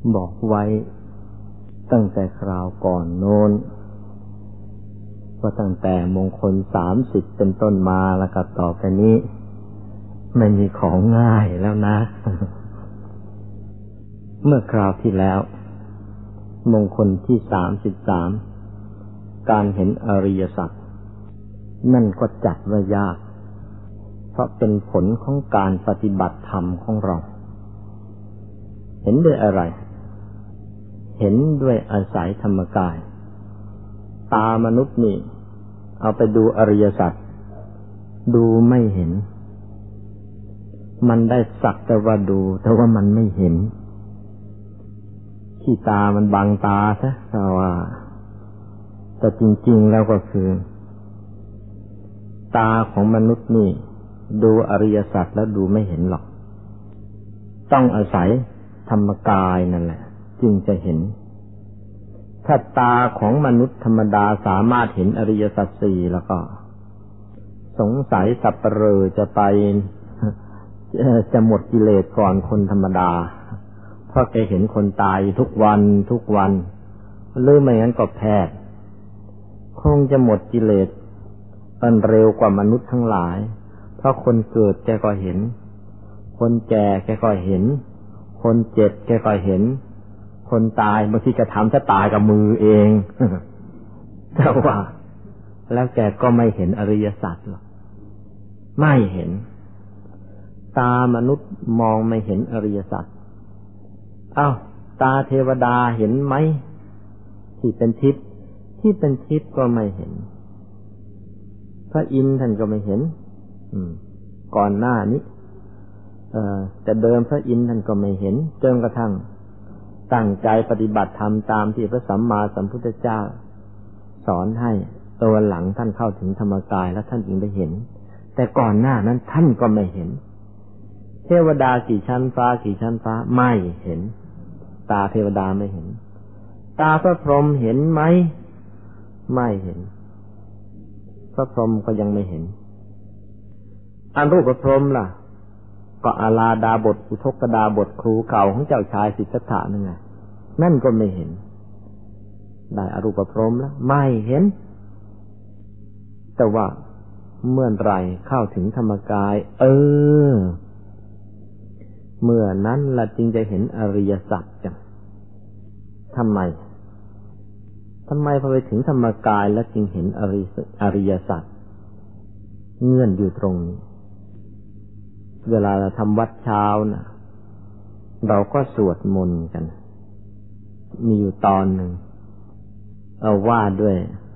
บอกไว้ตั้งแต่คราวก่อนโน้นว่าตั้งแต่มงคล30เป็นต้นมาแล้วก็ต่อไปนี้ไม่มีของง่ายแล้วนะ เมื่อคราวที่แล้วมงคลที่33การเห็นอริยสัจนั่นก็จัดว่ายากเพราะเป็นผลของการปฏิบัติธรรมของเราเห็นด้วยอะไรเห็นด้วยอาศัยธรรมกายตามนุษย์นี่เอาไปดูอริยสัจดูไม่เห็นมันได้สักแต่ว่าดูแต่ว่ามันไม่เห็นที่ตามันบังตาซะแต่ว่าแต่จริงๆแล้วก็คือตาของมนุษย์นี่ดูอริยสัจแล้วดูไม่เห็นหรอกต้องอาศัยธรรมกายนั่นแหละจึงจะเห็นถ้าตาของมนุษย์ธรรมดาสามารถเห็นอริยสัจสี่แล้วก็สงสัยสัปเหร่อจะไปจะหมดกิเลสก่อนคนธรรมดาเพราะแกเห็นคนตายทุกวันหรือไม่งั้นก็แพทย์คงจะหมดกิเลสมันเร็วกว่ามนุษย์ทั้งหลายเพราะคนเกิดแกก็เห็นคนแก่แกก็เห็นคนเจ็บแกก็เห็นคนตายบางทีก็ทำซะตายกับมือเอง แต่ว่าแล้วแกก็ไม่เห็นอริยสัจหรอกไม่เห็นตามนุษย์มองไม่เห็นอริยสัจอ้าวตาเทวดาเห็นไหมที่เป็นทิพย์ก็ไม่เห็นพระอินทร์ท่านก็ไม่เห็นก่อนหน้านี้แต่เดิมพระอินทร์ท่านก็ไม่เห็นจนกระทั่งตั้งใจปฏิบัติธรรมตามที่พระสัมมาสัมพุทธเจ้าสอนให้ตัวหลังท่านเข้าถึงธรรมกายแล้วท่านจึงได้เห็นแต่ก่อนหน้านั้นท่านก็ไม่เห็นเทวดากี่ชั้นฟ้าไม่เห็นตาเทวดาไม่เห็นตาพระพรหมเห็นไหมไม่เห็นพระพรหมก็ยังไม่เห็นอรูปพรหมล่ะก็อาลาดาบทอุทกดาบทครูเก่าของเจ้าชายสิทธัตถะนั่นไงนั่นก็ไม่เห็นได้อรูปพรหมแล้วไม่เห็นแต่ว่าเมื่อไรเข้าถึงธรรมกายเมื่อนั้นละจึงจะเห็นอริยสัจจังทำไมพอไปถึงธรรมกายแล้วจึงเห็นอริยสัจเงื่อนอยู่ตรงนี้เวลาเราทำวัดเช้านะเราก็สวดมนต์กันมีอยู่ตอนหนึ่งว่าด้วย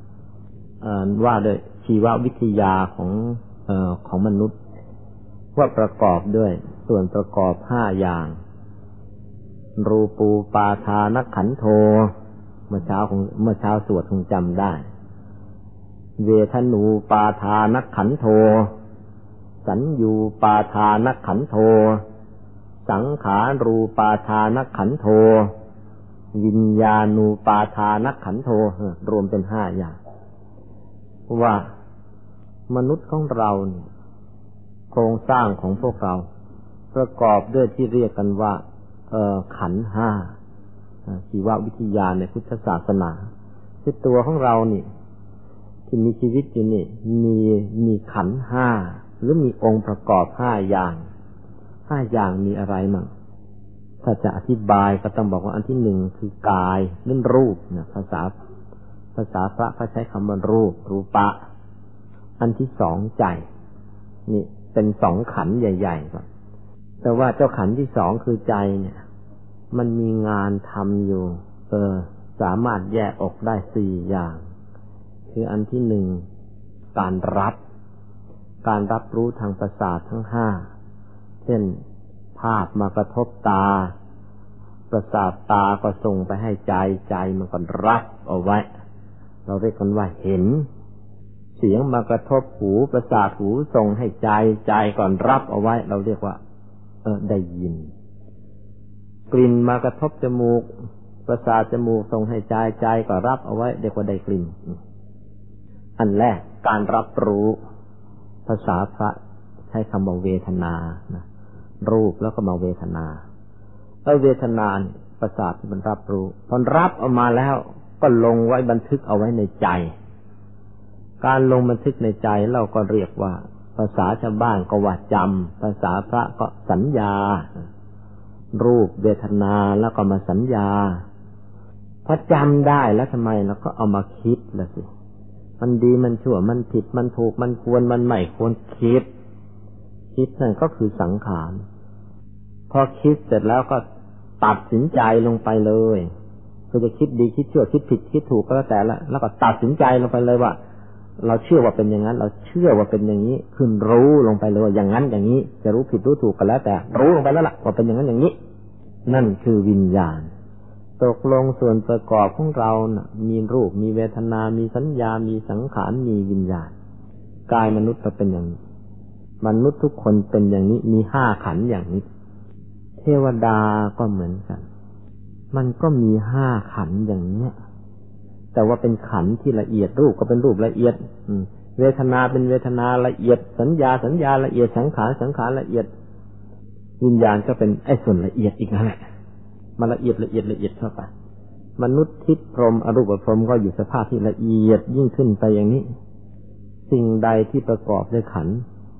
ชีววิทยาของมนุษย์ว่าประกอบด้วยส่วนประกอบ5อย่างรูปูปาทานขันโธเมื่อเช้าสวดคงจำได้เวทนูปาทานขันโธสัญญูปาทานขันโธสังขารูปาทานขันโธวิญญาณูปาทานขันโธรวมเป็น5อย่างว่ามนุษย์ของเราโครงสร้างของพวกเราประกอบด้วยที่เรียกกันว่าขันธ์5ชีววิทยาในพุทธศาสนาที่ตัวของเรานี่ที่มีชีวิตอยู่นี่มีขันธ์5หรือมีองค์ประกอบ5อย่างมีอะไรมั่งถ้าจะอธิบายก็ต้องบอกว่าอันที่1คือกายนั่นรูปนะภาษาพระเขาใช้คำว่ารูปะอันที่2ใจนี่เป็น2ขันธ์ใหญ่ๆก่อนแต่ว่าเจ้าขันธ์ที่2คือใจเนี่ยมันมีงานทำอยู่สามารถแยกออกได้4อย่างคืออันที่1การรับรู้ทางประสาททั้ง5เช่นภาพมากระทบตาประสาทตาก็ส่งไปให้ใจมันก็รับเอาไว้เราเรียกกันว่าเห็นเสียงมากระทบหูประสาทหูส่งให้ใจก่อนรับเอาไว้เราเรียกว่าได้ยินกลิ่นมากระทบจมูกประสาทจมูกส่งให้ใจก็รับเอาไว้เรียกว่าได้กลิ่นอันแรกการรับรู้ภาษาพระใช้คำว่าเวทนานะรูปแล้วก็มาเวทนาเวทนาประสาทที่มันรับรู้พอรับเอามาแล้วก็ลงไว้บันทึกเอาไว้ในใจการลงบันทึกในใจเราก็เรียกว่าภาษาชาวบ้านก็ว่าจำภาษาพระก็สัญญารูปเวทนาแล้วก็มาสัญญาพอจำได้แล้วทำไมเราก็เอามาคิดละสิมันดีมันชั่วมันผิดมันถูกมันควรมันไม่ควรคิดนั่นก็คือสังขารพอคิดเสร็จแล้วก็ตัดสินใจลงไปเลยคือจะคิดดีคิดชั่วคิดผิดคิดถูกก็แล้วแต่ละแล้วก็ตัดสินใจลงไปเลยว่าเราเชื่อว่าเป็นอย่างนั้นเราเชื่อว่าเป็นอย่างนี้ขึ้นรู้ลงไปเลยว่าอย่างนั้นอย่างนี้จะรู้ผิดรู้ถูกก็แล้วแต่รู้ลงไปแล้วล่ะว่าเป็นอย่างนั้นอย่างนี้นั่นคือวิญญาณตกลงส่วนประกอบของเรานะมีรูปมีเวทนามีสัญญามีสังขารมีวิญญาณกายมนุษย์ก็เป็นอย่างนี้มนุษย์ทุกคนเป็นอย่างนี้มี5ขันธ์อย่างนี้เทวดาก็เหมือนกันมันก็มี5ขันธ์อย่างนี้แต่ว่าเป็นขันธ์ที่ละเอียดรูปก็เป็นรูปละเอียดเวทนาเป็นเวทนาละเอียดสัญญาละเอียดสังขารละเอียดวิญญาณก็เป็นไอ้ส่วนละเอียดอีกนั่นแหละมันละเอียดเข้าไปมนุษย์ทิพย์พรหมอรูปพรหมก็อยู่สภาพที่ละเอียดยิ่งขึ้นไปอย่างนี้สิ่งใดที่ประกอบด้วยขันธ์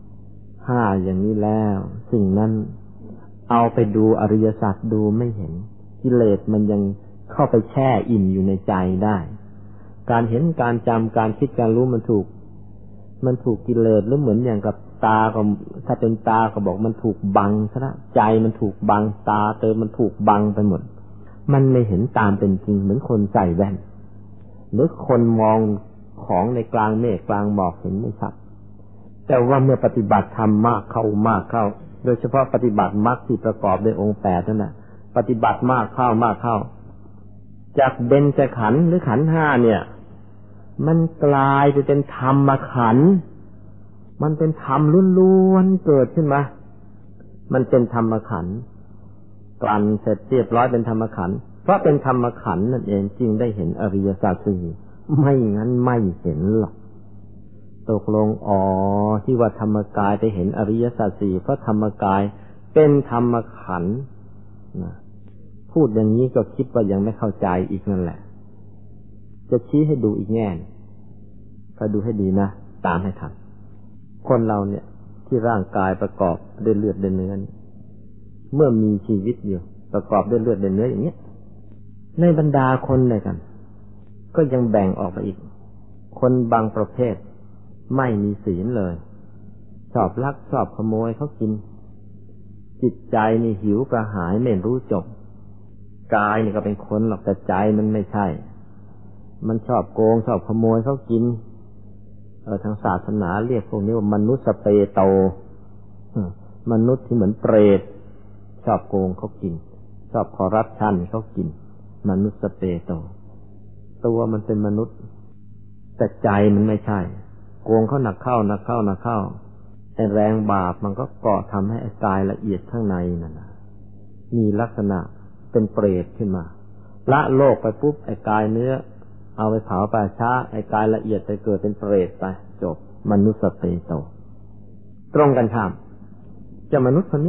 5อย่างนี้แล้วสิ่งนั้นเอาไปดูอริยสัจดูไม่เห็นกิเลสมันยังเข้าไปแช่อิ่มอยู่ในใจได้การเห็นการจำการคิดการรู้มันถูกกิเลสหรือเหมือนอย่างกับตาก็ถ้าเป็นตาก็บอกมันถูกบังซะละใจมันถูกบังตามันถูกบังไปหมดมันไม่เห็นตามเป็นจริงเหมือนคนใส่แว่นหรือคนมองของในกลางเมฆกลางหมอกเห็นไม่ชัดแต่ว่าเมื่อปฏิบัติธรรมมากเข้าโดยเฉพาะปฏิบัติมรรคที่ประกอบด้วยองค์8นั่นน่ะปฏิบัติมากเข้าจากเบญจขันธ์หรือขันธ์5เนี่ยมันกลายไปเป็นธรรมขันธ์มันเป็นธรรมล้วนๆเกิดขึ้นมามันเป็นธรรมขันธ์กลั่นเสร็จเรียบร้อยเป็นธรรมขันธ์เพราะเป็นธรรมขันธ์นั่นเองจึงได้เห็นอริยสัจสี่ไม่งั้นไม่เห็นหรอกตกลงที่ว่าธรรมกายไปเห็นอริยสัจสี่เพราะธรรมกายเป็นธรรมขันธ์นะพูดอย่างนี้ก็คิดว่ายังไม่เข้าใจอีกนั่นแหละจะชี้ให้ดูอีกแง่ถ้าดูให้ดีนะตามให้ทันคนเราเนี่ยที่ร่างกายประกอบด้วยเลือดด้วยเนื้อเมื่อมีชีวิตอยู่ประกอบด้วยเลือดด้วยเนื้ออย่างนี้ในบรรดาคนเลยกันก็ยังแบ่งออกไปอีกคนบางประเภทไม่มีศีลเลยชอบลักชอบขโมยเขากินจิตใจนี่หิวกระหายไม่รู้จบกายนี่ก็เป็นคนหรอกแต่ใจมันไม่ใช่มันชอบโกงชอบขโมยเขากินทางศาสนาเรียกพวกนี้ว่ามนุษย์สเปโตมนุษย์ที่เหมือนเปรตชอบโกงเขากินชอบคอร์รัปชันเขากินมนุษย์สเปโตตัวมันเป็นมนุษย์แต่ใจมันไม่ใช่โกงเขาหนักเข้าไอ้แรงบาปมันก็ก่อทำให้กายละเอียดข้างในนั่นนะมีลักษณะเป็นเปรตขึ้นมาละโลกไปปุ๊บไอ้กายเนื้อเอาไปเผาป่าช้าไอ้กายละเอียดไปเกิดเป็นเปรตไปจบมนุษย์สเปโตตรงกันข้ามเจ้ามนุษย์คนนี้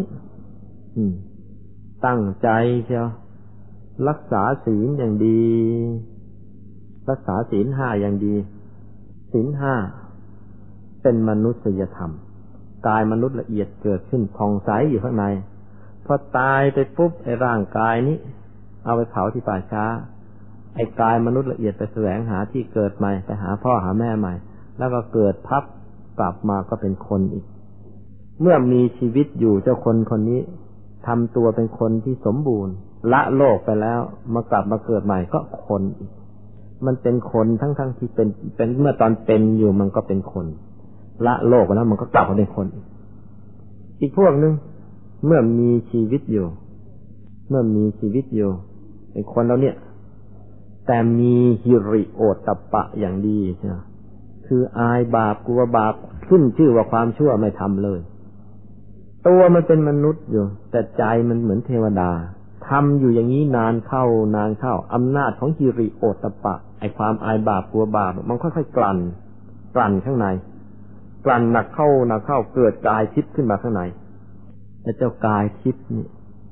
ตั้งใจเชียวรักษาศีลอย่างดีรักษาศีล5อย่างดีศีล5เป็นมนุษยธรรมกายมนุษย์ละเอียดเกิดขึ้นผ่องใสอยู่ข้างในพอตายไปปุ๊บไอ้ร่างกายนี้เอาไปเผาที่ป่าช้าไอ้กายมนุษย์ละเอียดไปแสวงหาที่เกิดใหม่ไปหาพ่อหาแม่ใหม่แล้วก็เกิดพับกลับมาก็เป็นคนอีกเมื่อมีชีวิตอยู่เจ้าคนคนนี้ทำตัวเป็นคนที่สมบูรณ์ละโลกไปแล้วมากลับมาเกิดใหม่ก็คนอีกมันเป็นคนทั้งที่เป็นเมื่อตอนเป็นอยู่มันก็เป็นคนละโลกไปแล้วมันก็กลับมาเป็นคนอีกพวกนึงเมื่อมีชีวิตอยู่ไอ้คนเราเนี่ยแต่มีหิริโอตตัปปะอย่างดีใช่ไหมคืออายบาปกลัวบาปขึ้นชื่อว่าความชั่วไม่ทำเลยตัวมันเป็นมนุษย์อยู่แต่ใจมันเหมือนเทวดาทำอยู่อย่างนี้นานเข้าอำนาจของหิริโอตตัปปะไอ้ความอายบาปกลัวบาปมันค่อยๆกลั่นข้างในกลั่นหนักเข้าเกิดกายทิพย์ขึ้นมาข้างในและเจ้ากายทิพย์นี่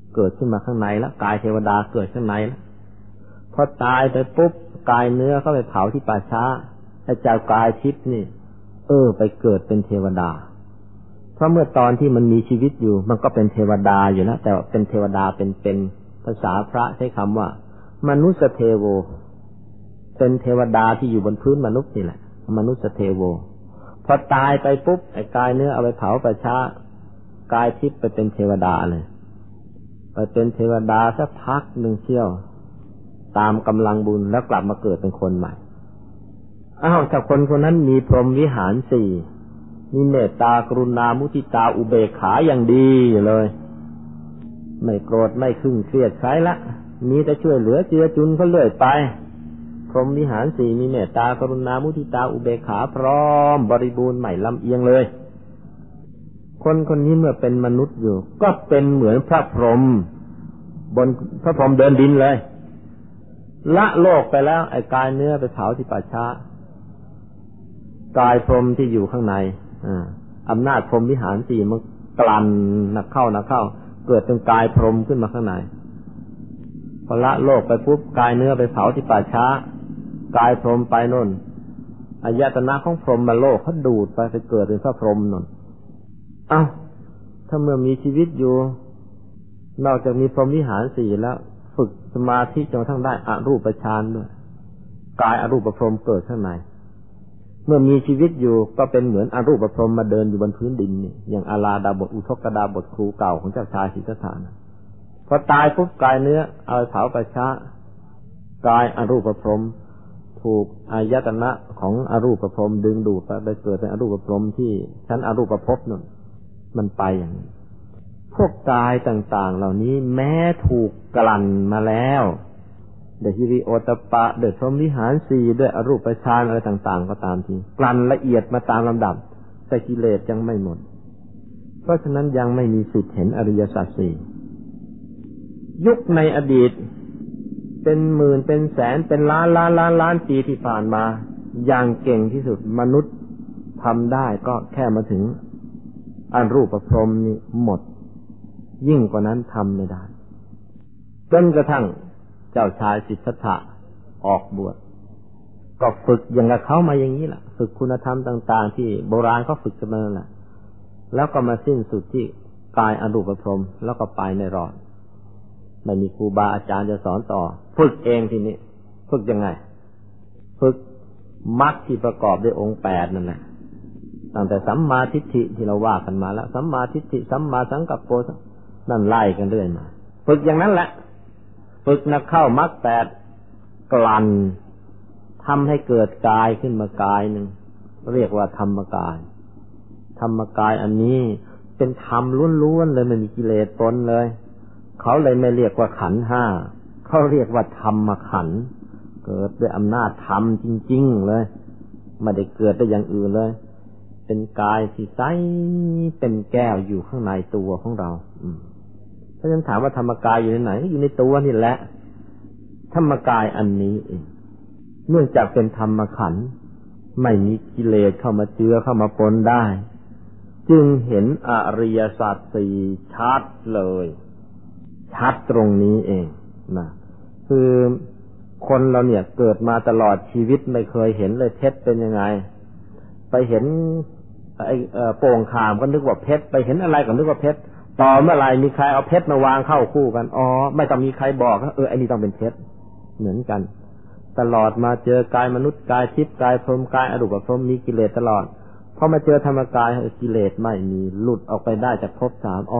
เกิดขึ้นมาข้างในแล้วกายเทวดาเกิดข้างในแล้วพอตายไปปุ๊บกายเนื้อก็ไปเผาที่ป่าช้าไอ้เจ้ากายทิพย์นี่ไปเกิดเป็นเทวดาเพราะเมื่อตอนที่มันมีชีวิตอยู่มันก็เป็นเทวดาอยู่แล้วแต่เป็นเทวดาเป็นภาษาพระใช้คำว่ามนุสเทโวเป็นเทวดาที่อยู่บนพื้นมนุษย์นี่แหละมนุสเทโวพอตายไปปุ๊บไอ้กายเนื้อเอาไปเผาป่าช้ากายทิพย์ไปเป็นเทวดาเลยไปเป็นเทวดาสักพักหนึ่งเชี่ยวตามกำลังบุญแล้วกลับมาเกิดเป็นคนใหม่ถ้าคนคนนั้นมีพรหมวิหารสี่มีเมตตากรุณามุทิตาอุเบกขาอย่างดีเลยไม่โกรธไม่ขึ่งเครียดใครละมีแต่ช่วยเหลือเจือจุนเขาเรื่อยไปพรหมวิหารสี่มีเมตตากรุณามุทิตาอุเบกขาพร้อมบริบูรณ์ไม่ลำเอียงเลยคนคนนี้เมื่อเป็นมนุษย์อยู่ก็เป็นเหมือนพระพรหมบนพระพรหมเดินดินเลยละโลกไปแล้วไอ้กายเนื้อไปเผาที่ป่าช้ากายพรหมที่อยู่ข้างในอำนาจพรหมวิหารสี่มันกลั่นนักเข้าเกิดเป็นกายพรหมขึ้นมาข้างในพอละโลกไปปุ๊บกายเนื้อไปเผาที่ป่าช้ากายพรหมไปโน่นอายตนะของพรหมมาโลกเขาดูดไปเกิดเป็นพระพรหมนั่นถ้าเมื่อมีชีวิตอยู่นอกจากมีพรหมวิหารสี่แล้วฝึกสมาธิจนทั้งได้อรูปฌานด้วยกายอรูปพรหมเกิดข้างในเมื่อมีชีวิตอยู่ก็เป็นเหมือนอรูปพรหมมาเดินอยู่บนพื้นดินนี่อย่างอาลาดาบทอุทกดาบทครูเก่าของเจ้าชายสิทธัตถะพอตายปุ๊บกายเนื้อเอาไปเผาป่าช้ากายอรูปพรหมถูกอายตนะของอรูปพรหมดึงดูดไปเกิดเป็นอรูปพรหมที่ชั้นอรูปภพนั่นมันไปอย่างนี้พวกกายต่างๆเหล่านี้แม้ถูกกลั่นมาแล้วด้วยฮิริโอตปะด้วยพรหมวิหารสี่ด้วยอรูปฌานอะไรต่างๆก็ตามทีกลั่นละเอียดมาตามลำดับแต่กิเลสยังไม่หมดเพราะฉะนั้นยังไม่มีสิทธิ์เห็นอริยสัจสี่ยุคในอดีตเป็นหมื่นเป็นแสนเป็นล้านปีที่ผ่านมาอย่างเก่งที่สุดมนุษย์ทำได้ก็แค่มาถึงอรูปพรหมนี่หมดยิ่งกว่านั้นทำไม่ได้จนกระทั่งเจ้าชายสิทธัตถะออกบวชก็ฝึกอย่างกับเขามาอย่างนี้แหละฝึกคุณธรรมต่างๆที่โบราณเขาฝึกกันมาแหละแล้วก็มาสิ้นสุดที่กายอรูปพรหมแล้วก็ไปในรอดไม่มีครูบาอาจารย์จะสอนต่อฝึกเองทีนี้ฝึกยังไงฝึกมรรคที่ประกอบด้วยองค์8นั่นแหละตั้งแต่สัมมาทิฏฐิที่เราว่ากันมาแล้วสัมมาทิฏฐิสัมมาสังกัปโปนั่นไล่กันเรื่อยมาฝึกอย่างนั้นแหละฝึกนักเข้ามรรค8กลั่นทำให้เกิดกายขึ้นมากายหนึ่งเรียกว่าธรรมกายธรรมกายอันนี้เป็นธรรมล้วนๆเลยไม่มีกิเลสปนเลยเขาเลยไม่เรียกว่าขันธ์ห้าเขาเรียกว่าธรรมขันธ์เกิดด้วยอำนาจธรรมจริงๆเลยไม่ได้เกิดได้อย่างอื่นเลยเป็นกายที่ใสเป็นแก้วอยู่ข้างในตัวของเราเพราะฉะนั้นถามว่าธรรมกายอยู่ในไหนอยู่ในตัวนี่แหละธรรมกายอันนี้เองเนื่องจากเป็นธรรมขันธ์ไม่มีกิเลสเข้ามาเจือเข้ามาปนได้จึงเห็นอริยสัจสี่ชัดเลยชัดตรงนี้เองนะคือคนเราเนี่ยเกิดมาตลอดชีวิตไม่เคยเห็นเลยเพชรเป็นยังไงไปเห็นโป่งขามก็นึกว่าเพชรไปเห็นอะไรก็นึกว่าเพชรต่อเมื่อไหร่มีใครเอาเพชรมาวางเข้าคู่กันไม่ต้องมีใครบอกไอ้นี่ต้องเป็นเพชรเหมือนกันตลอดมาเจอกายมนุษย์กายทิพย์กายพรหมกายอรูปพรหมมีกิเลสตลอดพอมาเจอธรรมกายกิเลสไม่มีหลุดออกไปได้จากภพสาม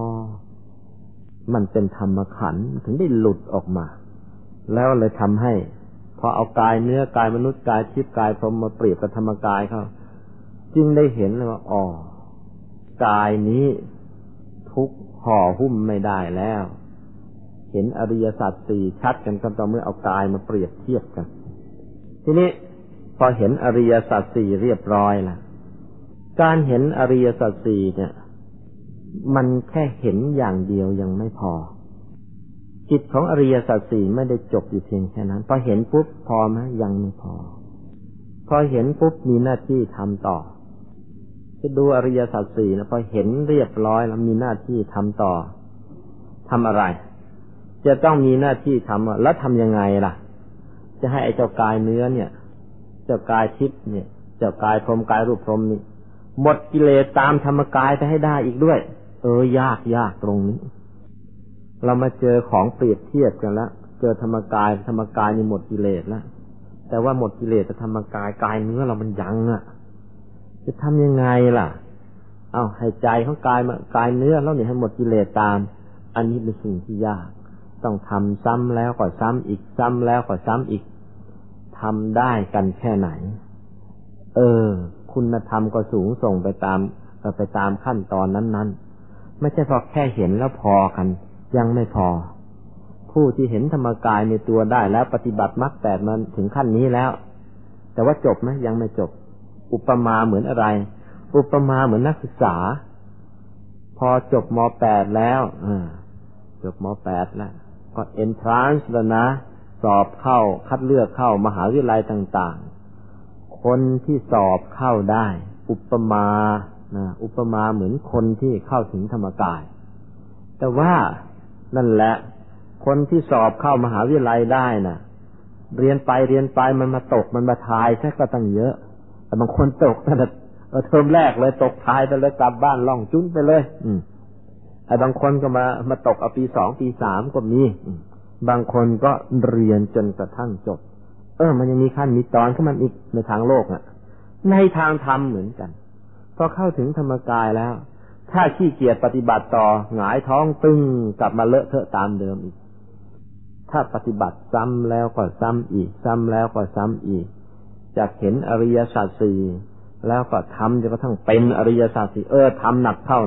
มันเป็นธรรมขันธ์ถึงได้หลุดออกมาแล้วเลยทำให้พอเอากายเนื้อกายมนุษย์กายทิพย์กายพรหมมาเปรียบกับธรรมกายเขาจึงได้เห็นเลยว่ากายนี้ทุกข์ห่อหุ้มไม่ได้แล้วเห็นอริยสัจสี่ชัดกันก็ต่อเมื่อเอากายมาเปรียบเทียบกันทีนี้พอเห็นอริยสัจสี่เรียบร้อยแล้วการเห็นอริยสัจสี่เนี่ยมันแค่เห็นอย่างเดียวยังไม่พอจิตของอริยสัจสี่ไม่ได้จบอยู่เพียงแค่นั้นพอเห็นปุ๊บพอไหมยังไม่พอพอเห็นปุ๊บมีหน้าที่ทำต่อจะดูอริยสัจสี่นะพอเห็นเรียบร้อยแล้วมีหน้าที่ทำต่อทำอะไรจะต้องมีหน้าที่ทำแล้วทำยังไงล่ะจะให้ไอ้เจ้ากายเนื้อเนี่ยเจ้ากายทิพย์เนี่ยเจ้ากายพรหมกายรูปพรหมนี่หมดกิเลสตามธรรมกายไปให้ได้อีกด้วยยากตรงนี้เรามาเจอของเปรียบเทียบกันแล้วเจอธรรมกายนี่หมดกิเลสแล้วแต่ว่าหมดกิเลสแต่ธรรมกายกายเนื้อเรามันยังจะทำยังไงล่ะให้ใจของกายเนื้อแล้วเนี่ยให้หมดกิเลสตามอันนี้เป็นสิ่งที่ยากต้องทำซ้ำแล้วก็ซ้ำอีกซ้ำแล้วก็ซ้ำอีกทำได้กันแค่ไหนคุณธรรมก็สูงส่งไปตามขั้นตอนนั้นๆไม่ใช่พอแค่เห็นแล้วพอกันยังไม่พอผู้ที่เห็นธรรมกายในตัวได้แล้วปฏิบัติมรรค8มันถึงขั้นนี้แล้วแต่ว่าจบไหมยังไม่จบอุปมาเหมือนอะไรอุปมาเหมือนนักศึกษาพอจบม.8 แล้วจบม.8 แล้วก็เอนทรานซ์แล้วนะสอบเข้าคัดเลือกเข้ามหาวิทยาลัยต่างๆคนที่สอบเข้าได้อุปมาเหมือนคนที่เข้าถึงธรรมกายแต่ว่านั่นแหละคนที่สอบเข้ามหาวิทยาลัยได้น่ะเรียนไปมันมาตกมันมาทายซะก็ตั้งเยอะแต่บางคนตกตั้งแต่เทอมแรกเลยตกทายไปเลยกลับบ้านล่องจุ้นไปเลยไอ้บางคนก็มาตกเอาปี 2 ปี 3ก็มีบางคนก็เรียนจนกระทั่งจบมันยังมีขั้นมีตอนขึ้นมาอีกในทางโลกในทางธรรมเหมือนกันพอเข้าถึงธรรมกายแล้วถ้าขี้เกียจปฏิบัติต่อหงายท้องตึงกลับมาเลอะเทอะตามเดิมอีกถ้าปฏิบัติซ้ำแล้วก็ซ้ำอีกซ้ำแล้วก็ซ้ำอีกจะเห็นอริยสัจสี่แล้วก็ทำจนกระทั่งเป็นอริยสัจสี่ทำหนักเข้า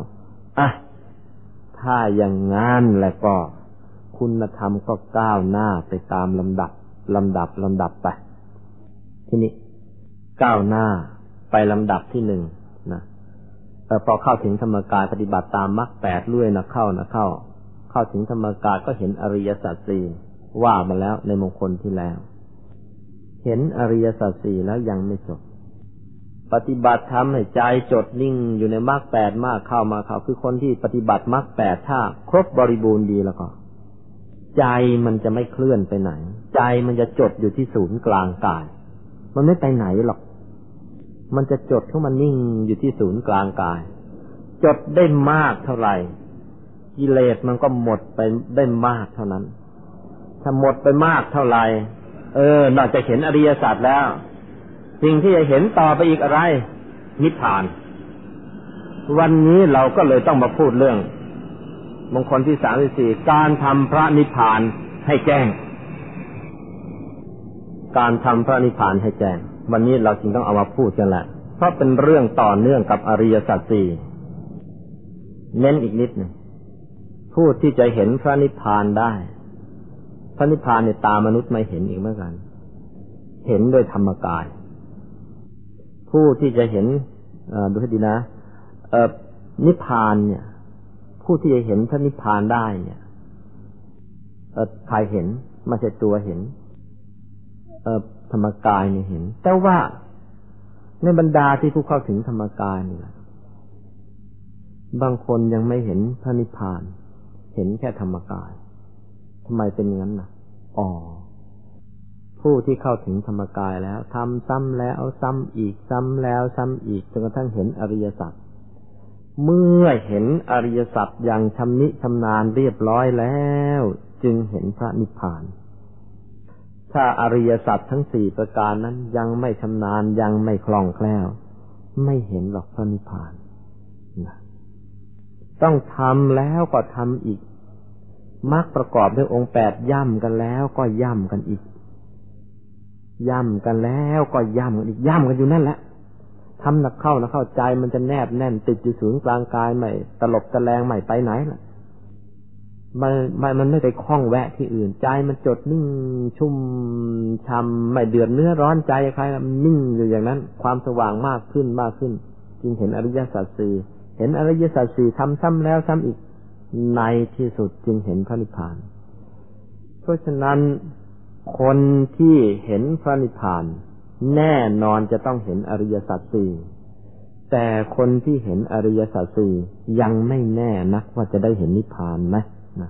ถ้าอย่างงั้นแล้วก็คุณธรรมก็ก้าวหน้าไปตามลำดับไปทีนี้ก้าวหน้าไปลำดับที่1นะพอเข้าถึงธรรมกายปฏิบัติตามมรรค8เรื่อยเข้าถึงธรรมกายก็เห็นอริยสัจสี่ว่ามาแล้วในมงคลที่แล้วเห็นอริยสัจสี่แล้วยังไม่จบปฏิบัติธรรมให้ใจจดนิ่งอยู่ในมรรค8มากเข้าคือคนที่ปฏิบัติมรรค8ถ้าครบบริบูรณ์ดีแล้วก็ใจมันจะไม่เคลื่อนไปไหนใจมันจะจดอยู่ที่ศูนย์กลางกายมันไม่ไปไหนหรอกมันจะจดเข้ามานิ่งอยู่ที่ศูนย์กลางกายจดได้มากเท่าไหร่กิเลสมันก็หมดไปได้มากเท่านั้นถ้าหมดไปมากเท่าไหร่นอกจากเห็นอริยสัจแล้วสิ่งที่จะเห็นต่อไปอีกอะไรนิพพานวันนี้เราก็เลยต้องมาพูดเรื่องมงคลที่34การทำพระนิพพานให้แจ้งการทำพระนิพพานให้แจ้งวันนี้เราจึงต้องเอามาพูดกันแหละเพราะเป็นเรื่องต่อเนื่องกับอริยสัจสี่เน้นอีกนิดหนึ่งผู้ที่จะเห็นพระนิพพานได้พระนิพพานในตามนุษย์ไม่เห็นอีกเหมือนกันเห็นโดยธรรมกายผู้ที่จะเห็นดูให้ดีนะนิพพานเนี่ยผู้ที่จะเห็นพระนิพพานได้เนี่ยใครเห็นไม่ใช่ตัวเห็นธรรมกายเนี่ยเห็นแต่ว่าในบรรดาที่ผู้เข้าถึงธรรมกายนี่บางคนยังไม่เห็นพระนิพพานเห็นแค่ธรรมกายทำไมเป็นอย่างนั้นล่ะผู้ที่เข้าถึงธรรมกายแล้วทำซ้ำแล้วซ้ำอีกซ้ำแล้วซ้ำอีกจนกระทั่งเห็นอริยสัจเมื่อเห็นอริยสัจอย่างชำนิชำนาญเรียบร้อยแล้วจึงเห็นพระนิพพานถ้าอริยสัจทั้ง4ประการนั้นยังไม่ชำนาญยังไม่คล่องแคล่วไม่เห็นหรอกพระนิพพานนะต้องทำแล้วก็ทำอีกมรรคประกอบด้วยองค์8ย่ำกันแล้วก็ย่ำกันอีกย่ำกันแล้วก็ย่ำกันอีกย่ำกันอยู่นั่นแหละทำหนักเข้าใจมันจะแนบแน่นติดอยู่ศูนย์กลางกายไม่ตลบตะแลงไม่ไปไหนล่ะมันไม่ไปคล้องแวะที่อื่นใจมันจดนิ่งชุ่มช่ำไม่เดือดเนื้อร้อนใจใครนิ่งอยู่อย่างนั้นความสว่างมากขึ้นจึงเห็นอริยสัจสี่เห็นอริยสัจสี่ทำซ้ำแล้วซ้ำอีกในที่สุดจึงเห็นพระนิพพานเพราะฉะนั้นคนที่เห็นพระนิพพานแน่นอนจะต้องเห็นอริยสัจสี่แต่คนที่เห็นอริยสัจสี่ยังไม่แน่นักว่าจะได้เห็นนิพพานไหมนะ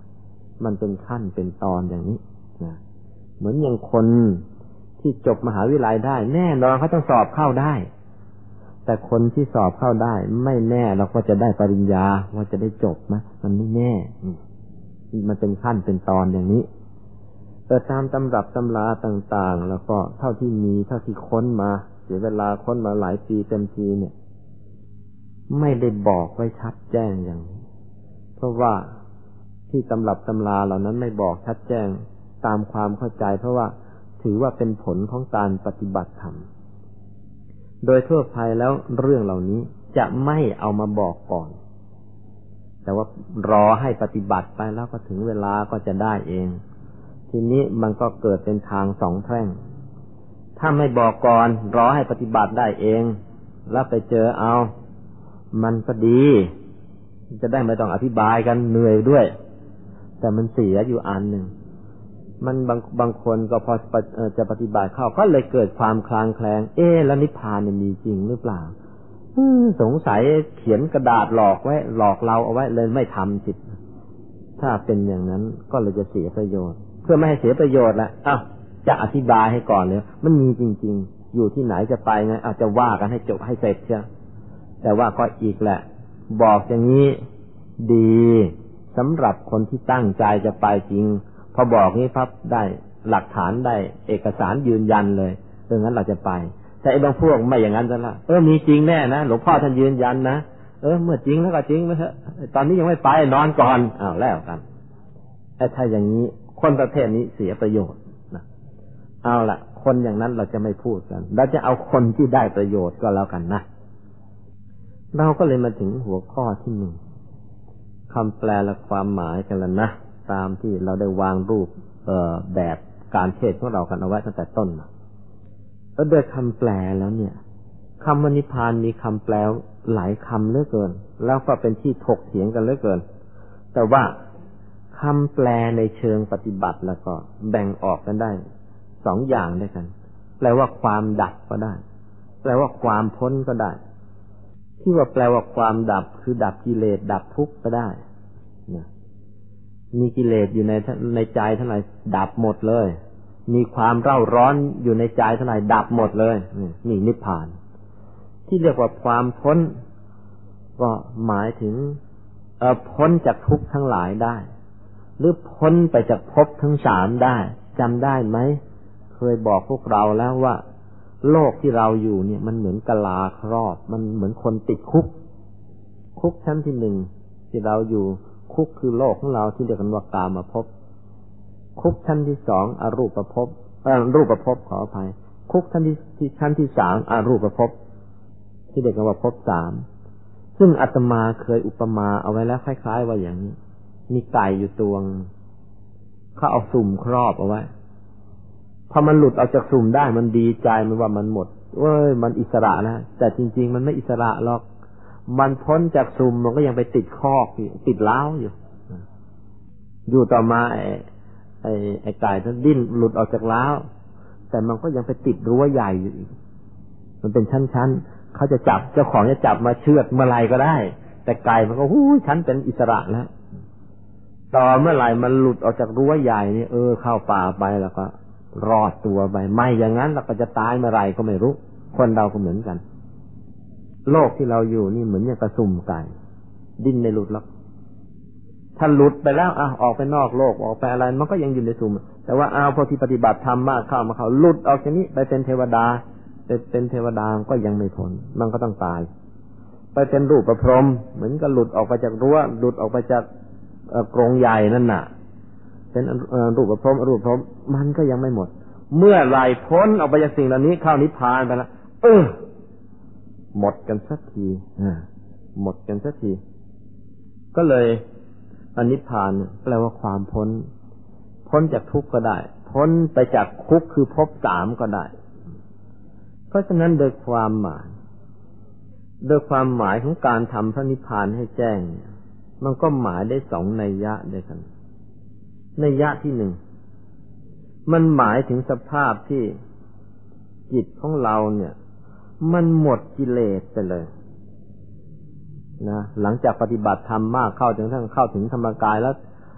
มันเป็นขั้นเป็นตอนอย่างนี้นะเหมือนอย่างคนที่จบมหาวิทยาลัยได้แน่นอนเขาต้องสอบเข้าได้แต่คนที่สอบเข้าได้ไม่แน่เราก็จะได้ปริญญาว่าจะได้จบมั้ยมันไม่แน่มันเป็นขั้นเป็นตอนอย่างนี้แต่ตามตำรับตำราต่างๆแล้วก็เท่าที่มีเท่าที่ค้นมาเสียเวลาค้นมาหลายปีเต็มทีเนี่ยไม่ได้บอกไว้ชัดแจ้งอย่างนี้เพราะว่าที่ตำรับตำราเหล่านั้นไม่บอกชัดแจ้งตามความเข้าใจเพราะว่าถือว่าเป็นผลของการปฏิบัติธรรมโดยทั่วไปแล้วเรื่องเหล่านี้จะไม่เอามาบอกก่อนแต่ว่ารอให้ปฏิบัติไปแล้วก็ถึงเวลาก็จะได้เองทีนี้มันก็เกิดเป็นทางสองแพร่งถ้าไม่บอกก่อนรอให้ปฏิบัติได้เองแล้วไปเจอเอามันก็ดีจะได้ไม่ต้องอธิบายกันเหนื่อยด้วยแต่มันเสียอยู่อันหนึ่งมันบางคนก็พอจะปฏิบัติเข้าก็เลยเกิดความคลางแคลงแล้วนิพพานเนี่ยมีจริงหรือเปล่าสงสัยเขียนกระดาษหลอกไว้หลอกเราเอาไว้เลยไม่ทำจิตถ้าเป็นอย่างนั้นก็เลยจะเสียประโยชน์เพื่อไม่ให้เสียประโยชน์ละจะอธิบายให้ก่อนเลยมันมีจริงๆอยู่ที่ไหนจะไปไงอาจจะว่ากันให้จบให้เสร็จเชียวแต่ว่าก็อีกแหละบอกอย่างนี้ดีสำหรับคนที่ตั้งใจจะไปจริงพอบอกนี้พับได้หลักฐานได้เอกสารยืนยันเลยดังนั้นเราจะไปแต่ไอ้บางพวกไม่อย่างนั้นซะละมีจริงแน่นะหลวงพ่อท่านยืนยันนะเมื่อจริงแล้วก็จริงนะฮะตอนนี้ยังไม่ไปนอนก่อนแล้วกันถ้าอย่างนี้คนประเภทนี้เสียประโยชน์นะเอาล่ะคนอย่างนั้นเราจะไม่พูดกันเราจะเอาคนที่ได้ประโยชน์ก็แล้วกันนะเราก็เลยมาถึงหัวข้อที่หนึ่งคำแปลและความหมายกันแล้วนะตามที่เราได้วางรูปแบบการเทศน์ของเรากันเอาไว้ตั้งแต่ต้นแล้วโดยคำแปลแล้วเนี่ยคำว่านิพพานมีคำแปลหลายคำเหลือเกินแล้วก็เป็นที่ถกเถียงกันเหลือเกินแต่ว่าคำแปลในเชิงปฏิบัติแล้วก็แบ่งออกกันได้สองอย่างด้วยกันแปลว่าความดับก็ได้แปลว่าความพ้นก็ได้ที่ว่าแปลว่าความดับคือดับกิเลสดับทุกข์ก็ได้นะมีกิเลสอยู่ในใจเท่าไหร่ดับหมดเลยมีความเร่าร้อนอยู่ในใจเท่าไหร่ดับหมดเลยนี่นิพพานที่เรียกว่าความพ้นก็หมายถึงพ้นจากทุกข์ทั้งหลายได้หรือพ้นไปจากภพทั้งสามได้จำได้ไหมเคยบอกพวกเราแล้วว่าโลกที่เราอยู่เนี่ยมันเหมือนกะลาครอบมันเหมือนคนติดคุกชั้นที่หนึ่งที่เราอยู่คุกคือโลกของเราที่เรียกกันว่ากามภพคุกชั้นที่สองอรูปภพรูปภพขออภัยคุกชั้นที่สามอรูปภพที่เรียกกันว่าภพสามซึ่งอาตมาเคยอุปมาเอาไว้แล้วคล้ายๆว่าอย่างนี้มีไก่อยู่ตัวนึงเขาเอาสุ่มครอบเอาไว้พอมันหลุดออกจากสุ่มได้มันดีใจมันว่ามันหมดมันอิสระแล้วแต่จริงๆมันไม่อิสระหรอกมันพ้นจากสุ่มมันก็ยังไปติดคอกติดเล้าอยู่ต่อมาไอ้ไก่นั้นดิ้นหลุดออกจากเล้าแต่มันก็ยังไปติดรั้วใหญ่อยู่อีกมันเป็นชั้นๆเขาจะจับเจ้าของจะจับมาเชือดเมื่อไรก็ได้แต่ไก่มันก็ฉันเป็นอิสระแล้วต่อเมื่อไหร่มันหลุดออกจากรั้วใหญ่นี่เข้าป่าไปแล้วก็รอดตัวไปไม่อย่างนั้นเราก็จะตายเมื่อไรก็ไม่รู้คนเราก็เหมือนกันโลกที่เราอยู่นี่เหมือนอย่างกระสุ่มไก่ดิ้นไม่หลุดหรอกถ้าหลุดไปแล้วออกไปนอกโลกออกไปอะไรมันก็ยังอยู่ในสุ่มแต่ว่าพอที่ปฏิบัติธรรมมากเข้ามาเขาหลุดออกจากนี้ไปเป็นเทวดาเป็นเทวดาก็ยังไม่พ้นมันก็ต้องตายไปเป็นรูปประพรหมเหมือนกับหลุดออกไปจากรั้วหลุดออกไปจากกรงใหญ่นั่นน่ะเป็นรูปประพรหมรูปพรหมมันก็ยังไม่หมดเมื่อไหร่พ้นออกไปจากสิ่งเหล่านี้เข้านิพพานไปแล้วหมดกันสักทีหมดกันสักทีก็เลยนิพพานแปลว่าความพ้นจากทุกข์ก็ได้พ้นไปจากคุกคือภพสามก็ได้เพราะฉะนั้นโดยความหมายของการทำพระนิพพานให้แจ้งมันก็หมายได้สองนัยยะด้วยกันนัยยะที่หนึ่งมันหมายถึงสภาพที่จิตของเราเนี่ยมันหมดกิเลสไปเลยนะหลังจากปฏิบัติธรรมมากเข้าจนกระทั่งเข้าถึงธรรมกายแล้ว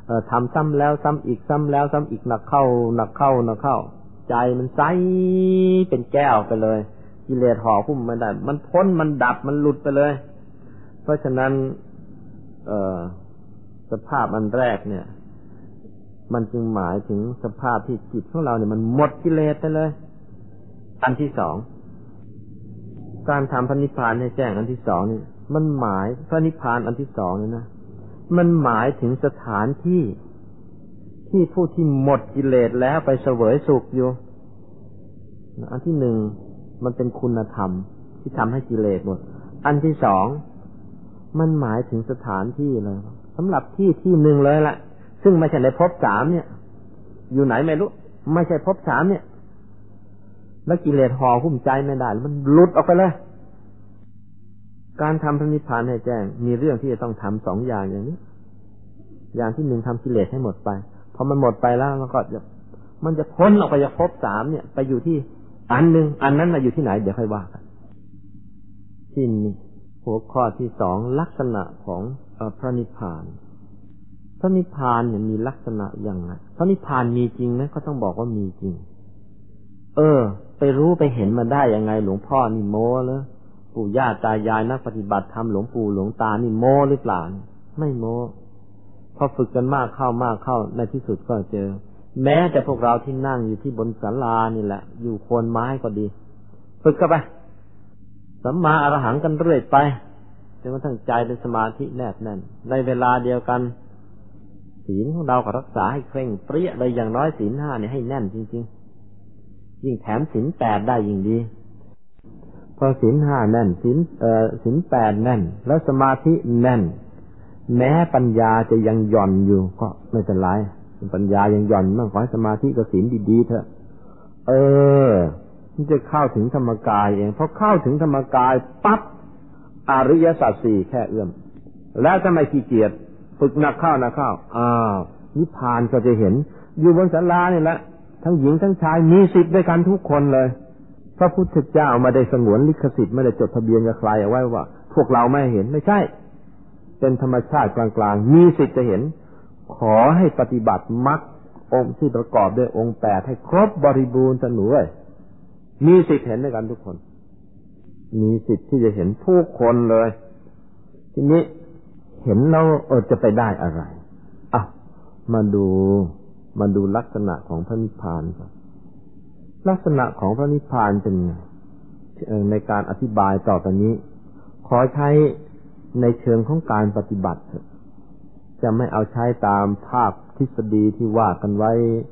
ทำซ้ำแล้วซ้ำอีกซ้ำแล้วซ้ำอีกหนักเข้าใจมันใสเป็นแก้วไปเลยกิเลสห่อหุ้มไม่ได้มันพ้นมันดับมันหลุดไปเลยเพราะฉะนั้นสภาพอันแรกเนี่ยมันจึงหมายถึงสภาพที่จิตของเราเนี่ยมันหมดกิเลสไปเลยอันที่สองการทำพระนิพพานให้แจ้งอันที่สองนี่มันหมายพระนิพพานอันที่สองนี่นะมันหมายถึงสถานที่ผู้ที่หมดกิเลสแล้วไปเสวยสุขอยู่อันที่หนึ่งมันเป็นคุณธรรมที่ทำให้กิเลสหมดอันที่สองมันหมายถึงสถานที่เลยสำหรับที่หนึ่งเลยล่ะซึ่งไม่ใช่ในภพสามเนี่ยอยู่ไหนไม่รู้ไม่ใช่ภพสามเนี่ยแล้วกิเลสห่อหุ้มใจไม่ได้มันหลุดออกไปเลยการทำพระนิพพานให้แจ้งมีเรื่องที่จะต้องทำสองอย่างอย่างนี้อย่างที่หนึ่งทำกิเลสให้หมดไปพอมันหมดไปแล้วมันจะพ้นออกไปจากภพสามเนี่ยไปอยู่ที่อันหนึ่งอันนั้นมาอยู่ที่ไหนเดี๋ยวค่อยว่ากันที่นี่หัวข้อที่สองลักษณะของพระนิพพานพระนิพพานเนี่ยมีลักษณะอย่างไรพระนิพพานมีจริงไหมก็ต้องบอกว่ามีจริงไปรู้ไปเห็นมาได้ยังไงหลวงพ่อนี่โม้เหรอปู่ย่าตายายนักปฏิบัติธรรมหลวงปู่หลวงตานี่โม้หรือเปล่าไม่โม้พอฝึกกันมากเข้าในที่สุดก็เจอแม้แต่พวกเราที่นั่งอยู่ที่บนศาลานี่แหละอยู่โคนไม้ก็ดีฝึกเข้าไปสัมมาอรหังกันเรื่อยไปจนกระทั่งใจเป็นสมาธิแนบแน่นในเวลาเดียวกันศีลของเราก็รักษาให้เคร่งเปรี้ยเลยอย่างน้อยศีล5เนี่ยให้แน่นจริงๆยิ่งแถมศีล8ได้ยิ่งดีพอศีล5แน่นศีล8แน่นแล้วสมาธิแน่นแม้ปัญญาจะยังหย่อนอยู่ก็ไม่เป็นไรปัญญายังหย่อนมั่งขอให้สมาธิกับศีลดีๆเถอะมันจะเข้าถึงธรรมกายเองพอเข้าถึงธรรมกายปั๊บอริยสัจสี่แค่เอื้อมแล้วถ้าไม่ขี้เกียจฝึกหนักเข้านิพพานก็จะเห็นอยู่บนศาลานี่แหละทั้งหญิงทั้งชายมีสิทธิ์ด้วยกันทุกคนเลยพระพุทธเจ้าไม่ได้สงวนลิขสิทธิ์ไม่ได้จดทะเบียนกับใครเอาไว้ว่าพวกเราไม่เห็นไม่ใช่เป็นธรรมชาติกลางๆมีสิทธิ์จะเห็นขอให้ปฏิบัติมรรคองค์ที่ประกอบด้วยองค์8ให้ครบบริบูรณ์สนุยมีสิทธิ์เห็นด้วยกันทุกคนมีสิทธิ์ที่จะเห็นทุกคนเลยทีนี้เห็นแล้วจะไปได้อะไรมาดูลักษณะของพระนิพพานก่อนลักษณะของพระนิพพานเป็นในการอธิบายต่อไปนี้ขอใช้ในเชิงของการปฏิบัติจะไม่เอาใช้ตามภาคทฤษฎีที่ว่ากันไว้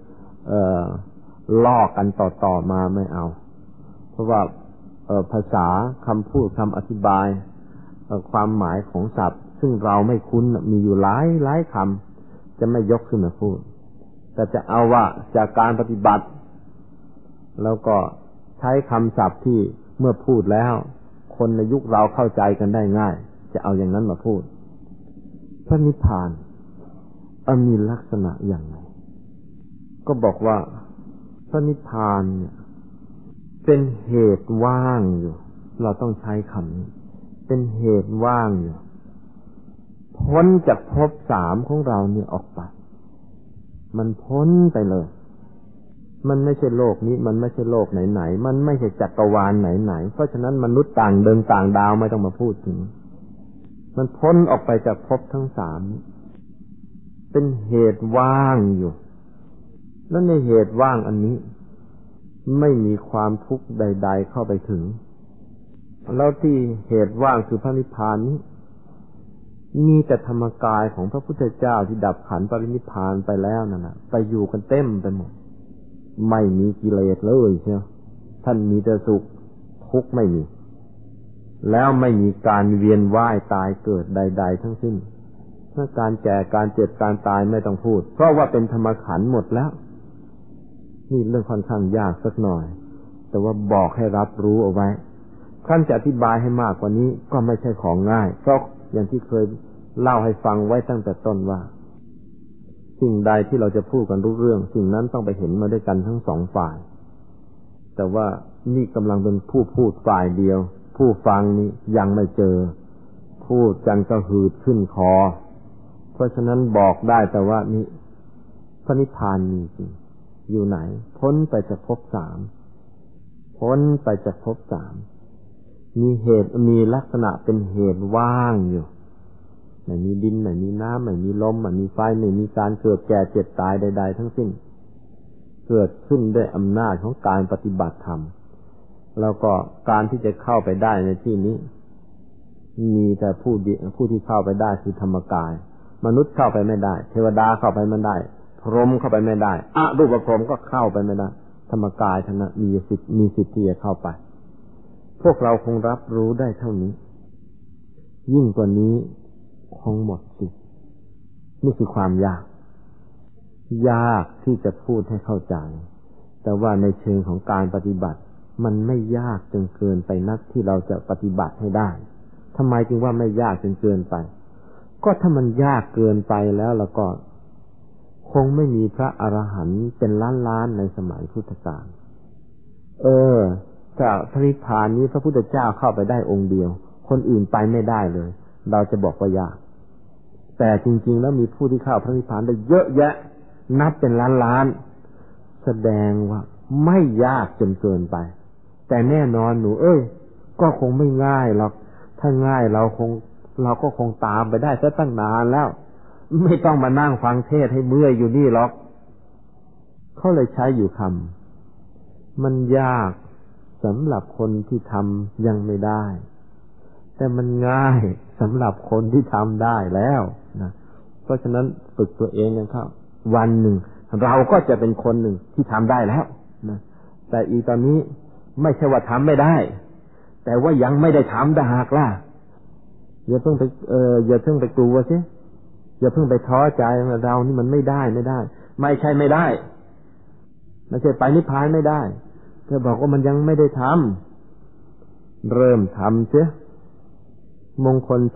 ลอกกันต่อมาไม่เอาเพราะว่าภาษาคำพูดคำอธิบายความหมายของศัพท์ซึ่งเราไม่คุ้นมีอยู่หลายคำจะไม่ยกขึ้นมาพูดแต่จะเอาว่าจากการปฏิบัติแล้วก็ใช้คำศัพท์ที่เมื่อพูดแล้วคนในยุคเราเข้าใจกันได้ง่ายจะเอาอย่างนั้นมาพูดพระนิพพานมีลักษณะอย่างไรก็บอกว่าพระนิพพานเนี่ยเป็นเหตุว่างอยู่เราต้องใช้คำนี้เป็นเหตุว่างอยู่พ้นจากภพ3ของเราเนี่ยออกไปมันพ้นไปเลยมันไม่ใช่โลกนี้มันไม่ใช่โลกไหนๆมันไม่ใช่จักรวาลไหนๆเพราะฉะนั้นมนุษย์ต่างเดินต่างดาวไม่ต้องมาพูดถึงมันพ้นออกไปจากภพทั้ง3เป็นเหตุว่างอยู่แล้วในเหตุว่างอันนี้ไม่มีความทุกข์ใดๆเข้าไปถึงแล้วที่เหตุว่างคือพระนิพพานนี้มีแต่ธรรมกายของพระพุทธเจ้าที่ดับขันธ์ปรินิพพานไปแล้วนั่นน่ะไปอยู่กันเต็มไปหมดไม่มีกิเลสเลยเชียวท่านมีแต่สุขทุกข์ไม่มีแล้วไม่มีการเวียนว่ายตายเกิดใดๆทั้งสิ้นเมื่อการแก่การเจ็บการตายไม่ต้องพูดเพราะว่าเป็นธรรมขันธ์หมดแล้วนี่เรื่องค่อนข้างยากสักหน่อยแต่ว่าบอกให้รับรู้เอาไว้ขั้นจะอธิบายให้มากกว่านี้ก็ไม่ใช่ของง่ายเพราะอย่างที่เคยเล่าให้ฟังไว้ตั้งแต่ต้นว่าสิ่งใดที่เราจะพูดกันรู้เรื่องสิ่งนั้นต้องไปเห็นมาด้วยกันทั้งสองฝ่ายแต่ว่านี่กำลังเป็นผู้พูดฝ่ายเดียวผู้ฟังนี่ยังไม่เจอพูดกันก็หืดขึ้นคอเพราะฉะนั้นบอกได้แต่ว่านี่พระนิพพานมีจริงอยู่ไหนพ้นไปจากภพสามพ้นไปจากภพสามมีเหตุมีลักษณะเป็นเหตุว่างอยู่ไม่มีดินไม่มีน้ำไม่มีลมไม่มีไฟไม่มีการเกิดแก่เจ็บตายใดๆทั้งสิ้นเกิดขึ้นด้วยอำนาจของการปฏิบัติธรรมแล้วก็การที่จะเข้าไปได้ในที่นี้มีแต่ผู้ที่เข้าไปได้คือธรรมกายมนุษย์เข้าไปไม่ได้เทวดาเข้าไปไม่ได้พรหมเข้าไปไม่ได้อรูปพรหมก็เข้าไปไม่ได้ธรรมกายเท่านั้นมีสิทธิ์ที่จะเข้าไปพวกเราคงรับรู้ได้เท่านี้ยิ่งกว่านี้คงหมดสินี่คือความยากที่จะพูดให้เข้าใจแต่ว่าในเชิงของการปฏิบัติมันไม่ยากจนเกินไปนักที่เราจะปฏิบัติให้ได้ทำไมจึงว่าไม่ยากจนเกินไปก็ถ้ามันยากเกินไปแล้วก็คงไม่มีพระอรหันต์เป็นล้านๆในสมัยพุทธกาลจากพระนิพพานนี้พระพุทธเจ้าเข้าไปได้องค์เดียวคนอื่นไปไม่ได้เลยเราจะบอกว่ายากแต่จริงๆแล้วมีผู้ที่เข้าพระนิพพานได้เยอะแยะนับเป็นล้านๆแสดงว่าไม่ยากจนเกินไปแต่แน่นอนหนูก็คงไม่ง่ายหรอกถ้าง่ายเราก็คงตามไปได้ซะตั้งนานแล้วไม่ต้องมานั่งฟังเทศให้เมื่อยอยู่นี่หรอกเขาเลยใช้อยู่คำมันยากสำหรับคนที่ทำยังไม่ได้แต่มันง่ายสำหรับคนที่ทำได้แล้วนะเพราะฉะนั้นฝึกตัวเองกันครับวันหนึ่งเราก็จะเป็นคนหนึ่งที่ทำได้แล้วนะแต่อีตอนนี้ไม่ใช่ว่าทำไม่ได้แต่ว่ายังไม่ได้ทำดากล่ะอย่าเพิ่งไปกลัวสิอย่าเพิ่งไปท้อใจเรานี่มันไม่ได้ไม่ใช่ไม่ใช่ไปนิพพานไม่ได้เธอบอกว่ามันยังไม่ได้ทำเริ่มทำเสียมงคล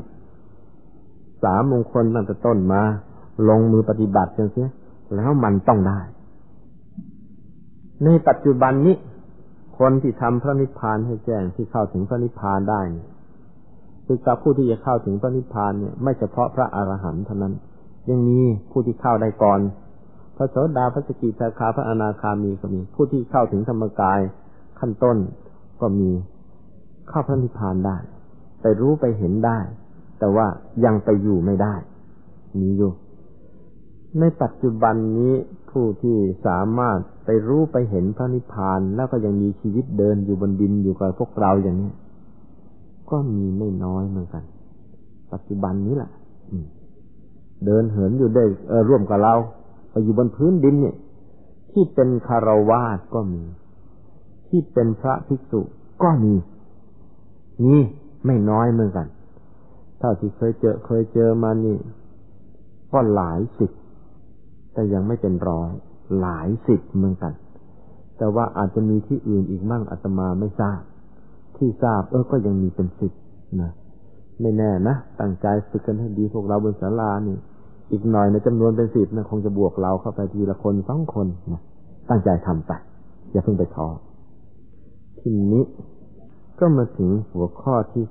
33มงคลตั้งแต่ต้นมาลงมือปฏิบัติกันเสียแล้วมันต้องได้ในปัจจุบันนี้คนที่ทำพระนิพพานให้แจ้งที่เข้าถึงพระนิพพานได้คือกับผู้ที่จะเข้าถึงพระนิพพานเนี่ยไม่เฉพาะพระอรหันต์เท่านั้นยังมีผู้ที่เข้าได้ก่อนพระโสดาพระสกิทาคาพระอนาคามีก็มีผู้ที่เข้าถึงธรรมกายขั้นต้นก็มีเข้าพระนิพพานได้ไปรู้ไปเห็นได้แต่ว่ายังไปอยู่ไม่ได้มีอยู่ในปัจจุบันนี้ผู้ที่สามารถไปรู้ไปเห็นพระนิพพานแล้วก็ยังมีชีวิตเดินอยู่บนดินอยู่กับพวกเราอย่างนี้ก็มีไม่น้อยเหมือนกันปัจจุบันนี้แหละเดินเหินอยู่ได้ร่วมกับเราไปอยู่บนพื้นดินเนี่ยที่เป็นคฤหัสถ์ก็มีที่เป็นพระภิกษุก็มีไม่น้อยเหมือนกันเท่าที่เคยเจอมานี่ก็หลายสิบแต่ยังไม่เป็นร้อยหลายสิบเหมือนกันแต่ว่าอาจจะมีที่อื่นอีกมั่งอาตมาไม่ทราบที่ทราบก็ยังมีเป็นสิบนะไม่แน่นะตั้งใจฝึกกันให้ดีพวกเราบนศาลานี่อีกหน่อยนะจำนวนเป็น10นะคงจะบวกเราเข้าไปทีละคน2คนนะตั้งใจทำไปอย่าเพิ่งไปท้อทีนี้ก็มาถึงหัวข้อที่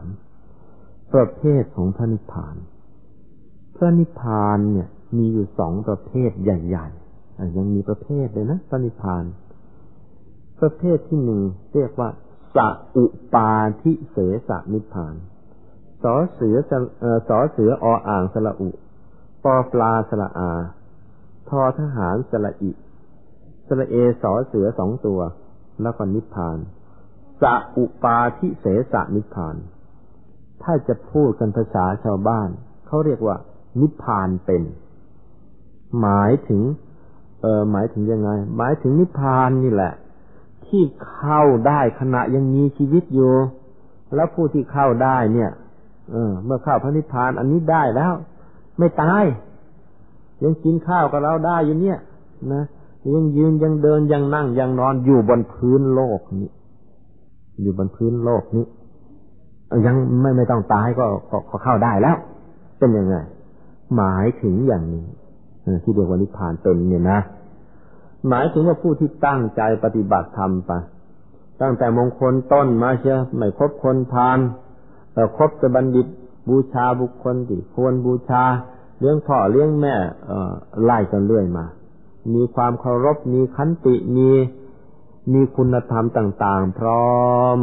3ประเภทของพระนิพพานพระนิพพานเนี่ยมีอยู่2ประเภทใหญ่ๆยังมีประเภทเลยนะพระนิพพานประเภทที่1เรียกว่าสัอุปาทิเสสนิพพานสอเสือออ่างสระอุปอปลาสระอาทอทหารสระอิสระเอสอเสือ2ตัวแล้วก็นิพพานสัอุปาทิเสสนิพพานถ้าจะพูดกันภาษาชาวบ้านเขาเรียกว่านิพพานเป็นหมายถึงยังไงหมายถึงนิพพานนี่แหละที่เข้าได้ขณะยังมีชีวิตอยู่แล้วผู้ที่เข้าได้เนี่ยเมื่อเข้าพระนิพพานอันนี้ได้แล้วไม่ตายยังกินข้าวกับเราได้อยู่เนี่ยนะยังยืนยังเดินยังนั่งยังนอนอยู่บนพื้นโลกนี้อยู่บนพื้นโลกนี้ยังไม่ต้องตายก็เข้าได้แล้วเป็นยังไงหมายถึงอย่างนี้ที่เรียกว่านิพพานเป็นเนี่ยนะหมายถึงว่าผู้ที่ตั้งใจปฏิบัติธรรมไปตั้งแต่มงคลต้นมาเชียไม่ครบคนพาลครบแต่บัณฑิตบูชาบุคคลที่ควรบูชาเลี้ยงพ่อเลี้ยงแม่ไล่กันเรื่อยมามีความเคารพมีขันติมีคุณธรรมต่างๆพร้อม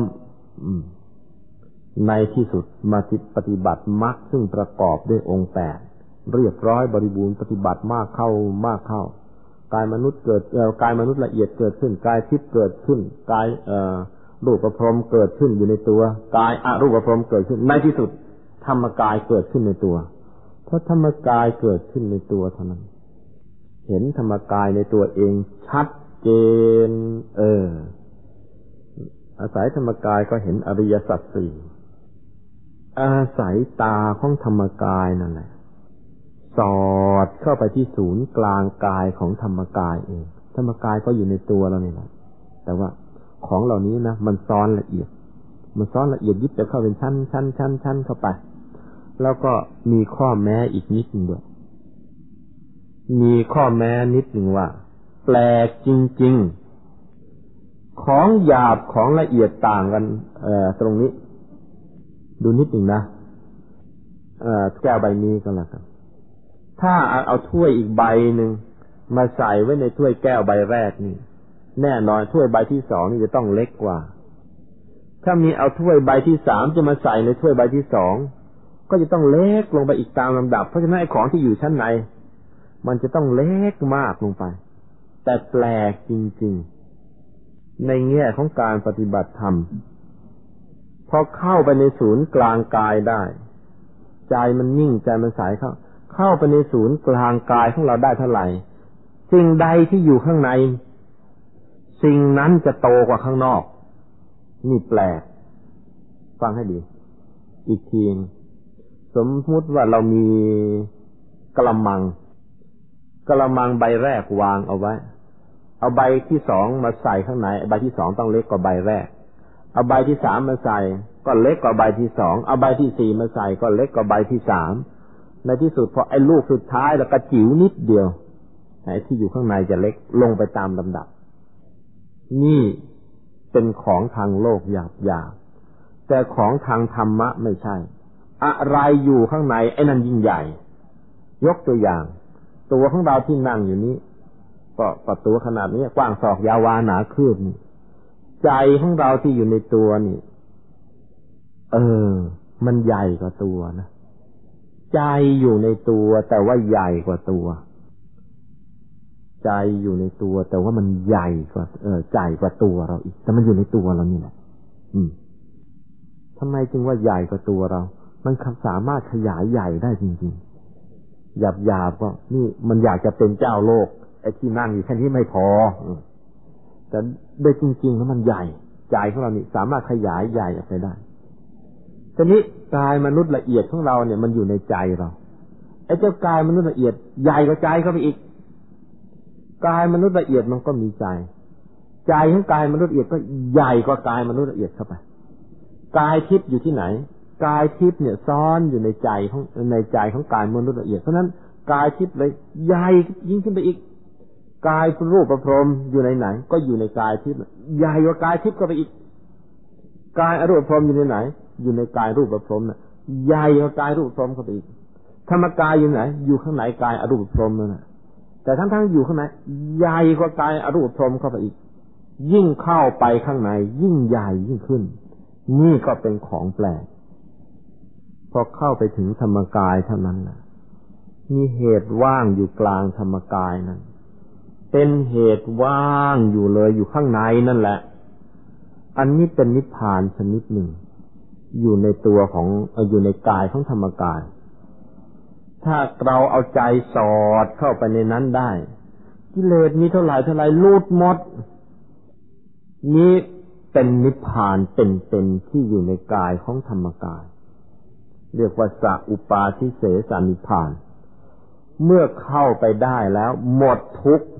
ในที่สุดมาปฏิบัติมรรคซึ่งประกอบด้วยองค์8เรียบร้อยบริบูรณ์ปฏิบัติมากเข้ากายมนุษย์เกิดกายมนุษย์ละเอียดเกิดขึ้นกายทิพย์เกิดขึ้นกายรูปพรหมเกิดขึ้นอยู่ในตัวกายอรูปพรหมเกิดขึ้นในที่สุดธรรมกายเกิดขึ้นในตัวเพราะธรรมกายเกิดขึ้นในตัวเท่านั้นเห็นธรรมกายในตัวเองชัดเจนอาศัยธรรมกายก็เห็นอริยสัจสี่อาศัยตาของธรรมกายนั่นแหละสอดเข้าไปที่ศูนย์กลางกายของธรรมกายเองธรรมกายก็อยู่ในตัวเรานี่แหละแต่ว่าของเหล่านี้นะมันซ้อนละเอียดยิบจะเข้าเป็นชั้นเข้าไปแล้วก็มีข้อแม้อีกนิดนึงด้วยมีข้อแม้นิดนึงว่าแปลกจริงๆของหยาบของละเอียดต่างกันตรงนี้ดูนิดนึงนะแก้วใบนี้ก็แล้วกันถ้าเอาถ้วยอีกใบหนึ่งมาใส่ไว้ในถ้วยแก้วใบแรกนี่แน่นอนถ้วยใบที่2นี่จะต้องเล็กกว่าถ้ามีเอาถ้วยใบที่3จะมาใส่ในถ้วยใบที่2ก็จะต้องเล็กลงไปอีกตามลำดับเพราะฉะนั้นไอ้ของที่อยู่ชั้นในมันจะต้องเล็กมากลงไปแต่แปลกจริงๆในแง่ของการปฏิบัติธรรมพอเข้าไปในศูนย์กลางกายได้ใจมันนิ่งใจมันใสเข้าไปในศูนย์กลางกายของเราได้เท่าไหร่สิ่งใดที่อยู่ข้างในสิ่งนั้นจะโตกว่าข้างนอกนี่แปลกฟังให้ดีอีกทีสมมุติว่าเรามีกระมังใบแรกวางเอาไว้เอาใบที่2มาใส่ข้างในใบที่2ต้องเล็กกว่าใบแรกเอาใบที่3มาใส่ก็เล็กกว่าใบที่2เอาใบที่4มาใส่ก็เล็กกว่าใบที่3ในที่สุดพอไอ้ลูกสุดท้ายแล้วก็จิ๋วนิดเดียวไอ้ที่อยู่ข้างในจะเล็กลงไปตามลำดับนี่เป็นของทางโลกหยาบๆแต่ของทางธรรมะไม่ใช่อะไรอยู่ข้างในไอ้นั่นยิ่งใหญ่ยกตัวอย่างตัวของเราที่นั่งอยู่นี้ก็ตัวขนาดนี้กว้างศอกยาววาหนาคืบนี่ใจของเราที่อยู่ในตัวนี่มันใหญ่กว่าตัวนะใจอยู่ในตัวแต่ว่าใหญ่กว่าตัวใจอยู่ในตัวแต่ว่ามันใหญ่กว่าใจกว่าตัวเราอีกแต่มันอยู่ในตัวเรานี่แหละทำไมจึงว่าใหญ่กว่าตัวเรามันสามารถขยายใหญ่ได้จริงๆหยาบๆก็นี่มันอยากจะเป็นเจ้าโลกไอ้ที่นั่งอยู่แค่นี้ไม่พอแต่โดยจริงๆแล้วมันใหญ่ใจของเรานี่สามารถขยายใหญ่ออกไปได้ทีนี้กายมนุษย์ละเอียดของเราเนี่ยมันอยู่ในใจเราไอ้เจ้ากายมนุษย์ละเอียดใหญ่กว่าใจเข้าไปอีกกายมนุษย์ละเอียดมันก็มีใจของกายมนุษย์ละเอียดก็ใหญ่กว่ากายมนุษย์ละเอียดเข้าไปกายทิพย์อยู่ที่ไหนกายทิพย์เนี่ยซ่อนอยู่ในใจของกายมนุษย์ละเอียดเพราะนั้นกายทิพย์เลยใหญ่ยิ่งขึ้นไปอีกกายรูปประพรหมอยู่ในไหนก็อยู่ในกายทิพย์ใหญ่กว่ากายทิพย์ก็ไปอีกกายอรูปพรหมอยู่ในไหนอยู่ในกายรูปประพรหมน่ะใหญ่กว่ากายรูปพรหมก็ไปอีกธรรมกายอยู่ไหนอยู่ข้างในกายอรูปพรหมนั่นน่ะแต่ทั้งอยู่ข้างในใหญ่กว่ากายอรูปพรหมเข้าไปอีกยิ่งเข้าไปข้างในยิ่งใหญ่ยิ่งขึ้นนี่ก็เป็นของแปลกพอเข้าไปถึงธรรมกายเท่านั้นน่ะมีเหตุว่างอยู่กลางธรรมกายนั้นเป็นเหตุว่างอยู่เลยอยู่ข้างในนั่นแหละอันนี้เป็นนิพพานชนิดหนึ่งอยู่ในตัวของอยู่ในกายของธรรมกายถ้าเราเอาใจสอดเข้าไปในนั้นได้กิเลสมีเท่าไหร่ลูดหมดนี้เป็นนิพพานเป็นที่อยู่ในกายของธรรมกายเรียกว่าสัอุปาทิเสสนิพพานเมื่อเข้าไปได้แล้วหมดทุกข์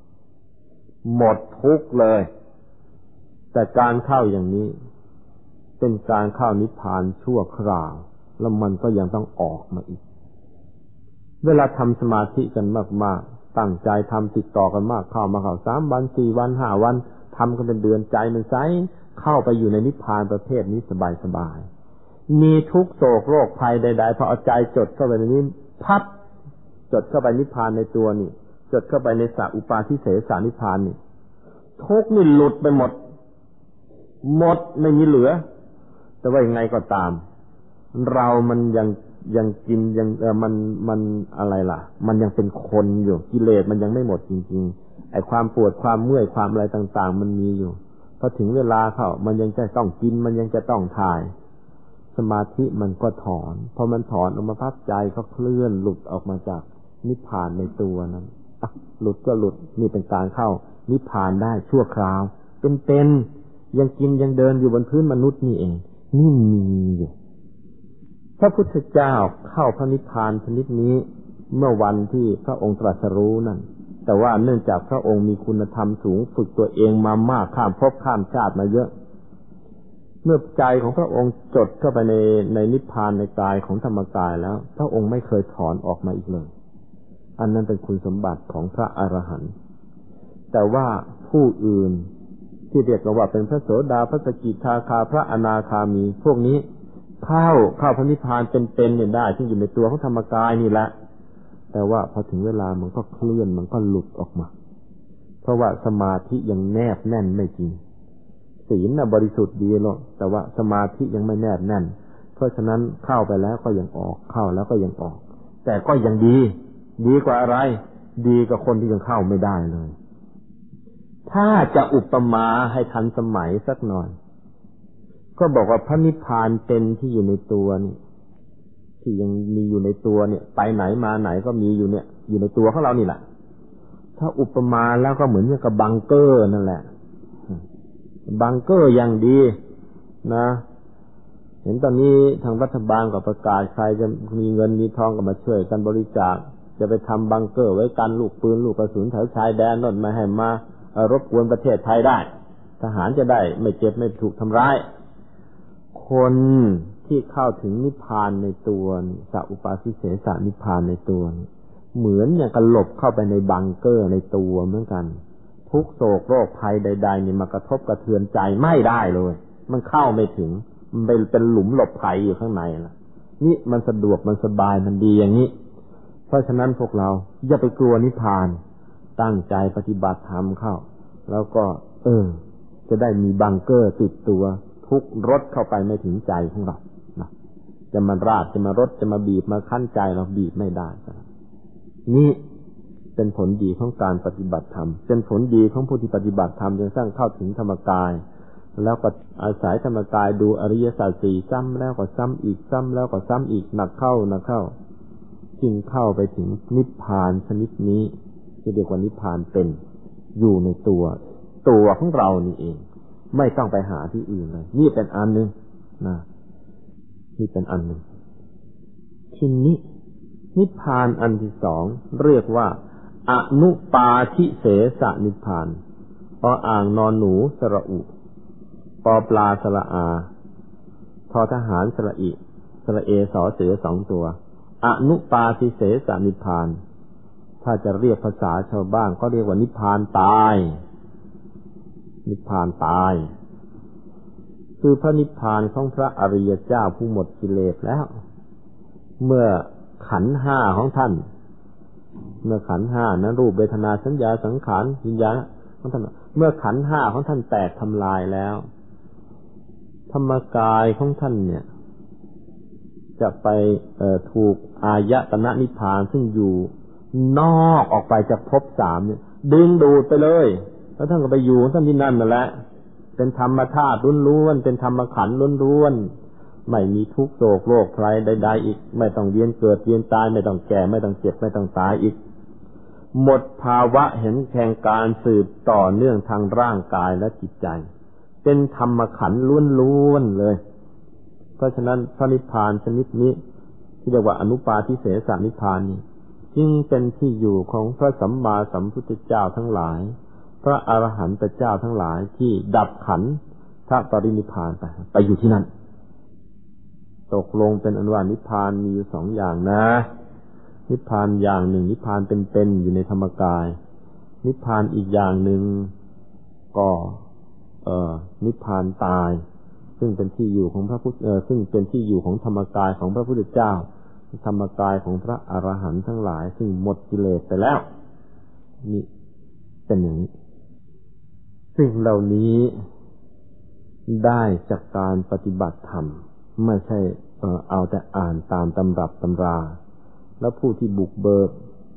เลยแต่การเข้าอย่างนี้เป็นการเข้านิพพานชั่วคราวแล้วมันก็ยังต้องออกมาอีกเวลาทำสมาธิกันมากๆตั้งใจทำติดต่อกันมากเข้า3 วัน 4 วัน 5 วันทำกันเป็นเดือนใจมันใสเข้าไปอยู่ในนิพพานประเภทนี้สบายๆมีทุกโศกโรคภัยใดๆพอเอาใจจดเข้าไปในนี้พับจดเข้าไปนิพพานในตัวนี่จดเข้าไปในสอุปาทิเสสนิพพานนี่ทุกข์นี่หลุดไปหมดไม่มีเหลือแต่ว่ายังไงก็ตามเรามันยังกินยังมันอะไรล่ะมันยังเป็นคนอยู่กิเลสมันยังไม่หมดจริงๆไอ้ความปวดความเมื่อยความอะไรต่างๆมันมีอยู่พอถึงเวลาเข้ามันยังจะต้องกินมันยังจะต้องถ่ายสมาธิมันก็ถอนพอมันถอนออกมาพักใจก็เคลื่อนหลุดออกมาจากนิพพานในตัวนั้นหลุดก็หลุดนี่เป็นการเข้านิพพานได้ชั่วคราวเป็นยังกินยังเดินอยู่บนพื้นมนุษย์นี่เองนี่มีอยู่พระพุทธเจ้าเข้าพระนิพพานชนิดนี้เมื่อวันที่พระองค์ตรัสรู้นั่นแต่ว่าเนื่องจากพระองค์มีคุณธรรมสูงฝึกตัวเองมามากข้ามภพข้ามชาติมาเยอะเมื่อใจของพระองค์จดเข้าไปในนิพพานในกายของธรรมกายแล้วพระองค์ไม่เคยถอนออกมาอีกเลยอันนั้นเป็นคุณสมบัติของพระอรหันต์แต่ว่าผู้อื่นที่เรียกว่าเป็นพระโสดาพระสกิทาคาพระอนาคามีพวกนี้เข้าพระนิพพานเป็นเนี่ยได้ที่อยู่ในตัวของธรรมกายนี่แหละแต่ว่าพอถึงเวลามันก็เคลื่อนมันก็หลุดออกมาเพราะว่าสมาธิยังแนบแน่นไม่จริงศีลน่ะบริสุทธิ์ดีหรอกแต่ว่าสมาธิยังไม่แนบแน่นเพราะฉะนั้นเข้าไปแล้วก็ยังออกเข้าแล้วก็ยังออกแต่ก็ยังดีกว่าอะไรดีกว่าคนที่ยังเข้าไม่ได้เลยถ้าจะอุปมาให้ทันสมัยสักหน่อยก็บอกว่าพระนิพพานเป็นที่อยู่ในตัวนี่ที่ยังมีอยู่ในตัวเนี่ยไปไหนมาไหนก็มีอยู่เนี่ยอยู่ในตัวของเรานี่แหละถ้าอุปมาแล้วก็เหมือนกับบังเกอร์นั่นแหละบังเกอร์อย่างดีนะเห็นตอนนี้ทางรัฐบาลก็ประกาศใครจะมีเงินมีทองก็มาช่วยกันบริจาคจะไปทำบังเกอร์ไว้กันลูกปืนลูกกระสุนแถวชายแดนนั่นมาให้มารบกวนประเทศไทยได้ทหารจะได้ไม่เจ็บไม่ถูกทำร้ายคนที่เข้าถึงนิพพานในตัวสัพอุปาทิเสสนิพพานในตัวเหมือนอย่างกับหลบเข้าไปในบังเกอร์ในตัวเหมือนกันทุกโศกโรคภัยใดๆนี่มากระทบกระเทือนใจไม่ได้เลยมันเข้าไม่ถึงมันเป็นหลุมหลบภัยอยู่ข้างในล่ะนี่มันสะดวกมันสบายมันดีอย่างนี้เพราะฉะนั้นพวกเราอย่าไปกลัวนิพพานตั้งใจปฏิบัติธรรมเข้าแล้วก็จะได้มีบังเกอร์ติดตัวทุกรถเข้าไปไม่ถึงใจของเรานะจะมาราดจะมารดจะมาบีบมาคั้นใจเราบีบไม่ได้นี่เป็นผลดีของการปฏิบัติธรรมเป็นผลดีของผู้ที่ปฏิบัติธรรมจนสร้างเข้าถึงธรรมกายแล้วก็อาศัยธรรมกายดูอริยสัจสี่ซ้ำแล้วก็ซ้ำอีกซ้ำแล้วก็ซ้ำอีกหนักเข้าจึงเข้าไปถึงนิพพานชนิดนี้ที่เรียกว่านิพพานเป็นอยู่ในตัวของเรานี่เองไม่ต้องไปหาที่อื่นเลยนี่เป็นอันนึงนะนี่เป็นอันนึงทีนี้นิพพานอันที่สองเรียกว่าอนุปาทิเสสนิพพานออ่างนอนหนูสระอุปอปลาสระอาทอทหารสระอิสระเอสอเสือสองตัวอนุปาทิเสสนิพพานถ้าจะเรียกภาษาชาวบ้านก็เรียกว่านิพพานตายนิพพานตายคือพระนิพพานของพระอริยเจ้าผู้หมดกิเลสแล้วเมื่อขันธ์ห้าของท่านเมื่อขันธ์ห้านั้นรูปเวทนาสัญญาสังขารวิญญาณของท่านเมื่อขันธ์ห้าของท่านแตกทำลายแล้วธรรมกายของท่านเนี่ยจะไปถูกอายตนะนิพพานซึ่งอยู่นอกออกไปจากภพสามเนี่ยดึงดูดไปเลยแล้วท่านก็ไปอยู่ท่านที่นั่นนั่นแหละเป็นธรรมธาตุล้วนๆเป็นธรรมขันธ์ล้วนๆไม่มีทุกข์โศกโรคภัยใดๆอีกไม่ต้องเวียนเกิดเวียนตายไม่ต้องแก่ไม่ต้องเจ็บไม่ต้องตายอีกหมดภาวะเห็นแห่งการสืบต่อเนื่องทางร่างกายและจิตใจเป็นธรรมขันธ์ล้วนๆเลยเพราะฉะนั้นพระนิพพานชนิดนี้ที่เรียกว่าอนุปาทิเสสนิพพานนี้จึงเป็นที่อยู่ของพระสัมมาสัมพุทธเจ้าทั้งหลายพระอรหันตเจ้าทั้งหลายที่ดับขันธ์พระปรินิพพานไปอยู่ที่นั่นตกลงเป็นอนุนิพพานมีอยู่สองอย่างนะนิพพานอย่างหนึ่งนิพพานเป็นอยู่ในธรรมกายนิพพานอีกอย่างหนึ่งก็นิพพานตายซึ่งเป็นที่อยู่ของพระพุทธซึ่งเป็นที่อยู่ของธรรมกายของพระพุทธเจ้าธรรมกายของพระอรหันต์ทั้งหลายซึ่งหมดกิเลสไปแล้วนี่เป็นอย่างนี้สิ่งเหล่านี้ได้จากการปฏิบัติธรรมไม่ใช่เอาแต่อ่านตามตำรับตำราแล้วผู้ที่บุกเบิก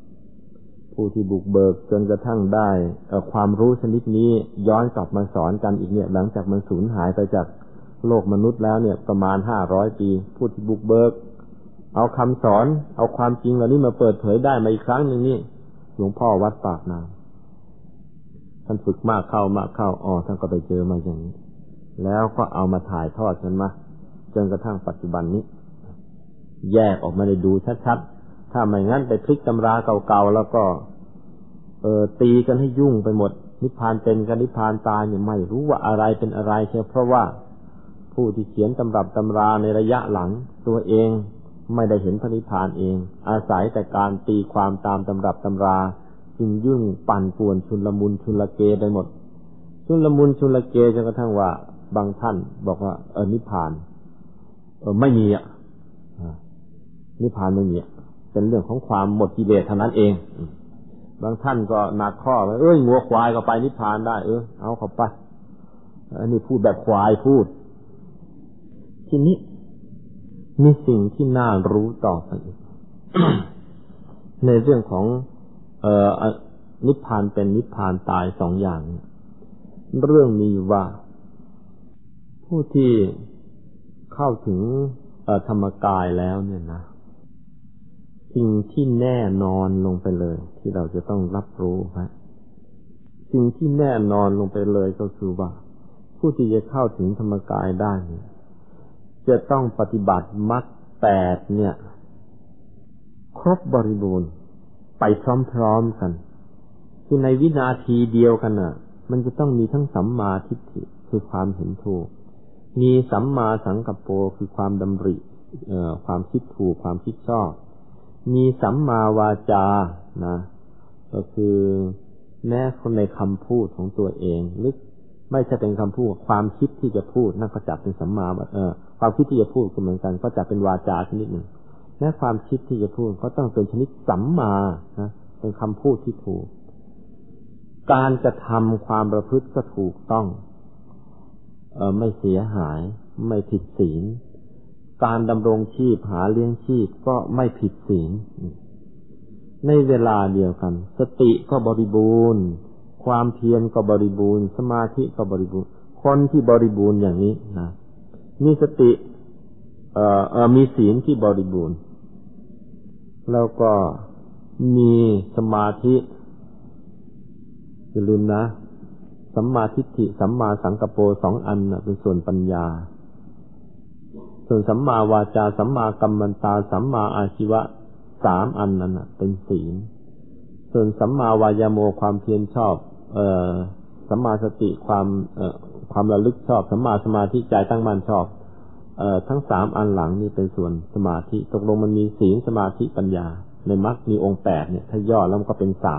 จนกระทั่งได้ความรู้ชนิดนี้ย้อนกลับมาสอนกันอีกเนี่ยหลังจากมันสูญหายไปจากโลกมนุษย์แล้วเนี่ยประมาณ500 ปีผู้ที่บุกเบิกเอาคำสอนเอาความจริงเหล่านี้มาเปิดเผยได้มาอีกครั้งนึงนี่หลวงพ่อวัดปากน้ำท่านฝึกมากเข้าท่านก็ไปเจอมาอย่างนี้แล้วก็เอามาถ่ายทอดกันมาจนกระทั่งปัจจุบันนี้แยกออกมาได้ดูชัดๆถ้าไม่งั้นไปพลิกตำราเก่าๆแล้วก็ตีกันให้ยุ่งไปหมดนิพพานเป็นกับนิพพานตายเนี่ยไม่รู้ว่าอะไรเป็นอะไรเชียวเพราะว่าผู้ที่เขียนตำรับตำราในระยะหลังตัวเองไม่ได้เห็นพระนิพพานเองอาศัยแต่การตีความตามตำรับตำราจึงยุ่งปั่นป่วนชุลมุนชุลเกไปหมดชุลมุนชุลเกจนกระทั่งว่าบางท่านบอกว่านิพพานไม่มีนิพพานไม่มีเป็นเรื่องของความหมดกิเลสเท่านั้นเองบางท่านก็หนักข้อว่างัวควายก็ไปนิพพานได้เอาเข้าไปอันนี้พูดแบบควายพูดทีนี้มีสิ่งที่น่ารู้ต่อไปอีก ในเรื่องของนิพพานเป็นนิพพานตาย2 อย่างเรื่องมีว่าผู้ที่เข้าถึงธรรมกายแล้วเนี่ยนะสิ่งที่แน่นอนลงไปเลยที่เราจะต้องรับรู้ครับสิ่งที่แน่นอนลงไปเลยก็คือว่าผู้ที่จะเข้าถึงธรรมกายได้จะต้องปฏิบัติมรรค8เนี่ยครบบริบูรณ์ไปพร้อมๆกันคือในวินาทีเดียวกันน่ะมันจะต้องมีทั้งสัมมาทิฏฐิคือความเห็นถูกมีสัมมาสังกัปโปคือความดำริความคิดถูกความคิดชอบมีสัมมาวาจานะก็คือแม้คนในคำพูดของตัวเองหรือไม่ใช่เป็นคำพูดความคิดที่จะพูดนั่นก็จับเป็นสัมมาความคิดที่จะพูดก็เหมือนกันก็จับเป็นวาจาชนิดหนึ่งแม้ความคิดที่จะพูดก็ต้องเป็นชนิดสัมมานะเป็นคำพูดที่ถูกการกระทำความประพฤติก็ถูกต้องไม่เสียหายไม่ผิดศีลการดำรงชีพหาเลี้ยงชีพก็ไม่ผิดศีลในเวลาเดียวกันสติก็บริบูรณ์ความเพียรก็บริบูรณ์สมาธิก็บริบูรณ์คนที่บริบูรณ์อย่างนี้นะมีสติมีศีลที่บริบูรณ์แล้วก็มีสมาธิอย่าลืมนะสัมมาทิฏฐิสัมมาสังกัปโป2 อันน่ะเป็นส่วนปัญญาส่วนสัมมาวาจาสัมมากัมมันตาสัมมาอาชีวะ3 อันนั้นน่ะเป็นศีลส่วนสัมมาวายาโมความเพียรชอบสัมมาสติความระลึกชอบสัมมาสมาธิใจตั้งมั่นชอบทั้ง3 อันหลังนี่เป็นส่วนสมาธิตกลงมันมีศีลสมาธิปัญญาในมรรคมีองค์8เนี่ยถ้าย่อแล้วมันก็เป็น3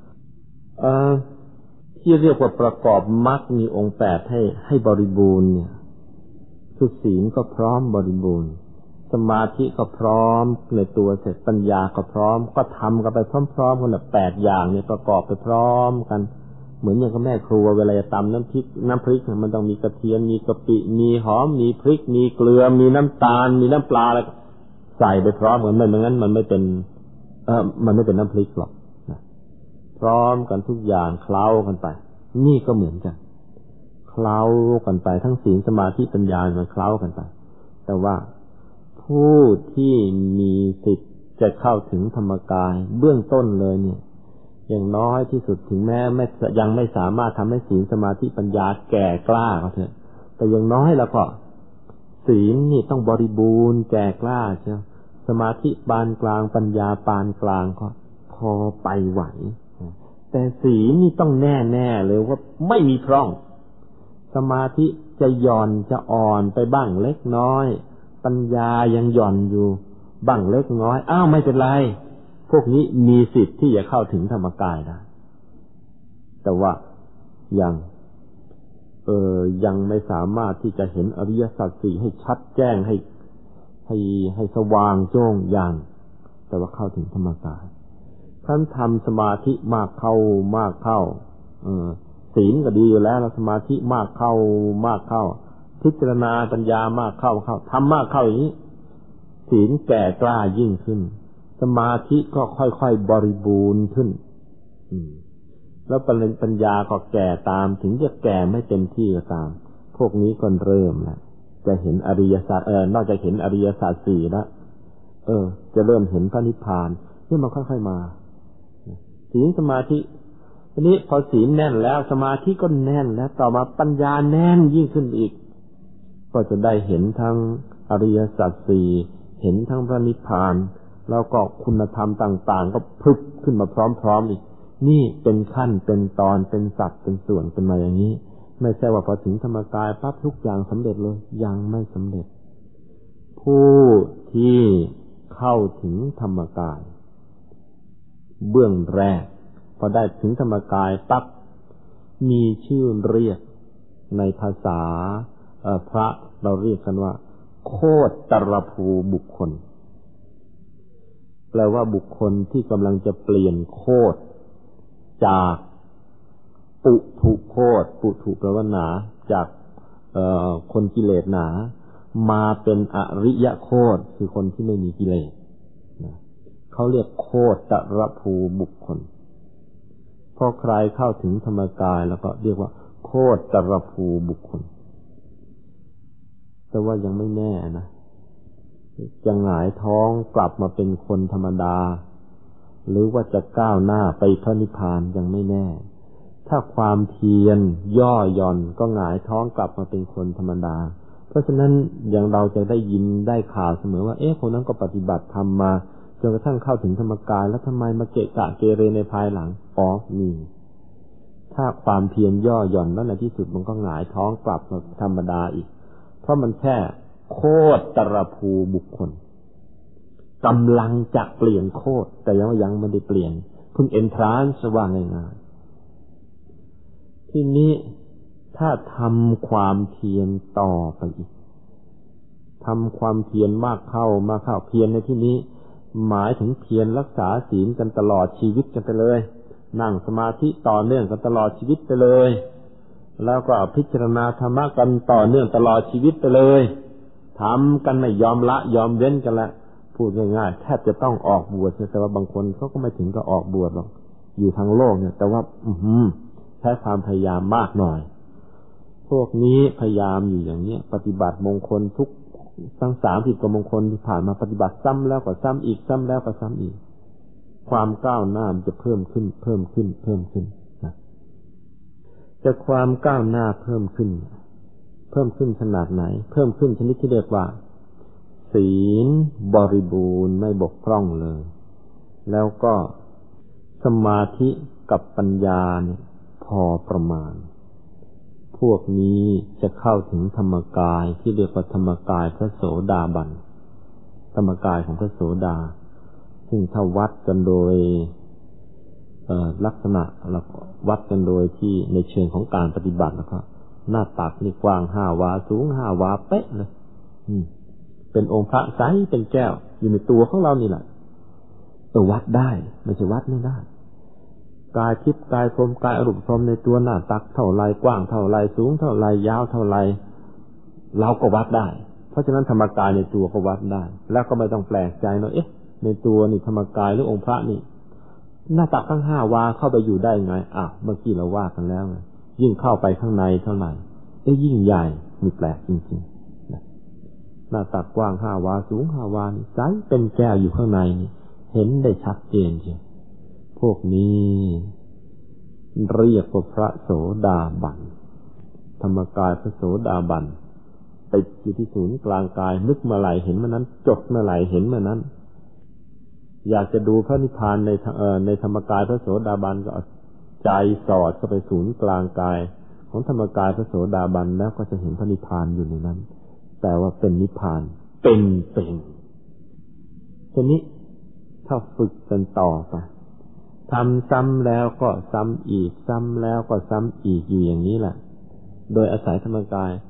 ที่เรียกว่าประกอบมรรคมีองค์8ให้บริบูรณ์เนี่ยคือศีลก็พร้อมบริบูรณ์สมาธิก็พร้อมในตัวเสร็จปัญญาก็พร้อมก็ทำกันไปพร้อมๆกันแบบ8 อย่างเนี่ยประกอบไปพร้อมกันเหมือนอย่างกับแม่ครัวเวลาจะตำน้ำพริกมันต้องมีกระเทียมมีกะปิมีหอมมีพริกมีเกลือมีน้ำตาลมีน้ำปลาอะไรใส่ไปพร้อมกันไม่งั้นมันไม่เป็นน้ำพริกหรอกนะพร้อมกันทุกอย่างเคล้ากันไปนี่ก็เหมือนกันเคล้ากันไปทั้งศีลสมาธิปัญญามันเคล้ากันไปแต่ว่าผู้ที่มีสิทธิ์จะเข้าถึงธรรมกายเบื้องต้นเลยเนี่ยอย่างน้อยที่สุดถึงแม้ยังไม่สามารถทำให้ศีลสมาธิปัญญาแก่กล้าก็เถอะแต่อย่างน้อยแล้วก็ศีลนี่ต้องบริบูรณ์แก่กล้าใช่ไหมสมาธิปานกลางปัญญาปานกลางก็พอไปไหวแต่ศีลนี่ต้องแน่ๆเลยว่าไม่มีพร่องสมาธิจะหย่อนจะอ่อนไปบ้างเล็กน้อยปัญญายังหย่อนอยู่บ้างเล็กน้อยไม่เป็นไรพวกนี้มีสิทธิ์ที่จะเข้าถึงธรรมกายได้แต่ว่ายังไม่สามารถที่จะเห็นอริยสัจ 4ให้ชัดแจ้งให้ให้สว่างโจ้งอย่างแต่ว่าเข้าถึงธรรมกายท่านทำสมาธิมากเข้าศีลก็ดีอยู่แล้วสมาธิมากเข้าพิจารณาปัญญามากเข้าทำมากเข้าอย่างนี้ศีลแก่กล้ายิ่งขึ้นสมาธิก็ค่อยๆบริบูรณ์ขึ้นแล้วปัญญาก็แก่ตามถึงจะแก่ไม่เต็มที่ก็ตามพวกนี้ก็เริ่มแล้วจะเห็นอริยสัจนอกจากเห็นอริยสัจสี่แล้วจะเริ่มเห็นพระนิพพานนี่มันค่อยๆมาศีลสมาธิทีนี้พอศีลแน่นแล้วสมาธิก็แน่นแล้วต่อมาปัญญาแน่นยิ่งขึ้นอีกก็จะได้เห็นทั้งอริยสัจสี่เห็นทั้งพระนิพพานแล้วก็คุณธรรมต่างๆก็พรึบขึ้นมาพร้อมๆอีกนี่เป็นขั้นเป็นตอนเป็นสัดเป็นส่วนเป็นมาอย่างนี้ไม่ใช่ว่าพอถึงธรรมกายปั๊บทุกอย่างสำเร็จเลยยังไม่สำเร็จผู้ที่เข้าถึงธรรมกายเบื้องแรกพอได้ถึงธรรมกายปั๊บมีชื่อเรียกในภาษาพระเราเรียกกันว่าโคตรภูบุคคลแปลว่าบุคคลที่กำลังจะเปลี่ยนโคตรจากปุถุโคตรปุถุแปลว่าหนาจากคนกิเลสหนามาเป็นอริยโคตรคือคนที่ไม่มีกิเลสเขาเรียกโคตรภูบุคคลพอใครเข้าถึงธรรมกายแล้วก็เรียกว่าโคตรภูบุคคลแต่ว่ายังไม่แน่นะจะหงายท้องกลับมาเป็นคนธรรมดาหรือว่าจะก้าวหน้าไปพระนิพพานยังไม่แน่ถ้าความเพียรย่อหย่อนก็หงายท้องกลับมาเป็นคนธรรมดาเพราะฉะนั้นอย่างเราจะได้ยินได้ข่าวเสมอว่าคนนั้นก็ปฏิบัติธรรมมาจนกระทั่งเข้าถึงธรรมกายแล้วทำไมมาเกะกะเกเรในภายหลังนี่ถ้าความเพียรย่อหย่อนแล้วในที่สุดมันก็หงายท้องกลับมาธรรมดาอีกเพราะมันแค่โคตรภูบุคคลกำลังจะเปลี่ยนโคตรแต่ยังไม่ได้เปลี่ยนเพิ่งเอนทรานซ์ว่าง่ายๆทีนี้ถ้าทำความเพียรต่อไปอีกทำความเพียรมากเข้าเพียรในที่นี้หมายถึงเพียรรักษาศีลกันตลอดชีวิตกันไปเลยนั่งสมาธิต่อเนื่องกันตลอดชีวิตไปเลยแล้วก็พิจารณาธรรมะกันต่อเนื่องตลอดชีวิตไปเลยทำกันไม่ยอมละยอมเว้นกันละพูดง่ายๆแทบจะต้องออกบวชแต่ว่าบางคนเขาก็ไม่ถึงกับออกบวชหรอกอยู่ทางโลกเนี่ยแต่ว่าใช้ความพยายามมากหน่อยพวกนี้พยายามอยู่อย่างนี้ปฏิบัติมงคลทุกทั้ง30กว่ามงคลที่ผ่านมาปฏิบัติซ้ำแล้วก็ซ้ำอีกซ้ำแล้วก็ซ้ำอีกความก้าวหน้ามันจะเพิ่มขึ้นนะจะความก้าวหน้าเพิ่มขึ้นขนาดไหนเพิ่มขึ้นชนิดที่เรียกว่าศีลบริบูรณ์ไม่บกพร่องเลยแล้วก็สมาธิกับปัญญาเนี่ยพอประมาณพวกนี้จะเข้าถึงธรรมกายที่เรียกว่าธรรมกายพระโสดาบันธรรมกายของพระโสดาซึ่งถ้าวัดกันโดยลักษณะแล้ววัดกันโดยที่ในเชิงของการปฏิบัติแล้วก็หน้าตักนี่กว้าง5 วาสูง5 วาเป๊ะเลยเป็นองค์พระใสเป็นแก้วอยู่ในตัวของเรานี่แหละวัดได้ไม่ใช่วัดไม่ได้กายทิพย์กายพรหมกายอรูปพรหมในตัวหน้าตักเท่าไรกว้างเท่าไรสูงเท่าไรยาวเท่าไรเราก็วัดได้เพราะฉะนั้นธรรมกายในตัวก็วัดได้แล้วก็ไม่ต้องแปลกใจเนาะในตัวนี่ธรรมกายหรือองค์พระนี่หน้าตักทั้ง5 วาเข้าไปอยู่ได้ไงเมื่อกี้เราว่ากันแล้วไงยิ่งเข้าไปข้างในเท่าไหร่ยิ่งใหญ่มีแปลกจริงๆหน้าตักกว้าง5 วาสูง5 วานี่ใสเป็นแก้วอยู่ข้างในนี่เห็นได้ชัดเจนเชียวพวกนี้เรียกว่าพระโสดาบันธรรมกายพระโสดาบันไปอยู่ที่ศูนย์กลางกายนึกเมื่อไหร่เห็นเมื่อนั้นจดเมื่อไหร่เห็นเมื่อนั้นอยากจะดูพระนิพพานในธรรมกายพระโสดาบันก็ใจสอดเข้าไปศูนย์กลางกายของธรรมกายพระโสดาบันแล้วก็จะเห็นพระนิพพานอยู่ในนั้นแต่ว่าเป็นนิพพานเป็นทีนี้ถ้าฝึกกันต่อไปทำซ้ำแล้วก็ซ้ำอีกซ้ำแล้วก็ซ้ำอีกอยู่อย่างนี้แหละโดยอาศัยธรรมกาย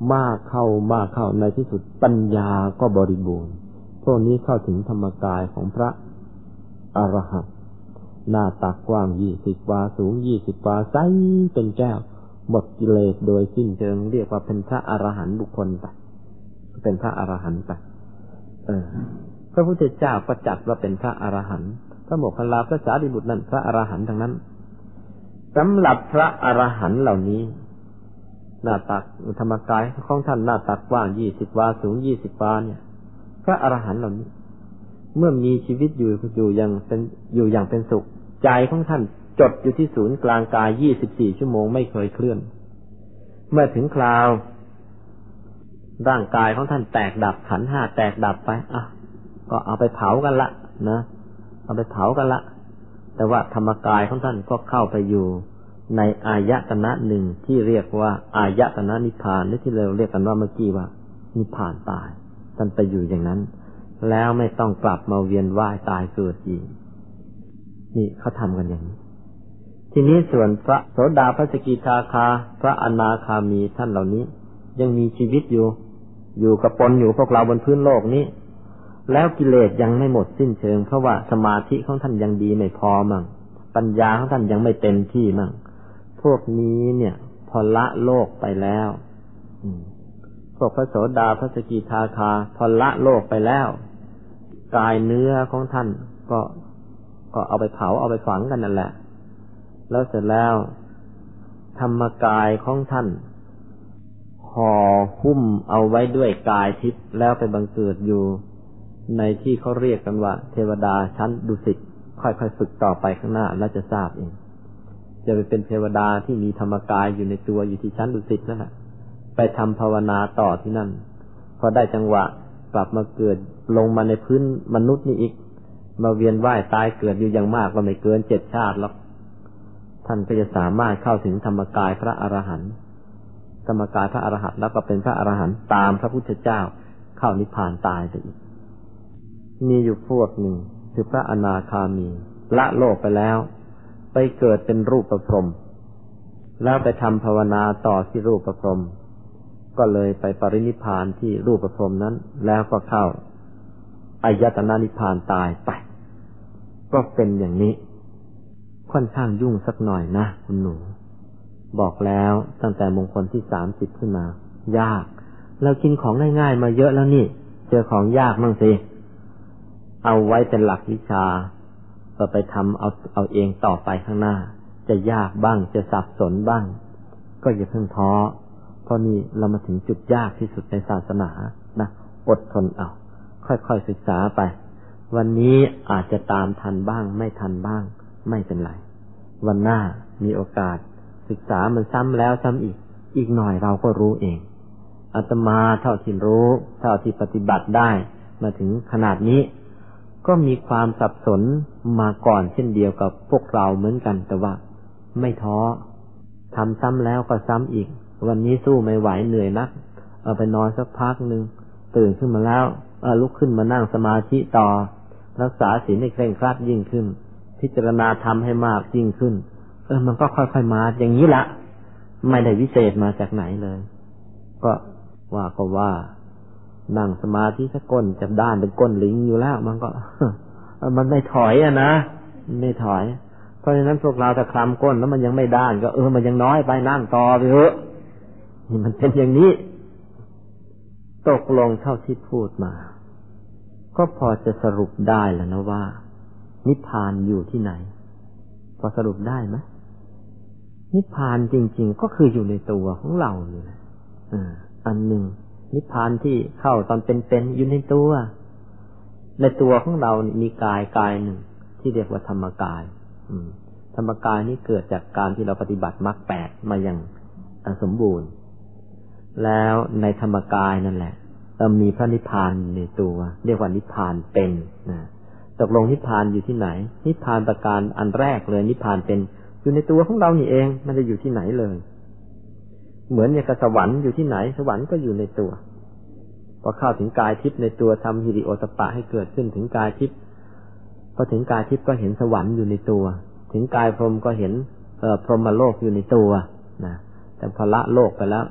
มากเข้าในที่สุดปัญญาก็บริบูรณ์พวกนี้เข้าถึงธรรมกายของพระอรหันต์หน้าตักกว้าง20 วาสูง20 วาใสเป็นแก้วหมดกิเลสโดยสิ้นเชิงเรียกว่าเป็นพระอรหันต์บุคคลไปเป็นพระอรหันต์ไปพระพุทธเจ้าก็จัดว่าเป็นพระอรหันต์พระโมคคัลลาพระสารีบุตรนั้นพระอรหันต์ทั้งนั้นสำหรับพระอรหันต์เหล่านี้หน้าตักธรรมกายของท่านหน้าตักกว้าง20 วาสูง20 วาเนี่ยพระอรหันต์เหล่านี้เมื่อมีชีวิตอยู่อย่างเป็นสุขใจของท่านจดอยู่ที่ศูนย์กลางกาย24 ชั่วโมงไม่เคยเคลื่อนเมื่อถึงคราวร่างกายของท่านแตกดับขันธ์5แตกดับไปก็เอาไปเผากันละนะเอาไปเผากันละแต่ว่าธรรมกายของท่านก็เข้าไปอยู่ในอายตนะหนึ่งที่เรียกว่าอายตนะนิพพานหรือที่เราเรียกกันว่าเมื่อกี้ว่านิพพานตายท่านไปอยู่อย่างนั้นแล้วไม่ต้องกลับมาเวียนว่ายตายเกิดอีกนี่เขาทำกันอย่างนี้ทีนี้ส่วนพระโสดาพระสกิทาคาพระอนาคามีท่านเหล่านี้ยังมีชีวิตอยู่กับปนอยู่พวกเราบนพื้นโลกนี้แล้วกิเลสยังไม่หมดสิ้นเชิงเพราะว่าสมาธิของท่านยังดีไม่พอมั่งปัญญาของท่านยังไม่เต็มที่มั่งพวกนี้เนี่ยพอละโลกไปแล้วพวกพระโสดาพระสกิทาคาพอละโลกไปแล้วกายเนื้อของท่านก็เอาไปเผาเอาไปฝังกันนั่นแหละแล้วเสร็จแล้วธรรมกายของท่านห่อหุ้มเอาไว้ด้วยกายทิพย์แล้วไปบังเกิดอยู่ในที่เขาเรียกกันว่าเทวดาชั้นดุสิตค่อยๆฝึกต่อไปข้างหน้าแล้วจะทราบเองจะไปเป็นเทวดาที่มีธรรมกายอยู่ในตัวอยู่ที่ชั้นดุสิตนั่นแหละไปทำภาวนาต่อที่นั่นพอได้จังหวะกลับมาเกิดลงมาในพื้นมนุษย์นี่อีกมาเวียนว่ายตายเกิดอยู่อย่างมากก็ไม่เกิน7 ชาติหรอกท่านก็จะสามารถเข้าถึงธรรมกายพระอรหันต์ธรรมกายพระอรหันต์แล้วก็เป็นพระอรหันต์ตามพระพุทธเจ้าเข้านิพพานตายไปอีกมีอยู่พวกหนึ่งคือพระอนาคามีละโลกไปแล้วไปเกิดเป็นรูปพรหมแล้วไปทำภาวนาต่อที่รูปพรหมก็เลยไปปรินิพพานที่รูปพรหมนั้นแล้วก็เข้าอายตนะนิพพานตายไปก็เป็นอย่างนี้ค่อนข้างยุ่งสักหน่อยนะคุณหนูบอกแล้วตั้งแต่มงคลที่30ขึ้นมายากเรากินของง่ายๆมาเยอะแล้วนี่เจอของยากมั่งสิเอาไว้เป็นหลักวิชาก็ไปทำเอาเองต่อไปข้างหน้าจะยากบ้างจะสับสนบ้างก็อย่าเพิ่งท้อเพราะนี่เรามาถึงจุดยากที่สุดในศาสนานะอดทนเอาค่อยๆศึกษาไปวันนี้อาจจะตามทันบ้างไม่ทันบ้างไม่เป็นไรวันหน้ามีโอกาสศึกษามันซ้ำแล้วซ้ำอีกหน่อยเราก็รู้เองอาตมาเท่าที่รู้เท่าที่ปฏิบัติได้มาถึงขนาดนี้ก็มีความสับสนมาก่อนเช่นเดียวกับพวกเราเหมือนกันแต่ว่าไม่ท้อทำซ้ำแล้วก็ซ้ำอีกวันนี้สู้ไม่ไหวเหนื่อยนักเอาไปนอนสักพักนึงตื่นขึ้นมาแล้วลุกขึ้นมานั่งสมาธิต่อรักษาศีลให้เคร่งครัดยิ่งขึ้นพิจารณาธรรมให้มากยิ่งขึ้นมันก็ค่อยๆมาอย่างนี้ละไม่ได้วิเศษมาจากไหนเลยก็ว่านั่งสมาธิสักก้นจะด้านเป็นก้นลิงอยู่แล้วมันก็ มันไม่ถอยนะไม่ถอยเพราะฉะนั้นพวกเราถ้าคลำก้นแล้วมันยังไม่ด้านก็มันยังน้อยไปนั่งต่อไปเถอะนี่มันเป็นอย่างนี้ตกลงเท่าที่พูดมาก็พอจะสรุปได้แล้วนะว่านิพพานอยู่ที่ไหนพอสรุปได้ไหมนิพพานจริงๆก็คืออยู่ในตัวของเรานี่แหละอันหนึ่งนิพพานที่เข้าตอนเป็นๆอยู่ในตัวของเรามีกายหนึ่งที่เรียกว่าธรรมกายธรรมกายนี้เกิดจากการที่เราปฏิบัติมรรค8มาอย่างสมบูรณ์แล้วในธรรมกายนั่นแหละมีพระนิพพานในตัวเรียกว่านิพพานเป็นตกลงนิพพานอยู่ที่ไหนนิพพานประการอันแรกเลยนิพพานเป็นอยู่ในตัวของเรานี่เองไม่ได้อยู่ที่ไหนเลยเหมือนอย่างกับสวรรค์อยู่ที่ไหนสวรรค์ก็อยู่ในตัวพอเข้าถึงกายทิพย์ในตัวทำหิริโอตปะให้เกิดขึ้นถึงกายทิพย์พอถึงกายทิพย์ก็เห็นสวรรค์อยู่ในตัวถึงกายพรหมก็เห็นพรหมโลกอยู่ในตัวนะแต่พอละโลกไปแล้ว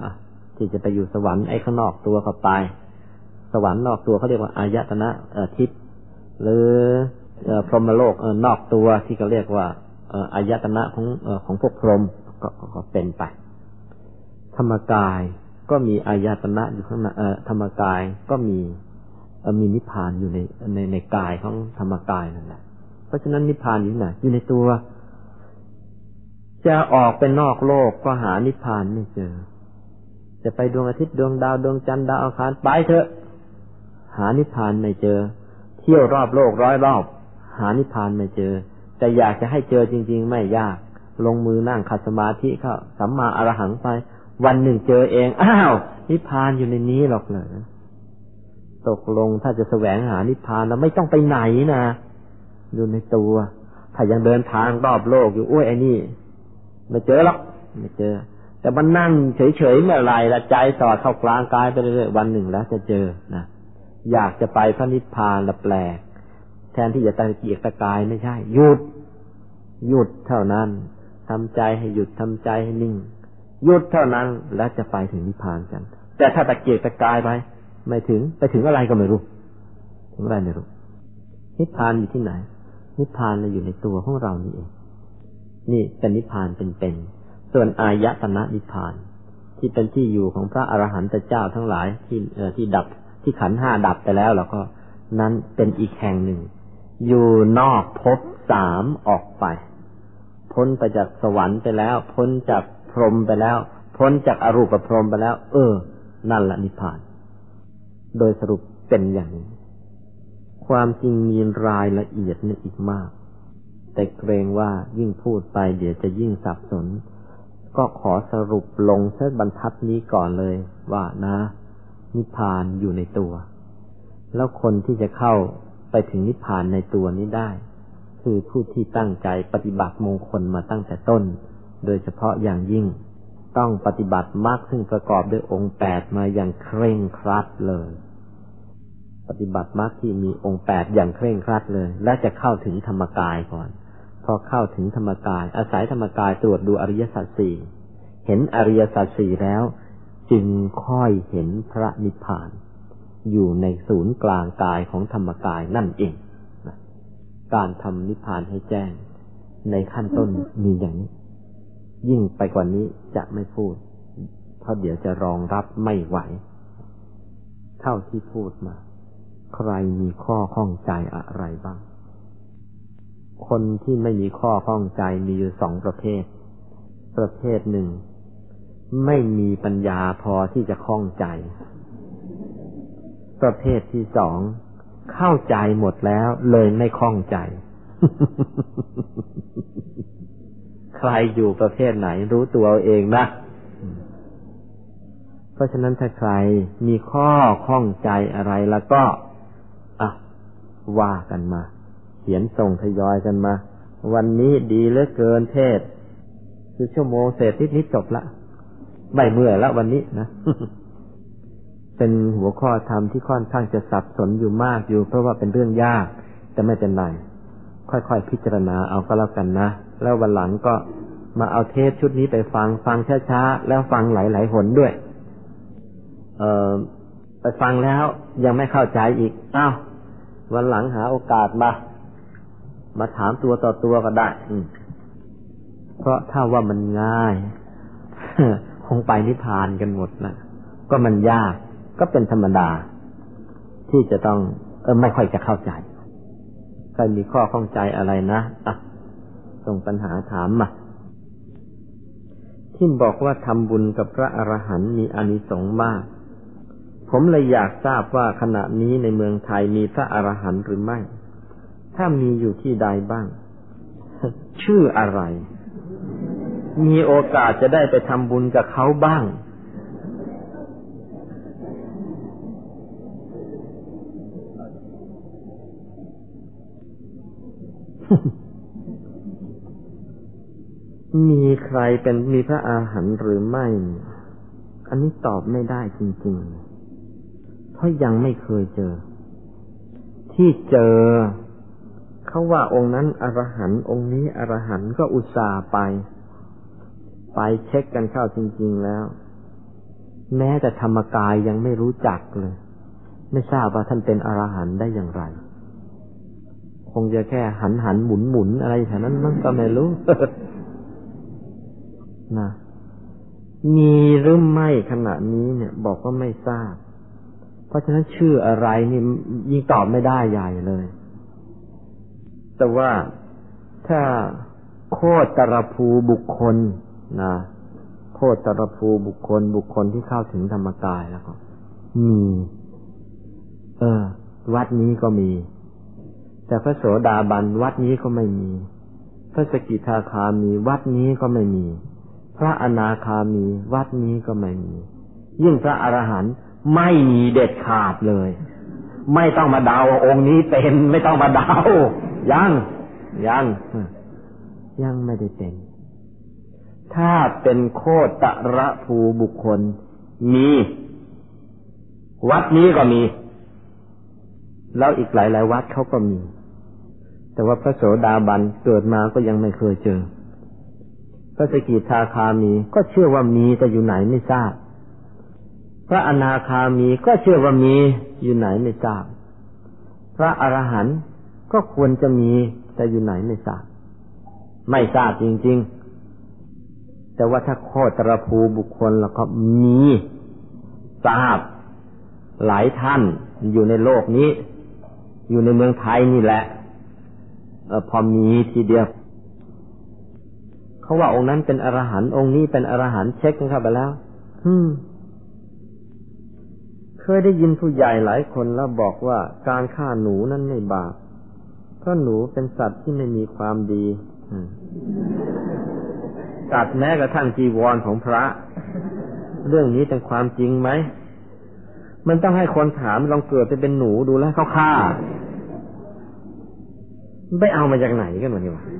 ที่จะไปอยู่สวรรค์ไอ้ข้างนอกตัวเข้าไปสวรรค์นอกตัวเขาเรียกว่าอายตนะทิพย์หรือพรหมโลกนอกตัวที่เขาเรียกว่าอายตนะของพวกพรหมก็เป็นไปธรรมกายก็มีอายตนะอยู่ข้างในธรรมกายก็มีนิพพานอยู่ในกายของธรรมกายนั่นแหละเพราะฉะนั้นนิพพานอยู่ไหนอยู่ในตัวจะออกไปนอกโลกก็หานิพพานไม่เจอจะไปดวงอาทิตย์ดวงดาวดวงจันทร์ดาวอังคารไปเถอะหานิพพานไม่เจอเที่ยวรอบโลก100 รอบหานิพพานไม่เจอแต่อยากจะให้เจอจริงๆไม่ยากลงมือนั่งขัดสมาธิเข้าสัมมาอรหังไปวันหนึ่งเจอเองอ้าวนิพพานอยู่ในนี้หรอกเหรอตกลงถ้าจะแสวงหานิพพานแล้วไม่ต้องไปไหนนะอยู่ในตัวถ้ายังเดินทางรอบโลกอยู่ไอ้นี่ไม่เจอหรอกไม่เจอแต่มันนั่งเฉยๆเมื่อไรละใจสอดเข้ากลางกายไปเรื่อยๆวันหนึ่งแล้วจะเจอนะอยากจะไปพระนิพพานละแปลกแทนที่จะตะเกียกตะกายไม่ใช่หยุดเท่านั้นทำใจให้หยุดทำใจให้นิ่งหยุดเท่านั้นแล้วจะไปถึงนิพพานกันแต่ถ้าตะเกียกตะกายไปไม่ถึงไปถึงอะไรก็ไม่รู้ถึงอะไรไม่รู้นิพพานอยู่ที่ไหนนิพพานอยู่ในตัวของเรานี่เองนี่เป็นนิพพานเป็นส่วนอายตนะนิพพานที่เป็นที่อยู่ของพระอรหันตเจ้าทั้งหลายที่ดับที่ขันธ์5ดับไปแล้วแล้วก็นั้นเป็นอีกแห่งหนึ่งอยู่นอกภพ3ออกไปพ้นไปจากสวรรค์ไปแล้วพ้นจากพรหมไปแล้วพ้นจากอรูปพรหมไปแล้วนั่นแหละนิพพานโดยสรุปเป็นอย่างนี้ความจริงมีรายละเอียดเนี่ยอีกมากแต่เกรงว่ายิ่งพูดไปเดี๋ยวจะยิ่งสับสนก็ขอสรุปลงสักบรรทัดนี้ก่อนเลยว่านะนิพพานอยู่ในตัวแล้วคนที่จะเข้าไปถึงนิพพานในตัวนี้ได้คือผู้ที่ตั้งใจปฏิบัติมงคลมาตั้งแต่ต้นโดยเฉพาะอย่างยิ่งต้องปฏิบัติมรรคซึ่งประกอบด้วยองค์8มาอย่างเคร่งครัดเลยปฏิบัติมรรคที่มีองค์8อย่างเคร่งครัดเลยและจะเข้าถึงธรรมกายก่อนพอเข้าถึงธรรมกายอาศัยธรรมกายตรวจดูอริยสัจ4เห็นอริยสัจ4แล้วจึงค่อยเห็นพระนิพพานอยู่ในศูนย์กลางกายของธรรมกายนั่นเองการทำนิพพานให้แจ้งในขั้นต้นมีอย่างนี้ยิ่งไปกว่านี้จะไม่พูดเพราะเดี๋ยวจะรองรับไม่ไหวเท่าที่พูดมาใครมีข้อข้องใจอะไรบ้างคนที่ไม่มีข้อข้องใจมีอยู่2ประเภทหนึ่งไม่มีปัญญาพอที่จะข้องใจประเภทที่2เข้าใจหมดแล้วเลยไม่ข้องใจ ใครอยู่ประเภทไหนรู้ตัวเองนะเพราะฉะนั้นถ้าใครมีข้อข้องใจอะไรแล้วก็ว่ากันมาเขียนส่งทยอยกันมาวันนี้ดีเหลือเกินเทศคือชั่วโมงเศษนิดๆจบละไม่เมื่อยแล้ววันนี้นะ เป็นหัวข้อธรรมที่ค่อนข้างจะสับสนอยู่มากอยู่เพราะว่าเป็นเรื่องยากแต่ไม่เป็นไรค่อยๆพิจารณาเอาก็แล้วกันนะแล้ววันหลังก็มาเอาเทปชุดนี้ไปฟังช้าๆแล้วฟังหลายๆหนด้วยไปฟังแล้วยังไม่เข้าใจอีกวันหลังหาโอกาสมาถามตัวต่อตัวก็ได้เพราะถ้าว่ามันง่าย คงไปนิพพานกันหมดนะก็มันยากก็เป็นธรรมดาที่จะต้องไม่ค่อยจะเข้าใจใครมีข้อข้องใจอะไรนะส่งปัญหาถามมาที่บอกว่าทำบุญกับพระอรหันต์มีอานิสงส์มากผมเลยอยากทราบว่าขณะนี้ในเมืองไทยมีพระอรหันต์หรือไม่ถ้ามีอยู่ที่ใดบ้าง ชื่ออะไรมีโอกาสจะได้ไปทำบุญกับเขาบ้าง มีใครมีพระอรหันต์หรือไม่อันนี้ตอบไม่ได้จริงๆเพราะยังไม่เคยเจอที่เจอเขาว่าองค์นั้นอรหันต์องค์นี้อรหันต์ก็อุตส่าห์ไปเช็คกันเข้าจริงๆแล้วแม้แต่ธรรมกายยังไม่รู้จักเลยไม่ทราบว่าท่านเป็นอรหันต์ได้อย่างไรคงจะแค่หันหมุนอะไรแถวนั้นมั้งก็ไม่รู้ นะมีหรือไม่ขณะนี้เนี่ยบอกว่าไม่ทราบเพราะฉะนั้นชื่ออะไรนี่ยิ่งตอบไม่ได้ใหญ่เลยแต่ว่าถ้าโคตรภูบุคคลนะโคตรภูบุคคลที่เข้าถึงธรรมกายแล้วก็มีวัดนี้ก็มีแต่พระโสดาบันวัดนี้ก็ไม่มีพระสกิทาคามีวัดนี้ก็ไม่มีพระอนาคามีวัดนี้ก็ไม่มียิ่งพระอรหันต์ไม่มีเด็ดขาดเลยไม่ต้องมาเดาองค์นี้เป็นไม่ต้องมาเดายังไม่ได้เป็นถ้าเป็นโคตรภูบุคคลมีวัดนี้ก็มีแล้วอีกหลายวัดเขาก็มีแต่ว่าพระโสดาบันเกิดมาก็ยังไม่เคยเจอพระสกิทาคามีก็เชื่อว่ามีแต่อยู่ไหนไม่ทราบพระอนาคามีก็เชื่อว่ามีอยู่ไหนไม่ทราบพระอรหันต์ก็ควรจะมีแต่อยู่ไหนไม่ทราบจริงๆแต่ว่าถ้าโคตรภูบุคคลแล้วก็มีทราบหลายท่านอยู่ในโลกนี้อยู่ในเมืองไทยนี่แหละพอมีทีเดียวเขาว่าองค์นั้นเป็นอรหันต์องค์นี้เป็นอรหันต์เช็คกันเข้าไปแล้วเคยได้ยินผู้ใหญ่หลายคนแล้วบอกว่าการฆ่าหนูนั้นไม่บาปเพราะหนูเป็นสัตว์ที่ไม่มีความดีกัดแม้กระทั่งจีวรของพระเรื่องนี้เป็นความจริงไหมมันต้องให้คนถามลองเกิดไปเป็นหนูดูแล้วเขาฆ่าไม่เอามาจากไหนกันวะนี่วะ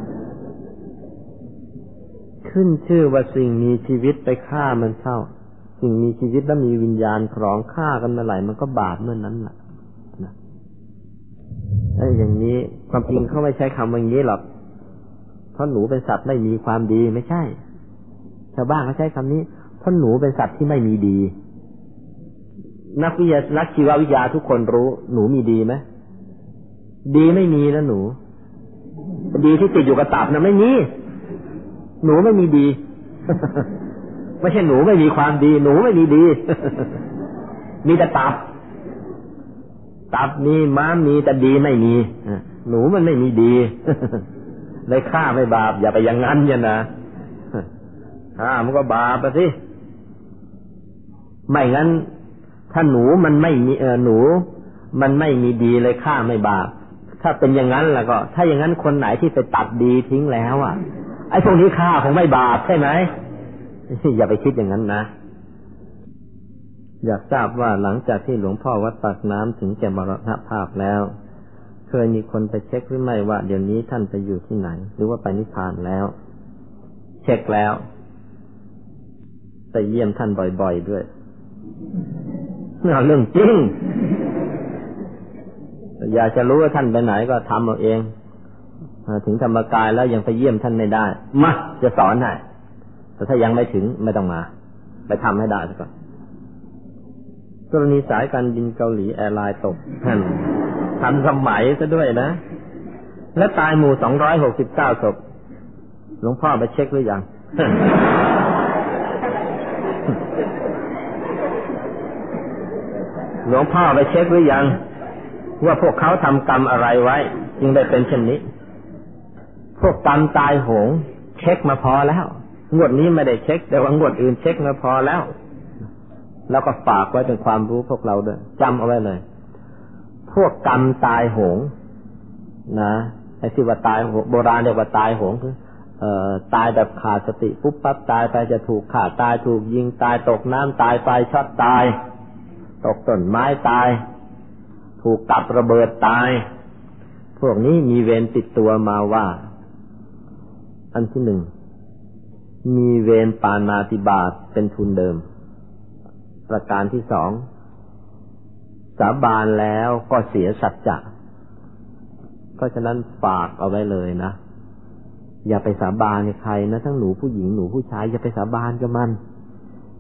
ขึ้นชื่อว่าสิ่งมีชีวิตไปฆ่ามันเข้าสิ่งมีชีวิตแล้วมีวิญญาณครองฆ่ากันเมื่อไหร่มันก็บาปเมื่อนั้นแหละนะอย่างนี้ความจริงเขาไม่ใช้คำอย่างนี้หรอกเพราะหนูเป็นสัตว์ไม่มีความดีไม่ใช่ชาวบ้านเขาใช้คำนี้เพราะหนูเป็นสัตว์ที่ไม่มีดีนักชีววิทยาทุกคนรู้หนูมีดีไหมดีไม่มีแล้วหนูดีที่ติดอยู่กับตับนะไม่มีหนูไม่มีดี ไม่ใช่หนูไม่มีความดีหนูไม่มีดี มีแต่ตับมีม้ามมีแต่ดีไม่มีหนูมันไม่มีดี เลยฆ่าไม่บาปอย่าไปอย่างนั้นอย่านะฆ่ามันก็บาปไปสิไม่งั้นถ้าหนูมันไม่มีหนูมันไม่มีดีเลยฆ่าไม่บาปถ้าเป็นอย่างนั้นแล้วก็ถ้าอย่างนั้นคนไหนที่ไปตัดดีทิ้งแล้วไอ้พวกนี้ฆ่าคงไม่บาปใช่ไหมอย่าไปคิดอย่างนั้นนะอยากทราบว่าหลังจากที่หลวงพ่อวัดปากน้ำถึงแก่มรณภาพแล้วเคยมีคนไปเช็คหรือไม่ว่าเดี๋ยวนี้ท่านไปอยู่ที่ไหนหรือว่าไปนิพพานแล้วเช็คแล้วไปเยี่ยมท่านบ่อยๆด้วยเรื่องจริงอยากจะรู้ว่าท่านไปไหนก็ทำเอาเองถึงธรรมกายแล้วยังไปเยี่ยมท่านไม่ได้มาจะสอนให้แต่ถ้ายังไม่ถึงไม่ต้องมาไปทำให้ได้ซะก่อนกรณีสายการบินเกาหลีแอร์ไลน์ตกท่านทันสมัยซะด้วยนะและตายหมู่269ศพหลวงพ่อไปเช็คหรือยัง หลวงพ่อไปเช็คหรือยังว่าพวกเขาทำกรรมอะไรไว้จึงได้เป็นเช่นนี้พวกกรรมตายโหงเช็คมาพอแล้วงวดนี้ไม่ได้เช็คแต่ว่างวดอื่นเช็คมาพอแล้วแล้วก็ฝากไว้เป็นความรู้พวกเราด้วยจำเอาไว้เลยพวกกรรมตายโหงนะไอ้ที่ว่าตายโหงโบราณเรียกว่าตายโหงคือตายแบบขาดสติปุ๊บปั๊บตายไปจะถูกฆ่าตายถูกยิงตายตกน้ำตายไฟช็อตตายตกต้นไม้ตายถูกกับระเบิดตายพวกนี้มีเวรติดตัวมาว่าอันที่หนึ่งมีเวรปาณาติบาตเป็นทุนเดิมประการที่สองสาบานแล้วก็เสียสัจจะเพราะฉะนั้นฝากเอาไว้เลยนะอย่าไปสาบานกับใครนะทั้งหนูผู้หญิงหนูผู้ชายอย่าไปสาบานกับมัน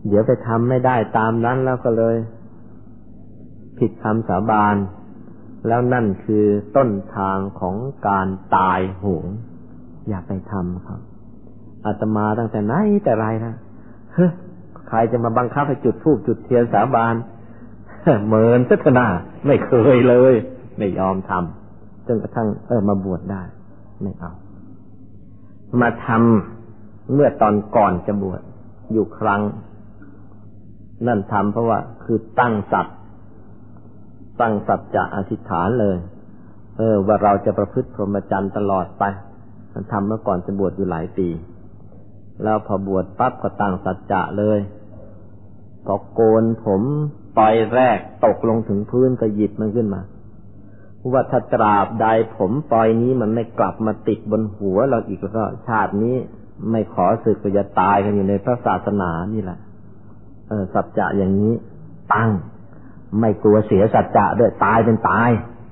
เดี๋ยวไปทำไม่ได้ตามนั้นแล้วก็เลยผิดคำสาบานแล้วนั่นคือต้นทางของการตายโหงอย่าไปทำครับอาตมาตั้งแต่ไหนแต่ไรนะใครจะมาบังคับให้จุดธูปจุดเทียนสาบานเหมือนสักหน้าไม่เคยเลยไม่ยอมทำจนกระทั่งมาบวชได้ไม่เอามาทำเมื่อตอนก่อนจะบวชอยู่ครั้งนั่นทำเพราะว่าคือตั้งสัจจะอธิษฐานเลยว่าเราจะประพฤติพรหมจรรย์ตลอดไปมันทำเมื่อก่อนจะบวชอยู่หลายปีแล้วพอบวชปั๊บก็ตั้งสัจจะเลยพอโกนผมปล่อยแรกตกลงถึงพื้นก็หยิบมันขึ้นมาว่าถ้าตราบใดผมปล่อยนี้มันไม่กลับมาติดบนหัวเราอีกแล้วก็ชาตินี้ไม่ขอสึกก็จะตายกันอยู่ในพระศาสนานี่แหละสัจจะอย่างนี้ตั้งไม่กลัวเสียสัจจะด้วยตายเป็นตาย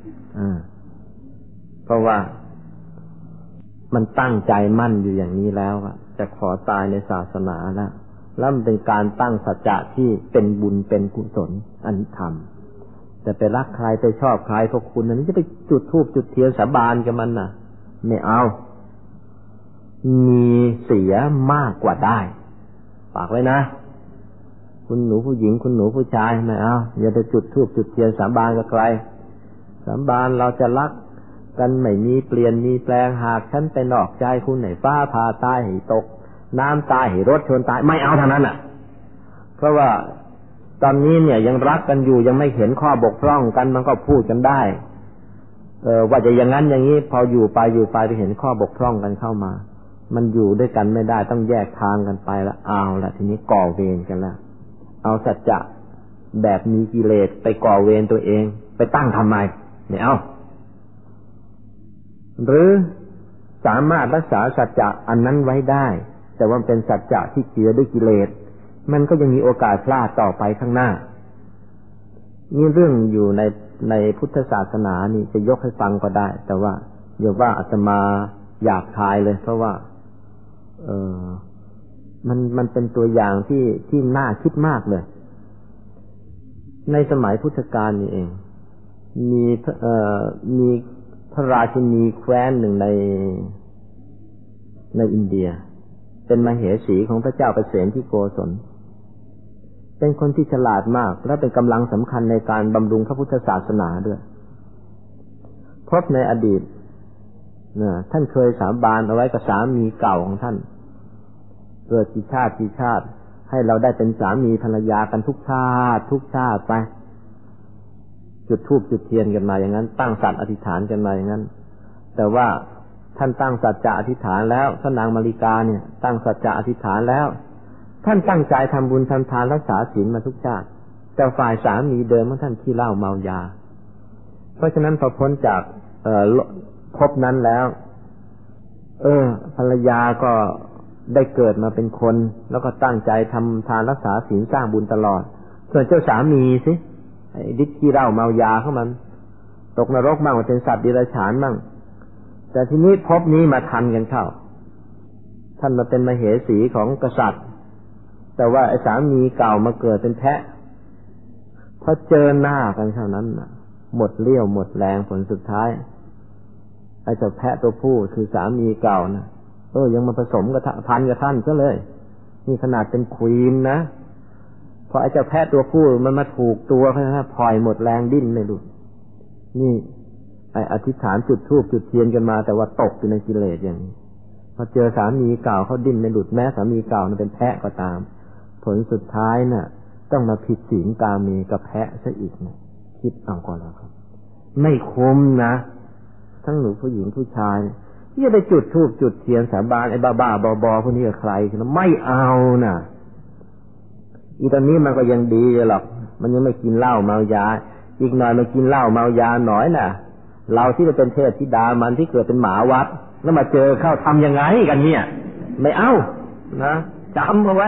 เพราะว่ามันตั้งใจมั่นอยู่อย่างนี้แล้วจะขอตายในศาสนาแล้วมันเป็นการตั้งสัจจะที่เป็นบุญเป็นกุศลอันธรรมแต่ไปรักใครไปชอบใครพวกคุณอันนี้จะไปจุดธูปจุดเทียนสาบานกับมันน่ะไม่เอามีเสียมากกว่าได้ฝากไว้นะคุณหนูผู้หญิงคุณหนูผู้ชายไม่เอาอย่าไปจุดธูปจุดเทียนสาบานกับใครสาบานเราจะรักกันไม่มีเปลี่ยนมีแปลงหากฉันไปนอกใจคุณไหนฟ้าผ่าตายให้ตกน้ำตายให้รถชนตายไม่เอาทางนั้นเพราะว่าตอนนี้เนี่ยยังรักกันอยู่ยังไม่เห็นข้อบกพร่องกันมันก็พูดกันได้ว่าจะอย่างนั้นอย่างนี้พออยู่ไปไปเห็นข้อบกพร่องกันเข้ามามันอยู่ด้วยกันไม่ได้ต้องแยกทางกันไปแล้วเอาละทีนี้ก่อเวรกันแล้วเอาสัจจะแบบมีกิเลสไปก่อเวรตัวเองไปตั้งทำไมไม่เอาหรือสามารถรักษาสัจจะอันนั้นไว้ได้แต่ว่าเป็นสัจจะที่เจือด้วยกิเลสมันก็ยังมีโอกาสพลาดต่อไปข้างหน้านี่เรื่องอยู่ในพุทธศาสนานี่จะยกให้ฟังก็ได้แต่ว่าอย่าว่าอาตมาหยาบคายเลยเพราะว่ามันเป็นตัวอย่างที่น่าคิดมากเลยในสมัยพุทธกาลนี่เองมีพระราชินีแคว้นหนึ่งในอินเดียเป็นมเหสีของพระเจ้าประเสนที่โกศลเป็นคนที่ฉลาดมากและเป็นกำลังสำคัญในการบำรุงพระพุทธศาสนาด้วยพบในอดีตท่านเคยสาบานเอาไว้กับสามีเก่าของท่านเกิดกี่ชาติให้เราได้เป็นสามีภรรยากันทุกชาติไปจุดธูปจุดเทียนกันมาอย่างนั้นตั้งสัตย์อธิษฐานกันมาอย่างนั้นแต่ว่าท่านตั้งสัจจะอธิษฐานแล้วท่านนางมาริกาเนี่ยตั้งสัจจะอธิษฐานแล้วท่านตั้งใจทำบุญทำทานรักษาศีลมาทุกชาติแต่ฝ่ายสามีเดิมของท่านขี้เหล้าเมายาเพราะฉะนั้นพอพ้นจากภพนั้นแล้วภรรยาก็ได้เกิดมาเป็นคนแล้วก็ตั้งใจทำทานรักษาศีลสร้างบุญตลอดส่วนเจ้าสามีสิไอ้ดิขี้เหล้าเมายาของมันตกนรกบ้างเป็นสัตว์เดรัจฉานบ้างแต่ทีนี้ภพนี้มาทันกันเข้าท่านมาเป็นมเหสีของกษัตริย์แต่ว่าไอ้สามีเก่ามาเกิดเป็นแพะพอเจอหน้ากันเท่านั้นหมดเลี้ยวหมดแรงผลสุดท้ายไอ้เจ้าแพะตัวผู้คือสามีเก่านะยังมาผสมกับพันกับท่านซะเลยนี่ขนาดเป็นควีนนะพอไอ้เจ้าแพะตัวผู้มันมาถูกตัวเขาพลอยหมดแรงดิ้นไม่หลุดนี่ไอ้อธิษฐานจุดธูปจุดเทียนกันมาแต่ว่าตกอยู่ในกิเลสอย่างนี้พอเจอสามีเก่าเขาดิ้นไม่หลุดแม้สามีเก่านั้นเป็นแพะก็ตามผลสุดท้ายน่ะต้องมาผิดศีลกาเมกับแพะซะอีกนะคิดเอาก่อนแล้วครับไม่คุ้มนะทั้งหนูผู้หญิงผู้ชายที่จะไปจุดธูปจุดเทียนสาบานไอ้บ้าๆบอๆพวกนี้กับใครนะไม่เอาน่ะอีตอนนี้มันก็ยังดีหรอกมันยังไม่กินเหล้าเมายาอีกหน่อยมันกินเหล้าเมายาหน่อยน่ะเราที่จะเป็นเทพธิดามันที่เกิดเป็นหมาวัดแล้วมาเจอเข้าทำยังไงกันเนี่ยไม่เอานะจำเอาไว้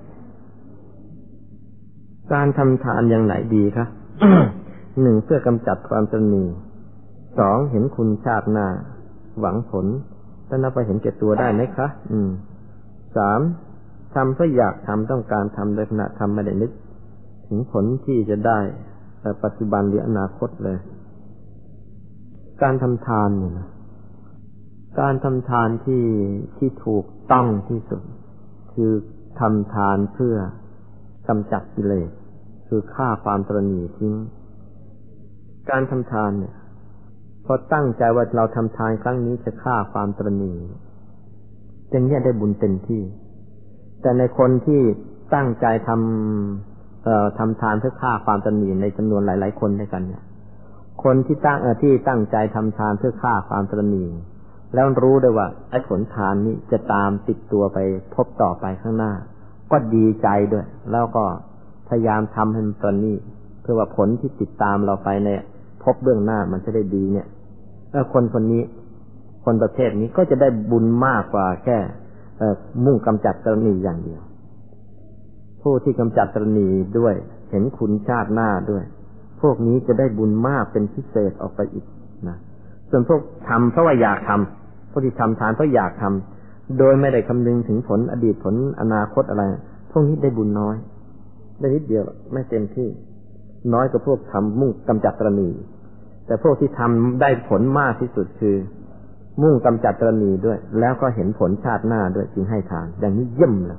การทำทานอย่างไหนดีคะ 1เพื่อกำจัดความตนี2เห็นคุณชาติหน้าหวังผลถ้านับไปเห็นแก่ตัวได้ไหมคะ3 ทำเพราะอยากทำต้องการทำโดยขณะทำไม่ได้นึกถึงผลที่จะได้แต่ปัจจุบันหรืออนาคตเลยการทำทานเนี่ยนะการทำทานที่ถูกต้องที่สุดคือทำทานเพื่อกำจัดกิเลสคือฆ่าความตระหนี่ทิ้งการทำทานเนี่ยพอตั้งใจว่าเราทำทานครั้งนี้จะฆ่าความตระหนี่อย่างนี้ได้บุญเต็มที่แต่ในคนที่ตั้งใจทำทานเพื่อฆ่าความตระหนี่ในจำนวนหลายๆคนด้วยกันเนี่ยคนที่ตั้งใจทำทานเพื่อฆ่าความตระหนี่แล้วรู้ได้ว่าไอ้ผลทานนี้จะตามติดตัวไปพบต่อไปข้างหน้าก็ดีใจด้วยแล้วก็พยายามทำให้มันตระหนี่เพื่อว่าผลที่ติดตามเราไปในพบเบื้องหน้ามันจะได้ดีเนี่ยคนนี้คนประเภทนี้ก็จะได้บุญมากกว่าแค่มุ่งกำจัดตระหนี่อย่างเดียวผู้ที่กำจัดตระหนี่ด้วยเห็นคุณชาติหน้าด้วยพวกนี้จะได้บุญมากเป็นพิเศษออกไปอีกนะส่วนพวกทำเพราะว่าอยากทำพวกที่ทำทานเพราะอยากทำโดยไม่ได้คำนึงถึงผลอดีตผลอนาคตอะไรพวกนี้ได้บุญน้อยได้นิดเดียวไม่เต็มที่น้อยกว่าพวกทำมุ่งกำจัดตระหนี่แต่พวกที่ทำได้ผลมากที่สุดคือมุ่งกำจัดตระหนี่ด้วยแล้วก็เห็นผลชาติหน้าด้วยจึงให้ทานอย่างนี้เยี่ยมเลย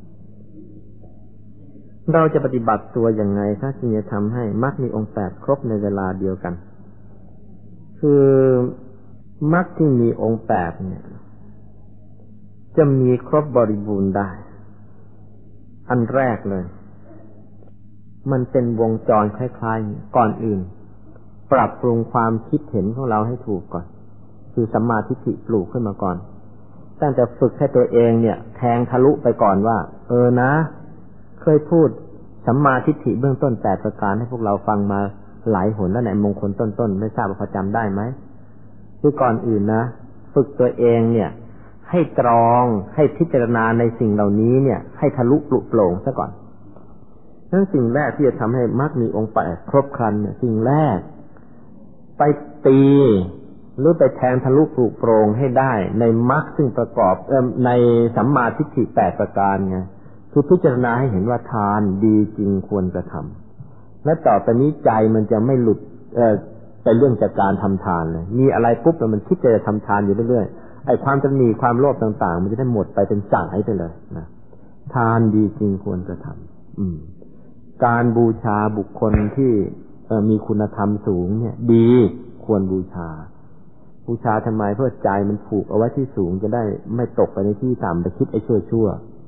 เราจะปฏิบัติตัวอย่างไงถ้าจึงจะทำให้มรรคมีองค์แปดครบในเวลาเดียวกันคือมรรคที่มีองค์แปดเนี่ยจะมีครบบริบูรณ์ได้อันแรกเลยมันเป็นวงจรคล้ายๆก่อนอื่นปรับปรุงความคิดเห็นของเราให้ถูกก่อนคือสัมมาทิฏฐิปลูกขึ้นมาก่อนตั้งแต่ฝึกให้ตัวเองเนี่ยแทงทะลุไปก่อนว่านะเคยพูดสัมมาทิฏฐิเบื้องต้น8ประการให้พวกเราฟังมาหลายหนแล้วในมงคลต้นๆไม่ทราบว่าพอจำได้ไหมคือก่อนอื่นนะฝึกตัวเองเนี่ยให้ตรองให้พิจารณาในสิ่งเหล่านี้เนี่ยให้ทะลุปลุกโปร่งซะก่อนนั้นสิ่งแรกที่จะทำให้มรรคมีองค์8ครบครันเนี่ยสิ่งแรกไปตีหรือไปแทงทะลุปลุกโปร่งให้ได้ในมรรคซึ่งประกอบในสัมมาทิฏฐิ8ประการไงคือพิจารณาให้เห็นว่าทานดีจริงควรกระทำและต่อไปนี้ใจมันจะไม่หลุดไปเรื่องจากการทำทานเลยมีอะไรปุ๊บแล้วมันคิดจะทำทานอยู่เรื่อยๆไอ้ความตระหนี่ความโลภต่างๆมันจะได้หมดไปเป็นสายไปเลยนะทานดีจริงควรกระทำการบูชาบุคคลที่มีคุณธรรมสูงเนี่ยดีควรบูชาทำไมเพื่อใจมันผูกเอาไว้ที่สูงจะได้ไม่ตกไปในที่ต่ำไปคิดไอ้ชั่ว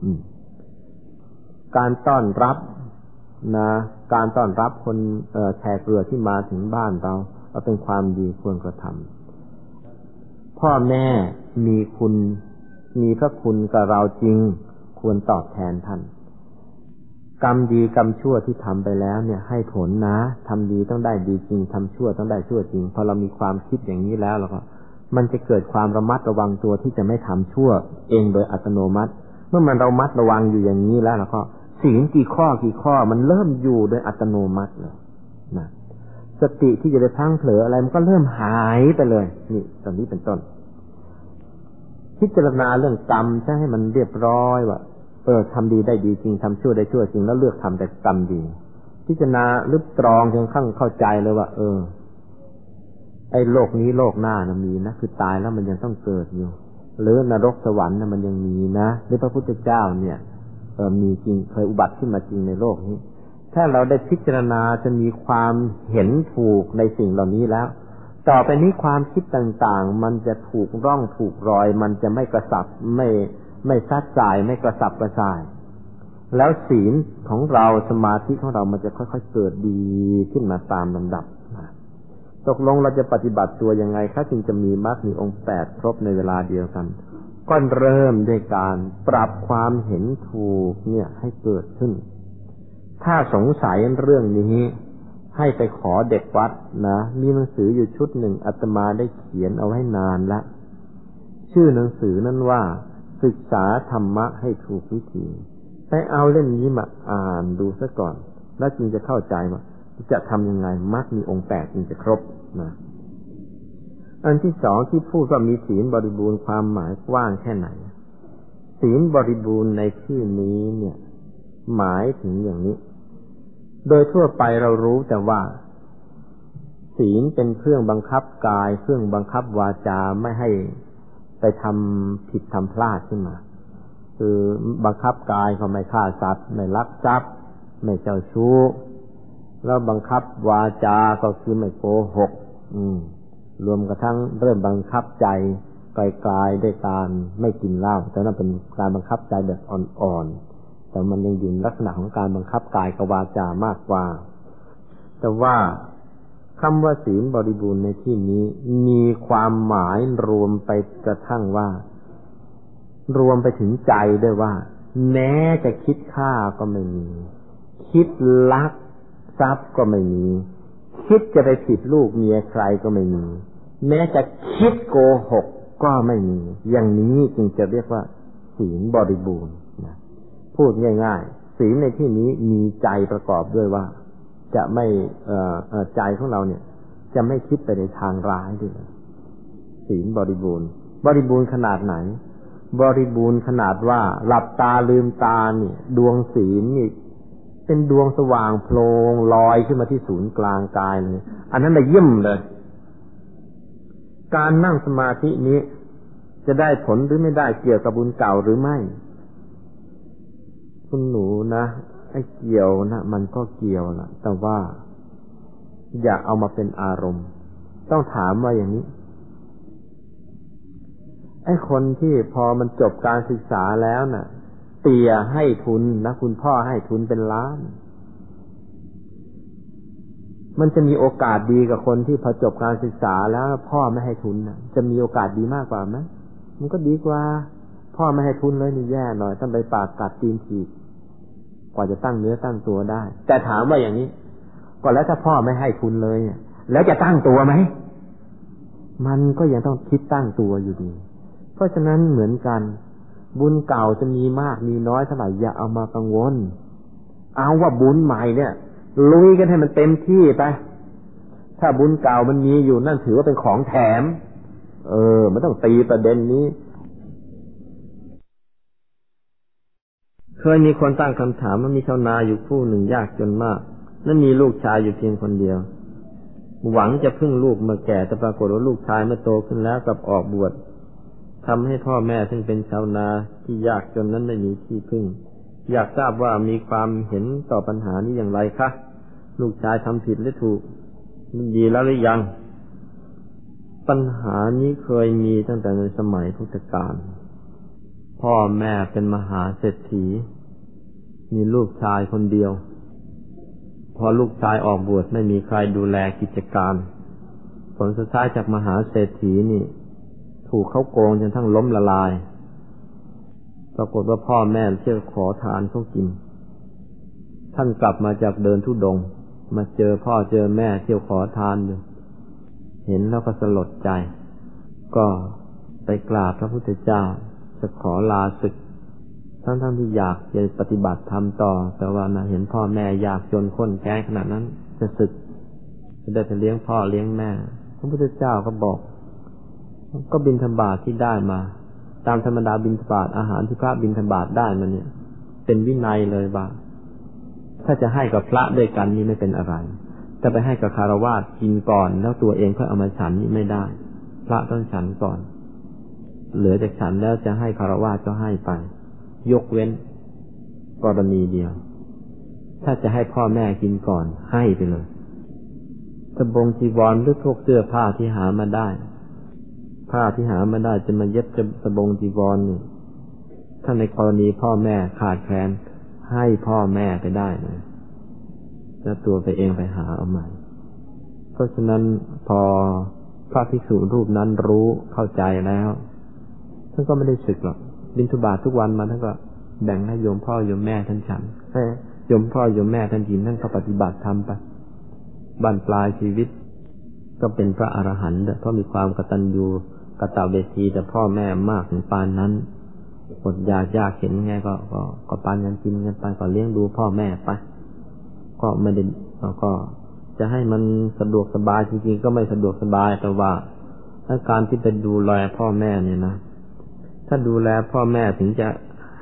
การต้อนรับนะการต้อนรับคนแขกเรือที่มาถึงบ้านเราเป็นความดีควรกระทำพ่อแม่มีคุณมีพระคุณกับเราจริงควรตอบแทนท่านกรรมดีกรรมชั่วที่ทำไปแล้วเนี่ยให้ผลนะทำดีต้องได้ดีจริงทำชั่วต้องได้ชั่วจริงพอเรามีความคิดอย่างนี้แล้วเราก็มันจะเกิดความระมัดระวังตัวที่จะไม่ทำชั่วเองโดยอัตโนมัติเมื่อมันระมัดระวังอยู่อย่างนี้แล้วเราก็ศีลกี่ข้อมันเริ่มอยู่โดยอัตโนมัติเลยนะสติที่จะได้พลั้งเผลออะไรมันก็เริ่มหายไปเลยนี่ตอนนี้เป็นต้นพิจารณาเรื่องกรรมจะให้มันเรียบร้อยว่าทำดีได้ดีจริงทำชั่วได้ชั่วจริงแล้วเลือกทำแต่กรรมดีพิจารณาลึกตรองจนเข้าใจเลยว่าไอ้โลกนี้โลกหน้านะมีนะคือตายแล้วมันยังต้องเกิดอยู่หรือนรกสวรรค์นะมันยังมีนะหรือพระพุทธเจ้าเนี่ยมีจริงเคยอุบัติขึ้นมาจริงในโลกนี้ถ้าเราได้พิจารณาจะมีความเห็นถูกในสิ่งเหล่านี้แล้วต่อไปนี้ความคิดต่างๆมันจะถูกร่องถูกรอยมันจะไม่กระสับไม่ซัดสายไม่กระสับกระส่ายแล้วศีลของเราสมาธิของเรามันจะค่อยๆเกิดดีขึ้นมาตามลำดับตกลงเราจะปฏิบัติตัวยังไงคะจึงจะมีมรรคมีองค์8ครบในเวลาเดียวกันก็เริ่มด้วยการปรับความเห็นถูกเนี่ยให้เกิดขึ้นถ้าสงสัยเรื่องนี้ให้ไปขอเด็กวัดนะมีหนังสืออยู่ชุดหนึ่งอาตมาได้เขียนเอาไว้นานแล้วชื่อหนังสือนั้นว่าศึกษาธรรมะให้ถูกวิธีให้เอาเล่มนี้มาอ่านดูซะก่อนแล้วจึงจะเข้าใจว่าจะทำยังไงมรรคมีองค์8จึงจะครบนะอันที่สองที่พูดว่ามีศีลบริบูรณ์ความหมายกว้างแค่ไหนเศีลบริบูรณ์ในที่นี้เนี่ยหมายถึงอย่างนี้โดยทั่วไปเรารู้แต่ว่าศีลเป็นเครื่องบังคับกายเครื่องบังคับวาจาไม่ให้ไปทำผิดทำพลาดขึ้นมาคือบังคับกายก็ไม่ฆ่าสัตว์ไม่ลักทรัพย์ไม่เจ้าชู้แล้วบังคับวาจาก็คือไม่โกหกรวมกระทั่งเริ่มบังคับใจไกลๆด้วยการไม่กินเหล้าแต่นั่นเป็นการบังคับใจแบบอ่อนๆแต่มันยังอยู่ในลักษณะของการบังคับกายกับวาจามากกว่าแต่ว่าคำว่าศีลบริบูรณ์ในที่นี้มีความหมายรวมไปกระทั่งว่ารวมไปถึงใจด้วยว่าแม้จะคิดฆ่าก็ไม่มีคิดลักทรัพย์ก็ไม่มีคิดจะไปผิดลูกเมียใครก็ไม่มีแม้จะคิดโกหกก็ไม่มีอย่างนี้จึงจะเรียกว่าศีลบริบูรณ์นะพูดง่ายๆศีลในที่นี้มีใจประกอบด้วยว่าจะไม่ใจของเราเนี่ยจะไม่คิดไปในทางร้ายด้วยศีลบริบูรณ์ขนาดไหนบริบูรณ์ขนาดว่าหลับตาลืมตาเนี่ยดวงศีลนี่เป็นดวงสว่างโพลงลอยขึ้นมาที่ศูนย์กลางกายเลยอันนั้นเยี่ยมเลยการนั่งสมาธินี้จะได้ผลหรือไม่ได้เกี่ยวกับบุญเก่าหรือไม่คุณหนูนะไอ้เกี่ยวนะมันก็เกี่ยวนะแต่ว่าอย่าเอามาเป็นอารมณ์ต้องถามว่าอย่างนี้ไอ้คนที่พอมันจบการศึกษาแล้วน่ะเตี่ยให้ทุนนะคุณพ่อให้ทุนเป็นล้านมันจะมีโอกาสดีกับคนที่พอจบการศึกษาแล้วพ่อไม่ให้ทุนนะจะมีโอกาสดีมากกว่าไหมมันก็ดีกว่าพ่อไม่ให้ทุนเลยนี่แย่หน่อยต้องไปปากกัดตีนถีบกว่าจะตั้งเนื้อตั้งตัวได้แต่ถามว่าอย่างนี้ก็แล้วถ้าพ่อไม่ให้ทุนเลยแล้วจะตั้งตัวไหมมันก็ยังต้องคิดตั้งตัวอยู่ดีเพราะฉะนั้นเหมือนกันบุญเก่าจะมีมากมีน้อยเท่าไหร่อย่าเอามากังวลเอาว่าบุญใหม่เนี่ยลุยกันให้มันเต็มที่ไปถ้าบุญเก่ามันมีอยู่นั่นถือว่าเป็นของแถมมันต้องตีประเด็นนี้เคยมีคนตั้งคำถามว่ามีชาวนาอยู่คู่หนึ่งยากจนมากและมีลูกชายอยู่เพียงคนเดียวหวังจะพึ่งลูกมาแก่แต่ปรากฏว่าลูกชายเมื่อโตขึ้นแล้วกลับออกบวชทำให้พ่อแม่ซึ่งเป็นชาวนาที่ยากจนนั้นไม่มีที่พึ่งอยากทราบว่ามีความเห็นต่อปัญหานี้อย่างไรคะลูกชายทำผิดหรือถูกมันดีแล้วหรือยังปัญหานี้เคยมีตั้งแต่ในสมัยพุทธกาลพ่อแม่เป็นมหาเศรษฐีมีลูกชายคนเดียวพอลูกชายออกบวชไม่มีใครดูแลกิจการผลสุดท้ายจากมหาเศรษฐีนี่ถูกเขาโกงจนทั้งล้มละลายปรากฏว่าพ่อแม่เที่ยวขอทานเขากินท่านกลับมาจากเดินธุดงค์มาเจอพ่อเจอแม่เที่ยวขอทานอยู่เห็นแล้วก็สลดใจก็ไปกราบพระพุทธเจ้าจะขอลาศึกทั้งที่อยากจะปฏิบัติธรรมต่อแต่ว่าเห็นพ่อแม่ยากจนข้นแค้นขนาดนั้นจะศึกจะได้ไปเลี้ยงพ่อเลี้ยงแม่พระพุทธเจ้าก็บอกก็บิณฑบาตที่ได้มาตามธรรมดาบิณฑบาตอาหารที่พระบิณฑบาตได้มันเนี่ยเป็นวินัยเลยว่าถ้าจะให้กับพระด้วยกันนี่ไม่เป็นอะไรแต่ไปให้กับคฤหัสถ์กินก่อนแล้วตัวเองค่อยเอามาฉันนี่ไม่ได้พระต้องฉันก่อนเหลือจากฉันแล้วจะให้คฤหัสถ์ก็ให้ไปยกเว้นกรณีเดียวถ้าจะให้พ่อแม่กินก่อนให้ไปเลยสบงจีวรหรือพวกเสื้อผ้าที่หามาได้ผ้าที่หามาได้จะมาเย็บสบงจีวรนี่ถ้าในกรณีพ่อแม่ขาดแคลนให้พ่อแม่ไปได้นะแล้วตัวไปเองไปหาเอาใหม่เพราะฉะนั้นพอพระภิกษุรูปนั้นรู้เข้าใจแล้วท่านก็ไม่ได้สึกหรอกบิณฑบาตทุกวันมาท่านก็แบ่งให้โยมพ่อโยมแม่ท่านฉันให้โยมพ่อโยมแม่ท่านกินท่านก็ปฏิบัติธรรมไปบั้นปลายชีวิตก็เป็นพระอรหันต์เพราะมีความกตัญญูกตเวทีแต่พ่อแม่มากถึงปานนั้นอดอยากยากเห็นไงก็ปานกันกินกันไปก็เลี้ยงดูพ่อแม่ไปก็ไม่ได้ก็จะให้มันสะดวกสบายจริงๆก็ไม่สะดวกสบายแต่ว่าถ้าการที่จะดูแลพ่อแม่เนี่ยนะถ้าดูแลพ่อแม่ถึงจะ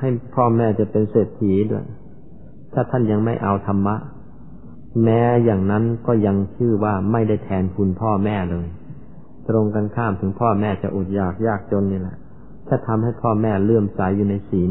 ให้พ่อแม่จะเป็นเศรษฐีด้วยถ้าท่านยังไม่เอาธรรมะแม้อย่างนั้นก็ยังชื่อว่าไม่ได้แทนคุณพ่อแม่เลยตรงกันข้ามถึงพ่อแม่จะอดอยากยากจนนี่แหละถ้าทำให้พ่อแม่เลื่อมใสอยู่ในศีล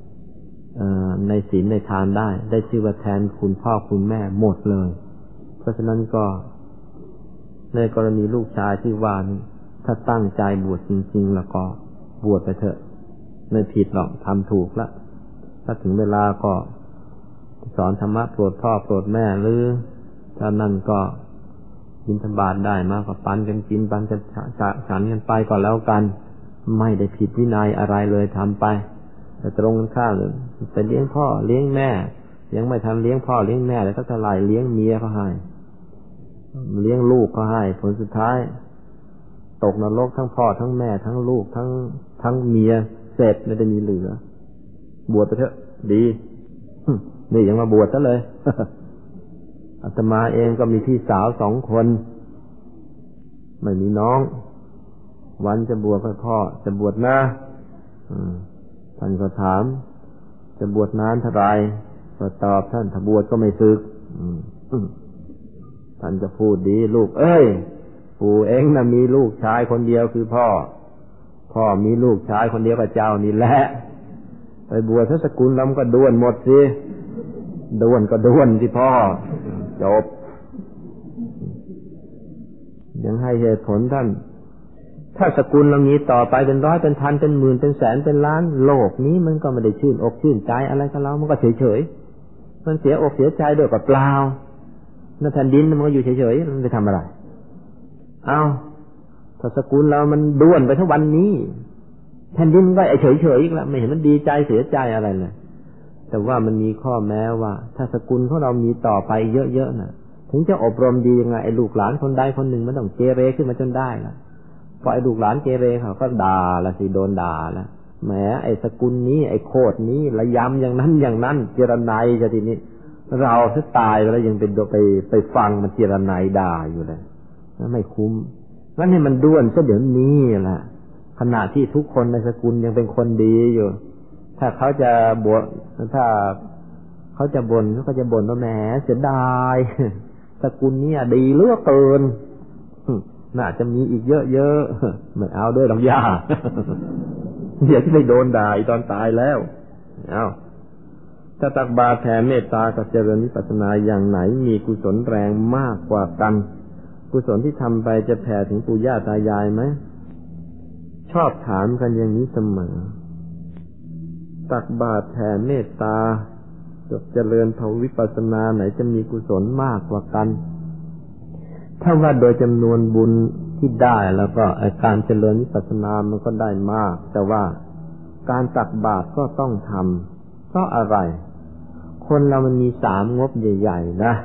ในทานได้ชื่อว่าแทนคุณพ่อคุณแม่หมดเลยเพราะฉะนั้นก็ในกรณีลูกชายที่ว่านี่ถ้าตั้งใจบวชจริงๆแล้วก็บวชไปเถอะไม่ผิดหรอกทำถูกแล้วถ้าถึงเวลาก็สอนธรรมะโปรดพ่อโปรดแม่หรือถ้านั่นก็บิณฑบาตได้มาก็ปันกันกินปันกันฉันกันไปก็แล้วกันไม่ได้ผิดวินัยอะไรเลยทำไปแต่ตรงกันข้ามไปเลี้ยงพ่อเลี้ยงแม่ยังไม่ทันเลี้ยงพ่อเลี้ยงแม่แล้วก็เท่าไหร่เลี้ยงเมียเขาให้เลี้ยงลูกเขาให้ผลสุดท้ายตกนรกทั้งพ่อทั้งแม่ทั้งลูกทั้งเมียเสร็จไม่ได้มีเหลือบวชไปเถอะดีนี่ยังมาบวชซะเลย อาตมาเองก็มีพี่สาว2 คนไม่มีน้องวันจะบวชก็พ่อจะบวชนะท่านก็ถามจะบวชนานเท่าไรก็ตอบท่านถ้าบวชก็ไม่สึกท่านจะพูดดีลูกเอ้ยปู่เองน่ะมีลูกชายคนเดียวคือพ่อมีลูกชายคนเดียวกับเจ้านี่แหละไปบวชสกุลแล้วก็ด้วนหมดสิด้วนก็ด้วนสิพ่อจบยังให้เหตุผลท่านถ้าสกุลเรามีต่อไปเป็นร้อยเป็นพันเป็นหมื่นเป็นแสนเป็นล้านโลกนี้มันก็ไม่ได้ชื่นอกชื่นใจอะไรกับเรามันก็เฉยๆมันเสียอกเสียใจด้วยกับเปล่าแผ่นดินมันก็อยู่เฉยๆมันไปทำอะไรถ้าสกุลเรามันด้วนไปทั้งวันนี้แผ่นดินก็เฉยๆอีกแล้วไม่เห็นมันดีใจเสียใจอะไรเลยแต่ว่ามันมีข้อแม้ว่าถ้าสกุลของเรามีต่อไปเยอะๆน่ะถึงจะอบรมดียังไงไอ้ลูกหลานคนใดคนหนึ่งมันต้องเกเรขึ้นมาจนได้ล่ะพอไอ้ลูกหลานเกเรเขาก็ด่าละสิโดนด่าละแหมไอ้สกุลนี้ไอ้โคตรนี้ระยำอย่างนั้นเจรไนจะทีนี้เราถ้าตายแล้วยังไปฟังมันเจรไนด่าอยู่เลยไม่คุ้มงั้นให้มันด้วนซะเดี๋ยวนี้ล่ะขณะที่ทุกคนในสกุลยังเป็นคนดีอยู่ถ้าเขาจะบ่นถ้าเขาจะบ่นเขาก็จะบ่นว่าแหมเสียดายสกุลนี้ดีเหลือเกินน่าจะมีอีกเยอะๆไม่เอาด้วยหรอกย่าเดี๋ยวที่ไปโดนด่าตอนตายแล้วถ้าตักบาตรแผ่เมตตากับเจริญวิปัสสนาอย่างไหนมีกุศลแรงมากกว่ากันกุศลที่ทำไปจะแผ่ถึงปู่ย่าตายายไหมชอบถามกันอย่างนี้เสมอตักบาตรแผ่เมตตากับเจริญภาววิปัสสนาไหนจะมีกุศลมากกว่ากันถ้าว่าโดยจำนวนบุญที่ได้แล้วก็การเจริญวิปัสสนามันก็ได้มากแต่ว่าการตักบาตรก็ต้องทำเพราะอะไรคนเรามันมี3 งบใหญ่ๆนะ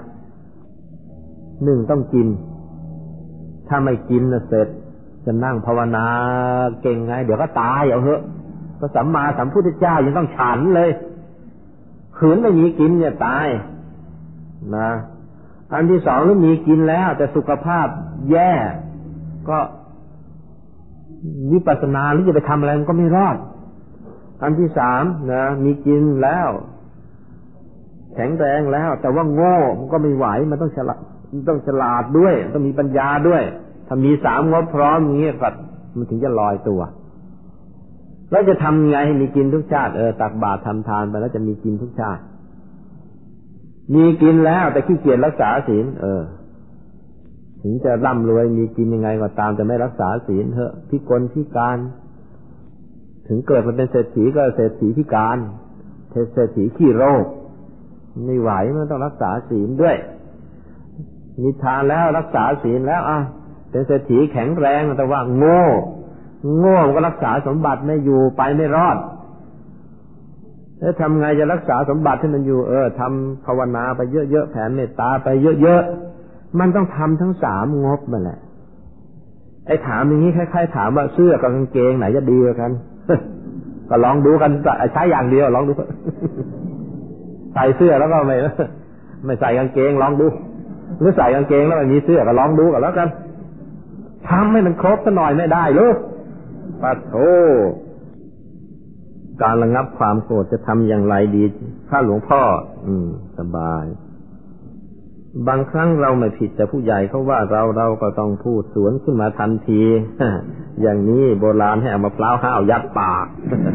1ต้องกินถ้าไม่กินเสร็จจะนั่งภาวนาเก่งไงเดี๋ยวก็ตายเอาเถอะพระสัมมาสัมพุทธเจ้ายังต้องฉันเลยขืนไม่มีกินเนี่ยตายนะอันที่2แล้วมีกินแล้วแต่สุขภาพแย่ก็วิปัสสนาหรือจะไปทำอะไรมันก็ไม่รอดอันที่3นะมีกินแล้วแข็งแรงแล้วแต่ว่าโง่มันก็ไม่ไหวมันต้องฉลาดด้วยต้องมีปัญญาด้วยถ้ามี3 งบพร้อมอย่างนี้ก็มันถึงจะลอยตัวแล้วจะทำไงให้มีกินทุกชาติตักบาตรทำทานไปแล้วจะมีกินทุกชาติมีกินแล้วแต่ขี้เกียจรักษาศีลถึงจะร่ำรวยมีกินยังไงก็ตามแต่ไม่รักษาศีลเถอะพิกลพิการถึงเกิดมาเป็นเศรษฐีก็เศรษฐีพิการเศรษฐีขี้โรคไม่ไหวมันต้องรักษาศีลด้วยมีทานแล้วรักษาศีลแล้วเป็นเศรษฐีแข็งแรงแต่ว่าโง่ก็รักษาสมบัติไม่อยู่ไปไม่รอดแล้วทำไงจะรักษาสมบัติให้มันอยู่ทำภาวนาไปเยอะๆแผ่เมตตาไปเยอะๆมันต้องทำทั้ง3 งบนั่นแหละไอ้ถามอย่างนี้คล้ายๆถามว่าเสื้อกับกางเกงไหนจะดีกว่ากัน ก็ลองดูกันใช้อย่างเดียวลองดู ใส่เสื้อแล้วก็ไม่ใส่กางเกงลองดูหรือใส่กางเกงแล้วไม่มีเสื้อก็ลองดูกันแล้วกันทำให้มันครบซะหน่อยไม่ได้หรือปัดโธการระงับความโกรธจะทำอย่างไรดีถ้าหลวงพ่อสบายบางครั้งเราไม่ผิดแต่ผู้ใหญ่เขาว่าเราก็ต้องพูดสวนขึ้นมาทันที อย่างนี้โบราณให้เอามะพร้าวห้าวยัดปาก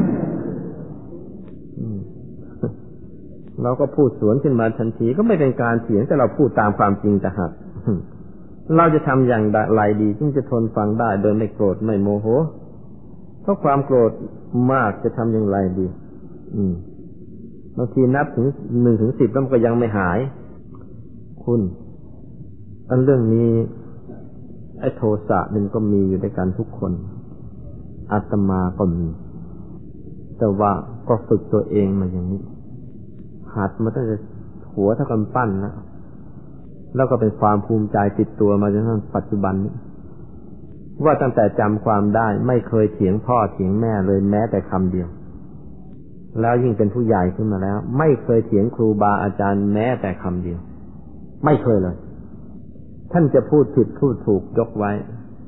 เราก็พูดสวนขึ้นมาทันทีก็ไม่เป็นการเถียงแต่เราพูดตามความจริงแต่หาก เราจะทำอย่างไรดีจึงจะทนฟังได้โดยไม่โกรธไม่โมโหเพราะความโกรธมากจะทำอย่างไรดีบางทีนับถึง1 ถึง 10แล้วมันก็ยังไม่หายคุณเรื่องนี้ไอ้โทสะมันก็มีอยู่ด้วยกันทุกคนอาตมาก็มีแต่ว่าก็ฝึกตัวเองมาอย่างนี้หัดมาตั้งแต่หัวเท่ากำปั้นแล้วก็เป็นความภูมิใจติดตัวมาจนถึงปัจจุบันนี้ว่าตั้งแต่จำความได้ไม่เคยเถียงพ่อเถียงแม่เลยแม้แต่คำเดียวแล้วยิ่งเป็นผู้ใหญ่ขึ้นมาแล้วไม่เคยเถียงครูบาอาจารย์แม้แต่คำเดียวไม่เคยเลยท่านจะพูดผิดพูดถูกยกไว้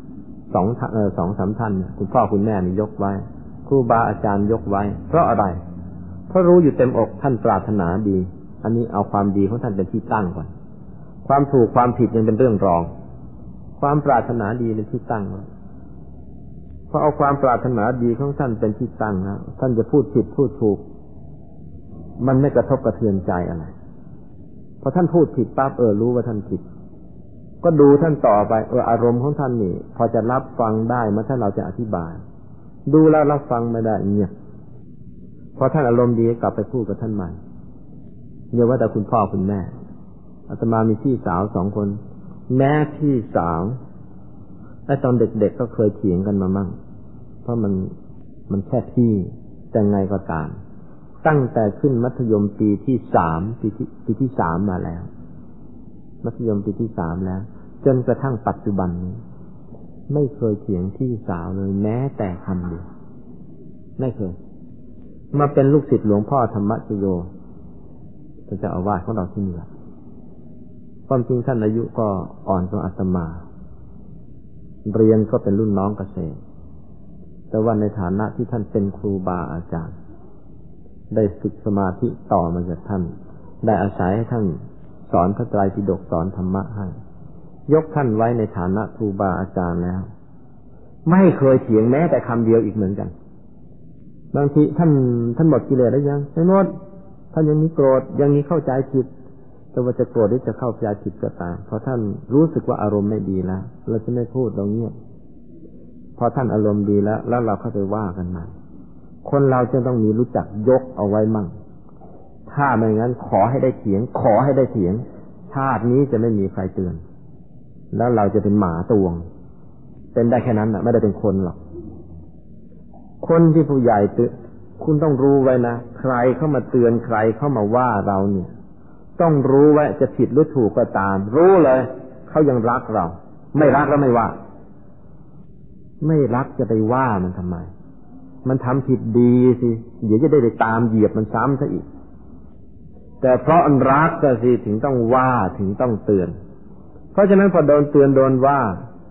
2-3 ท่านคุณพ่อคุณแม่นี่ยกไว้ครูบาอาจารย์ยกไว้เพราะอะไรเพราะรู้อยู่เต็มอกท่านปรารถนาดีอันนี้เอาความดีของท่านเป็นที่ตั้งก่อนความถูกความผิดยังเป็นเรื่องรองความปรารถนาดีเป็นที่ตั้งเพราะเอาความปรารถนาดีของท่านเป็นที่ตั้งแล้วท่านจะพูดผิดพูดถูกมันไม่กระทบกระเทือนใจอะไรพอท่านพูดผิดปั๊บรู้ว่าท่านผิดก็ดูท่านต่อไปอารมณ์ของท่านนี่พอจะรับฟังได้เมื่อถ้าเราจะอธิบายดูแล้วรับฟังไม่ได้เงียบพอท่านอารมณ์ดีกลับไปพูดกับท่านใหม่อย่าว่าแต่คุณพ่อคุณแม่อาตมามีพี่สาว2 คนแม่พี่สาวตอนเด็กๆก็เคยเถียงกันมามั่งเพราะมันแค่พี่แต่ไงก็ตามตั้งแต่ขึ้นมัธยมปีที่3มาแล้วมัธยมปีที่3แล้วจนกระทั่งปัจจุบันนี้ไม่เคยเถียงพี่สาวเลยแม้แต่คำเดียวไม่เคยมาเป็นลูกศิษย์หลวงพ่อธรรมชโยท่านเจ้าอาวาสของเราที่นี่แหละความจริงท่านอายุก็อ่อนกว่าอาตมาเรียนก็เป็นรุ่นน้องเกษตรแต่ว่าในฐานะที่ท่านเป็นครูบาอาจารย์ได้ฝึกสมาธิต่อมาจากท่านได้อาศัยให้ท่านสอนพระไตรปิฎกสอนธรรมะให้ยกท่านไว้ในฐานะครูบาอาจารย์แล้วไม่เคยเถียงแม้แต่คำเดียวอีกเหมือนกันบางทีท่านหมดกิเลสแล้วยังไม่หมดท่านยังมีโกรธยังมีเข้าใจผิดแต่ว่าจะโกรธหรือจะเข้าใจผิดก็ตามพอท่านรู้สึกว่าอารมณ์ไม่ดีแล้วเราจะไม่พูดเราเงียบพอท่านอารมณ์ดีแล้วเราเข้าไปว่ากันใหม่คนเราจะต้องมีรู้จักยกเอาไว้มั่งถ้าไม่งั้นขอให้ได้เถียงชาตินี้จะไม่มีใครเตือนแล้วเราจะเป็นหมาตวงเป็นได้แค่นั้นไม่ได้เป็นคนหรอกคนที่ผู้ใหญ่เตือนคุณต้องรู้ไว้นะใครเข้ามาเตือนใครเข้ามาว่าเราเนี่ยต้องรู้ไว้จะผิดหรือถูกก็ตามรู้เลยเขายังรักเราไม่รักแล้วไม่ว่าไม่รักจะไปว่ามันทำไมมันทำผิดดีสิเดี๋ยวจะได้ตามเหยียบมันซ้ำซะอีกแต่เพราะอันรักก็สิถึงต้องว่าถึงต้องเตือนเพราะฉะนั้นพอโดนเตือนโดนว่า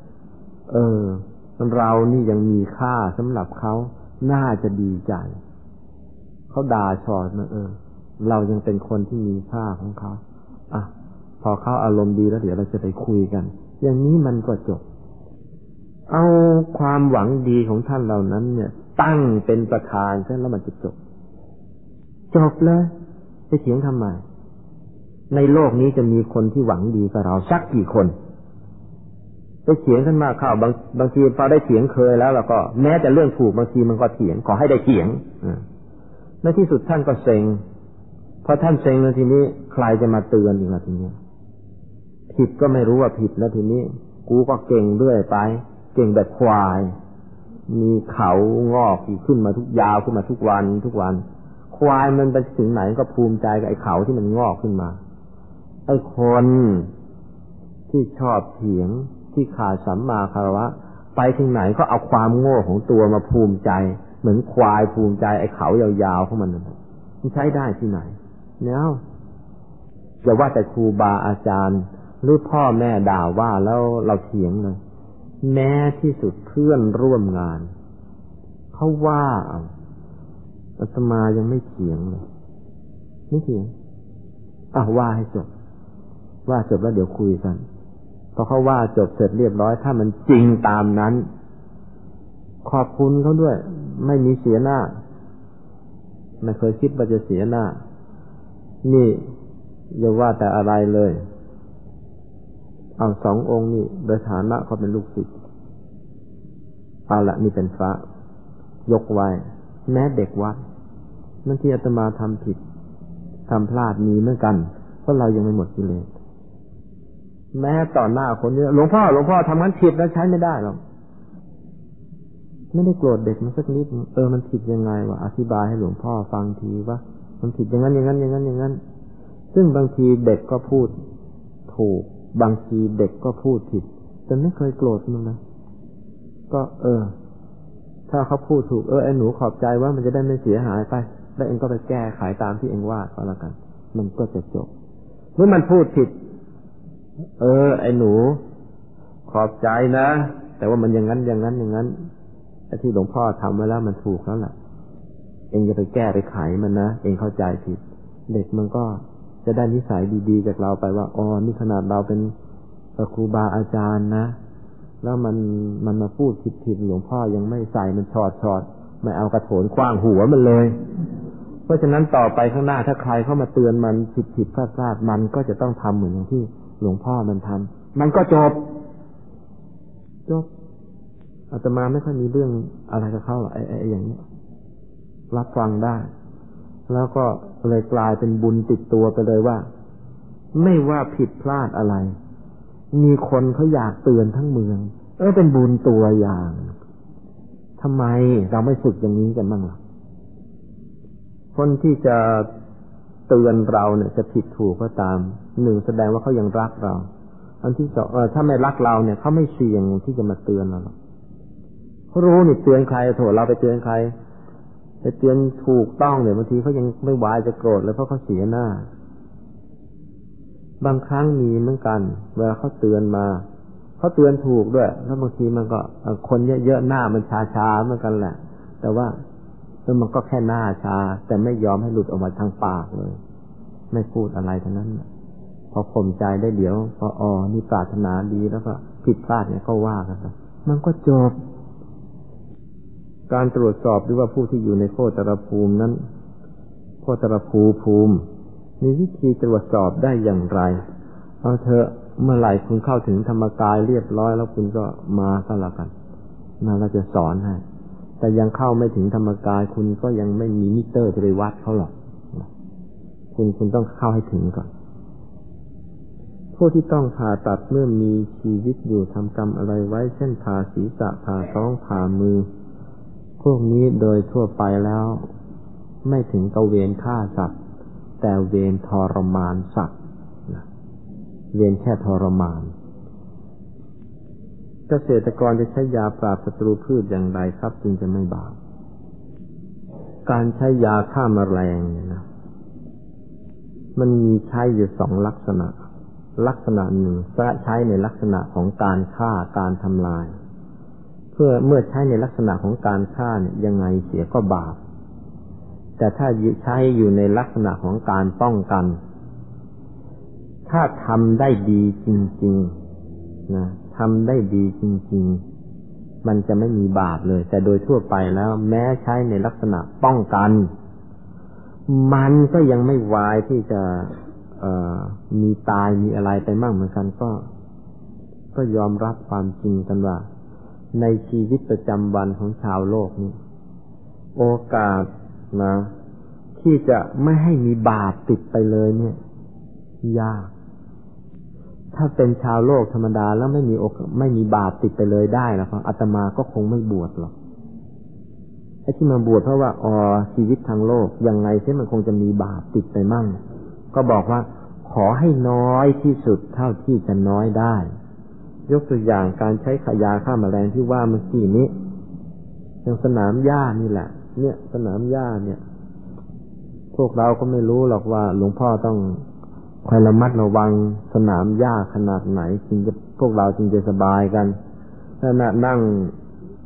เรานี่ยังมีค่าสำหรับเขาน่าจะดีใจเขาด่าชอดนะเรายังเป็นคนที่มีค่าของเขาพอเขาอารมณ์ดีแล้วเดี๋ยวเราจะไปคุยกันอย่างนี้มันก็จบเอาความหวังดีของท่านเหล่านั้นเนี่ยตั้งเป็นประธานซะแล้วมันจะจบเลยไปเถียงทำไมในโลกนี้จะมีคนที่หวังดีกับเราสักกี่คนไปเถียงกันมากเข้าบางทีพอได้เถียงเคยแล้วก็แม้แต่เรื่องถูกบางทีมันก็เถียงขอให้ได้เถียงในที่สุดท่านก็เซ็งพอท่านเซ็งแล้วทีนี้ใครจะมาเตือนอีกล่ะทีนี้ผิดก็ไม่รู้ว่าผิดแล้วทีนี้กูก็เก่งเรื่อยไปเก่งแบบควายมีเขางอกขึ้นมาทุกยาวขึ้นมาทุกวันควายมันไปถึงไหนก็ภูมิใจกับไอ้เขาที่มันงอกขึ้นมาไอ้คนที่ชอบเถียงที่ขาดสัมมาคารวะไปถึงไหนก็เอาความโง่ของตัวมาภูมิใจเหมือนควายภูมิใจไอ้เขายาวๆของมันใช้ได้ที่ไหนเนี่ยอย่าว่าแต่ครูบาอาจารย์หรือพ่อแม่ด่าว่าแล้วเราเถียงเลยแม้ที่สุดเพื่อนร่วมงานเขาว่าอาตมายังไม่เถียงเลยไม่เถียงว่าให้จบว่าจบแล้วเดี๋ยวคุยกันพอเขาว่าจบเสร็จเรียบร้อยถ้ามันจริงตามนั้นขอบคุณเขาด้วยไม่มีเสียหน้าไม่เคยคิดว่าจะเสียหน้านี่อย่าว่าแต่อะไรเลยสององค์นี่โดยฐานะเขาเป็นลูกศิษย์ละนี่เป็นพระยกไว้แม้เด็กวัดบางทีอาตมาทำผิดทำพลาดมีเหมือนกันเพราะเรายังไม่หมดกิเลสแม้ต่อหน้าคนนี้หลวงพ่อทำงั้นผิดแล้วใช้ไม่ได้หรอกไม่ได้โกรธเด็กมันสักนิดมันผิดยังไงวะอธิบายให้หลวงพ่อฟังทีว่ามันผิดอย่างนั้นซึ่งบางทีเด็กก็พูดถูกบางทีเด็กก็พูดผิดแต่ไม่เคยโกรธมันนะก็ถ้าเขาพูดถูกไอ้หนูขอบใจว่ามันจะได้ไม่เสียหายไปแล้วเองก็ไปแก้ไขตามที่เองว่าก็แล้วกันมันก็จะจบเมื่อมันพูดผิดไอ้หนูขอบใจนะแต่ว่ามันอย่างนั้นไอ้ที่หลวงพ่อทำไว้แล้วมันถูกแล้วล่ะเองจะไปแก้ไปไขมันนะเองเข้าใจผิดเด็กมันก็จะได้นิสัยดีๆจากเราไปว่านี่ขนาดเราเป็นครูบาอาจารย์นะแล้วมันมาพูดผิดหลวงพ่อยังไม่ใส่มันชอดไม่เอากระโถนขว้างหัวมันเลยเพราะฉะนั้นต่อไปข้างหน้าถ้าใครเข้ามาเตือนมันผิดพลาดมันก็จะต้องทำเหมือนอย่างที่หลวงพ่อมันทำมันก็จบอาตมาไม่ค่อยมีเรื่องอะไรกับเขาหรอกไอ้อย่างนี้รับฟังได้แล้วก็เลยกลายเป็นบุญติดตัวไปเลยว่าไม่ว่าผิดพลาดอะไรมีคนเขาอยากเตือนทั้งเมืองเป็นบุญตัวอย่างทำไมเราไม่ฝึกอย่างนี้กันบ้างล่ะคนที่จะเตือนเราเนี่ยจะผิดถูกก็ตามหนึ่งแสดงว่าเขายังรักเราอันที่สองถ้าไม่รักเราเนี่ยเขาไม่เสี่ยงที่จะมาเตือนเราหรอกเขารู้นี่เตือนใครโถเราไปเตือนใครไปเตือนถูกต้องเนี่ยบางทีเขายังไม่วายจะโกรธเลยเพราะเขาเสียหน้าบางครั้งมีเหมือนกันเวลาเขาเตือนมาเขาเตือนถูกด้วยแล้วบางทีมันก็คนเยอะๆหน้ามันชาๆเหมือนกันแหละแต่ว่ามันก็แค่หน้าชาแต่ไม่ยอมให้หลุดออกมาทางปากเลยไม่พูดอะไรทั้งนั้นพอข่มใจได้เดี๋ยวพอนี่ปรารถนาดีแล้วก็ผิดพลาดเนี่ยก็ว่ากันมันก็จบการตรวจสอบดูว่าผู้ที่อยู่ในโคตรภูมินั้นโคตรภูมิมีวิธีตรวจสอบได้อย่างไรเอาเถอะเมื่อไหร่คุณเข้าถึงธรรมกายเรียบร้อยแล้วคุณก็มาก็แล้วกันเราจะสอนให้แต่ยังเข้าไม่ถึงธรรมกายคุณก็ยังไม่มีมิเตอร์จะไปวัดเขาหรอกคุณต้องเข้าให้ถึงก่อนผู้ที่ต้องผ่าตัดเมื่อมีชีวิตอยู่ทำกรรมอะไรไว้เช่นผ่าศีรษะผ่าท้องผ่ามือพวกนี้โดยทั่วไปแล้วไม่ถึงกับเวรฆ่าสัตว์แต่เวรทรมานสัตว์เวรแค่ทรมานเกษตรกรจะใช้ยาปราบศัตรูพืชอย่างไรครับจึงจะไม่บาปการใช้ยาฆ่าแมลงเนี่ยนะมันมีใช้อยู่สองลักษณะหนึ่งใช้ในลักษณะของการฆ่าการทำลายเมื่อใช้ในลักษณะของการฆ่าเนี่ยยังไงเสียก็บาปแต่ถ้าใช้อยู่ในลักษณะของการป้องกันถ้าทำได้ดีจริงๆนะทำได้ดีจริงๆมันจะไม่มีบาปเลยแต่โดยทั่วไปแล้วแม้ใช้ในลักษณะป้องกันมันก็ยังไม่วายที่จะมีตายมีอะไรไปมั่งเหมือนกันก็ยอมรับความจริงกันว่าในชีวิตประจำวันของชาวโลกนี้โอกาสนะที่จะไม่ให้มีบาปติดไปเลยเนี่ยยากถ้าเป็นชาวโลกธรรมดาแล้วไม่มีบาปติดไปเลยได้แล้วอาตมาก็คงไม่บวชหรอกไอ้ที่มาบวชเพราะว่าชีวิตทางโลกยังไงเช่นมันคงจะมีบาปติดไปมั่งก็บอกว่าขอให้น้อยที่สุดเท่าที่จะน้อยได้ยกตัวอย่างการใช้ยาฆ่าแมลงที่ว่าเมื่อกี้นี้อย่างสนามหญ้านี่แหละเนี่ยสนามหญ้าเนี่ยพวกเราก็ไม่รู้หรอกว่าหลวงพ่อต้องคอยระมัดระวังสนามหญ้าขนาดไหนพวกเราจึงจะสบายกันถ้านั่ง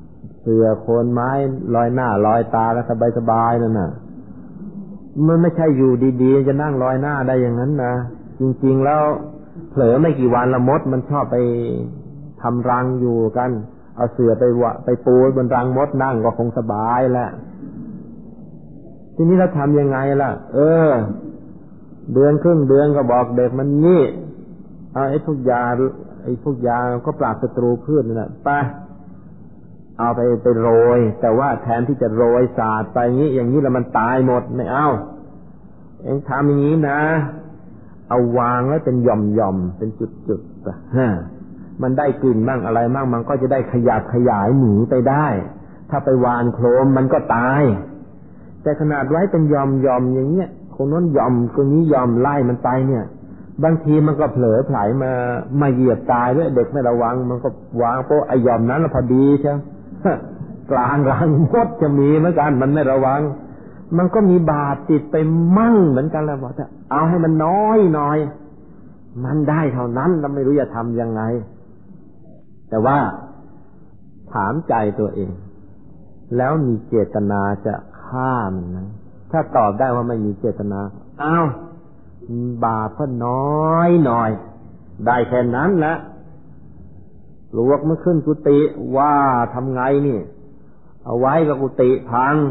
เสือโคนไม้ลอยหน้าลอยตาแล้วสบายๆนั่นน่ะมันไม่ใช่อยู่ดีๆจะนั่งลอยหน้าได้อย่างนั้นนะจริงๆแล้วเผลอไม่กี่วันละมดมันชอบไปทำรังอยู่กันเอาเสือไปปูบนรังมดนั่งก็คงสบายแหละทีนี้เราทำยังไงล่ะเดือนครึ่งเดือนก็บอกเด็กมันนี่ไอ้พวกยาก็ปราบศัตรูพืชนั่นแหละไปเอาไปโรยแต่ว่าแทนที่จะโรยสาดไปอย่างนี้แล้วมันตายหมดไม่เอาเอ็งทำอย่างนี้นะเอาวางไว้เป็นหย่อมๆเป็นจุดๆไปมันได้กลิ่นบ้างอะไรบ้างมันก็จะได้ขยับขยายหนีไปได้ถ้าไปวานโคลมมันก็ตายแต่ขนาดไว้เป็นหย่อมๆอย่างเงี้ยคนนั้นหย่อมคนนี้หย่อมไล่มันไปเนี่ยบางทีมันก็เผลอไผลมาเหยียบตายด้วยเด็กไม่ระวังมันก็วางโป๊ะไอ้หย่อมนั้นพอดีใช่กลางรังมดจะมีเหมือนกันมันไม่ระวังมันก็มีบาปติดไปมั่งเหมือนกันแล้วบอกจะเอาให้มันน้อยมันได้เท่านั้นเราไม่รู้จะทำยังไงแต่ว่าถามใจตัวเองแล้วมีเจตนาจะฆ่ามันไหมถ้าตอบได้ว่าไม่มีเจตนาบาปก็น้อยได้แค่นั้นแหละลวกมันขึ้นกุฏิว่าทำไงนี่เอาไว้กับกุฏิพัง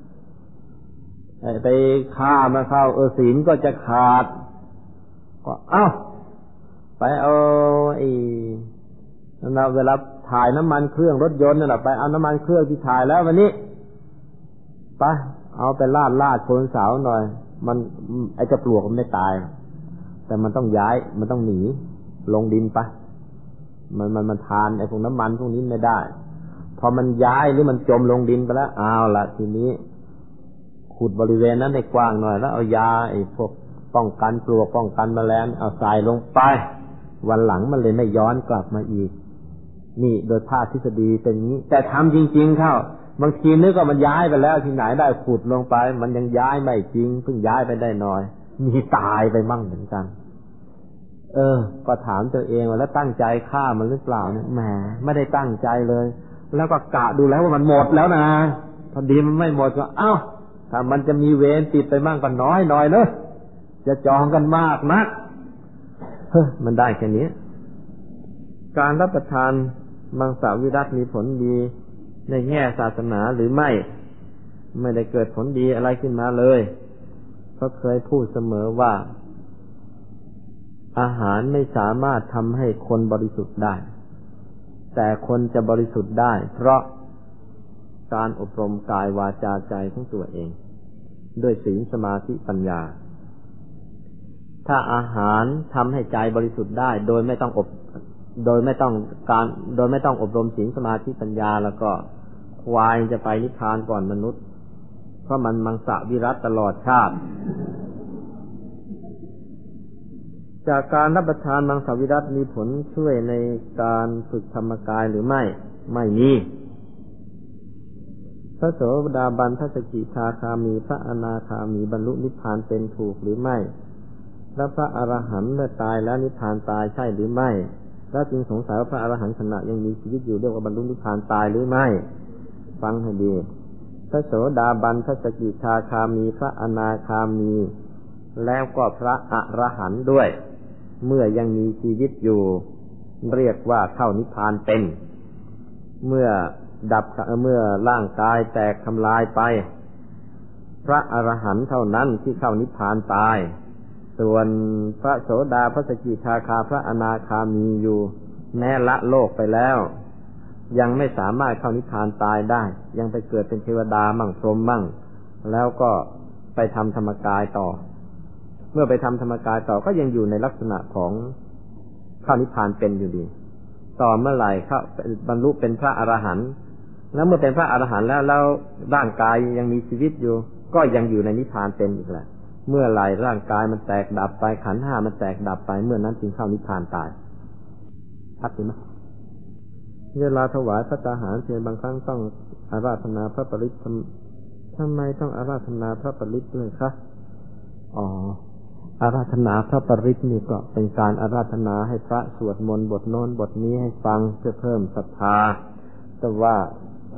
ไปฆ่ามาเข้าศีลก็จะขาดก็ไปเอาเราเวลาถ่ายน้ำมันเครื่องรถยนต์นั่นแหละไปเอาน้ำมันเครื่องที่ถ่ายแล้ววันนี้ไปเอาไปลาดโคนเสาหน่อยมันไอ้เจ้าปลวกมันไม่ตายแต่มันต้องย้ายมันต้องหนีลงดินไปมันทานไอ้พวกน้ำมันพวกนี้ไม่ได้พอมันย้ายหรือมันจมลงดินไปแล้วเอาล่ะทีนี้ขุดบริเวณนั้นให้กว้างหน่อยแล้วเอายาไอ้พวกป้องกันปลวกป้องกันแมลงเอาใส่ลงไปวันหลังมันเลยไม่ย้อนกลับมาอีกนี่โดยภาคทฤษฎีเป็นอย่างนี้แต่ทำจริงๆเข้าบางทีนึกว่ามันย้ายไปแล้วที่ไหนได้ขุดลงไปมันยังย้ายไม่จริงเพิ่งย้ายไปได้น้อยมีตายไปมั่งเหมือนกันก็ถามตัวเองว่าแล้วตั้งใจฆ่ามันหรือเปล่าเนี่ยแหมไม่ได้ตั้งใจเลยแล้วก็กะดูแล้วว่ามันหมดแล้วนะพอดีมันไม่หมดก็ถ้ามันจะมีเวรติดไปมั่งก็น้อยเนอะจะจองกันมากนักมันได้แค่นี้การรับประทานมังสวิรัติมีผลดีในแง่ศาสนาหรือไม่ได้เกิดผลดีอะไรขึ้นมาเลยเพราะเคยพูดเสมอว่าอาหารไม่สามารถทำให้คนบริสุทธิ์ได้แต่คนจะบริสุทธิ์ได้เพราะการอบรมกายวาจาใจของตัวเองด้วยศีลสมาธิปัญญาถ้าอาหารทำให้ใจบริสุทธิ์ได้โดยไม่ต้องอบรมศีลสมาธิปัญญาแล้วก็ควายจะไปนิพพานก่อนมนุษย์เพราะมันมังสวิรัติตลอดชาติจากการรับประทานมังสวิรัติมีผลช่วยในการฝึกธรรมกายหรือไม่มีพระโสดาบันพระสกิทาคามีพระอนาคามีบรรลุนิพพานเป็นถูกหรือไม่และพระอรหันต์เมื่อตายแล้วนิพพานตายใช่หรือไม่แล้วจึงสงสัยว่าพระอรหันต์ขณะยังมีชีวิตอยู่เรียกว่าบรรลุนิพพานตายหรือไม่ฟังให้ดีพระโสดาบันพระสกิทาคามีพระอนาคามีแล้วก็พระอรหันต์ด้วยเมื่อยังมีชีวิตอยู่เรียกว่าเข้านิพพานเป็นเมื่อร่างกายแตกทำลายไปพระอรหันต์เท่านั้นที่เข้านิพพานตายส่วนพระโสดาพระสกิทาคาพระอนาคามีอยู่แม้ละโลกไปแล้วยังไม่สามารถเข้านิพพานตายได้ยังไปเกิดเป็นเทวดามั่งพรหมมั่งแล้วก็ไปทำธรรมกายต่อเมื่อไปทำธรรมกายต่อก็ยังอยู่ในลักษณะของเข้านิพพานเป็นอยู่ดีต่อเมื่อไหร่เข้าบรรลุเป็นพระอรหันต์แล้วเมื่อเป็นพระอรหันต์แล้วร่างกายยังมีชีวิตอยู่ก็ยังอยู่ในนิพพานเป็นอีกแหละเมื่อไหร่ร่างกายมันแตกดับไปขันธ์ห้ามันแตกดับไปเมื่อนั้นจึงเข้านิพพานตายทัดเห็นไหมเวลาถวายพระตาหารเพียงบางครั้งต้องอาราธนาพระปริตทำไมต้องอาราธนาพระปริตด้วยคะอาราธนาพระปริตนี่ก็เป็นการอาราธนาให้พระสวดมนต์บทโน้นบทนี้ให้ฟังเพื่อเพิ่มศรัทธาแต่ว่า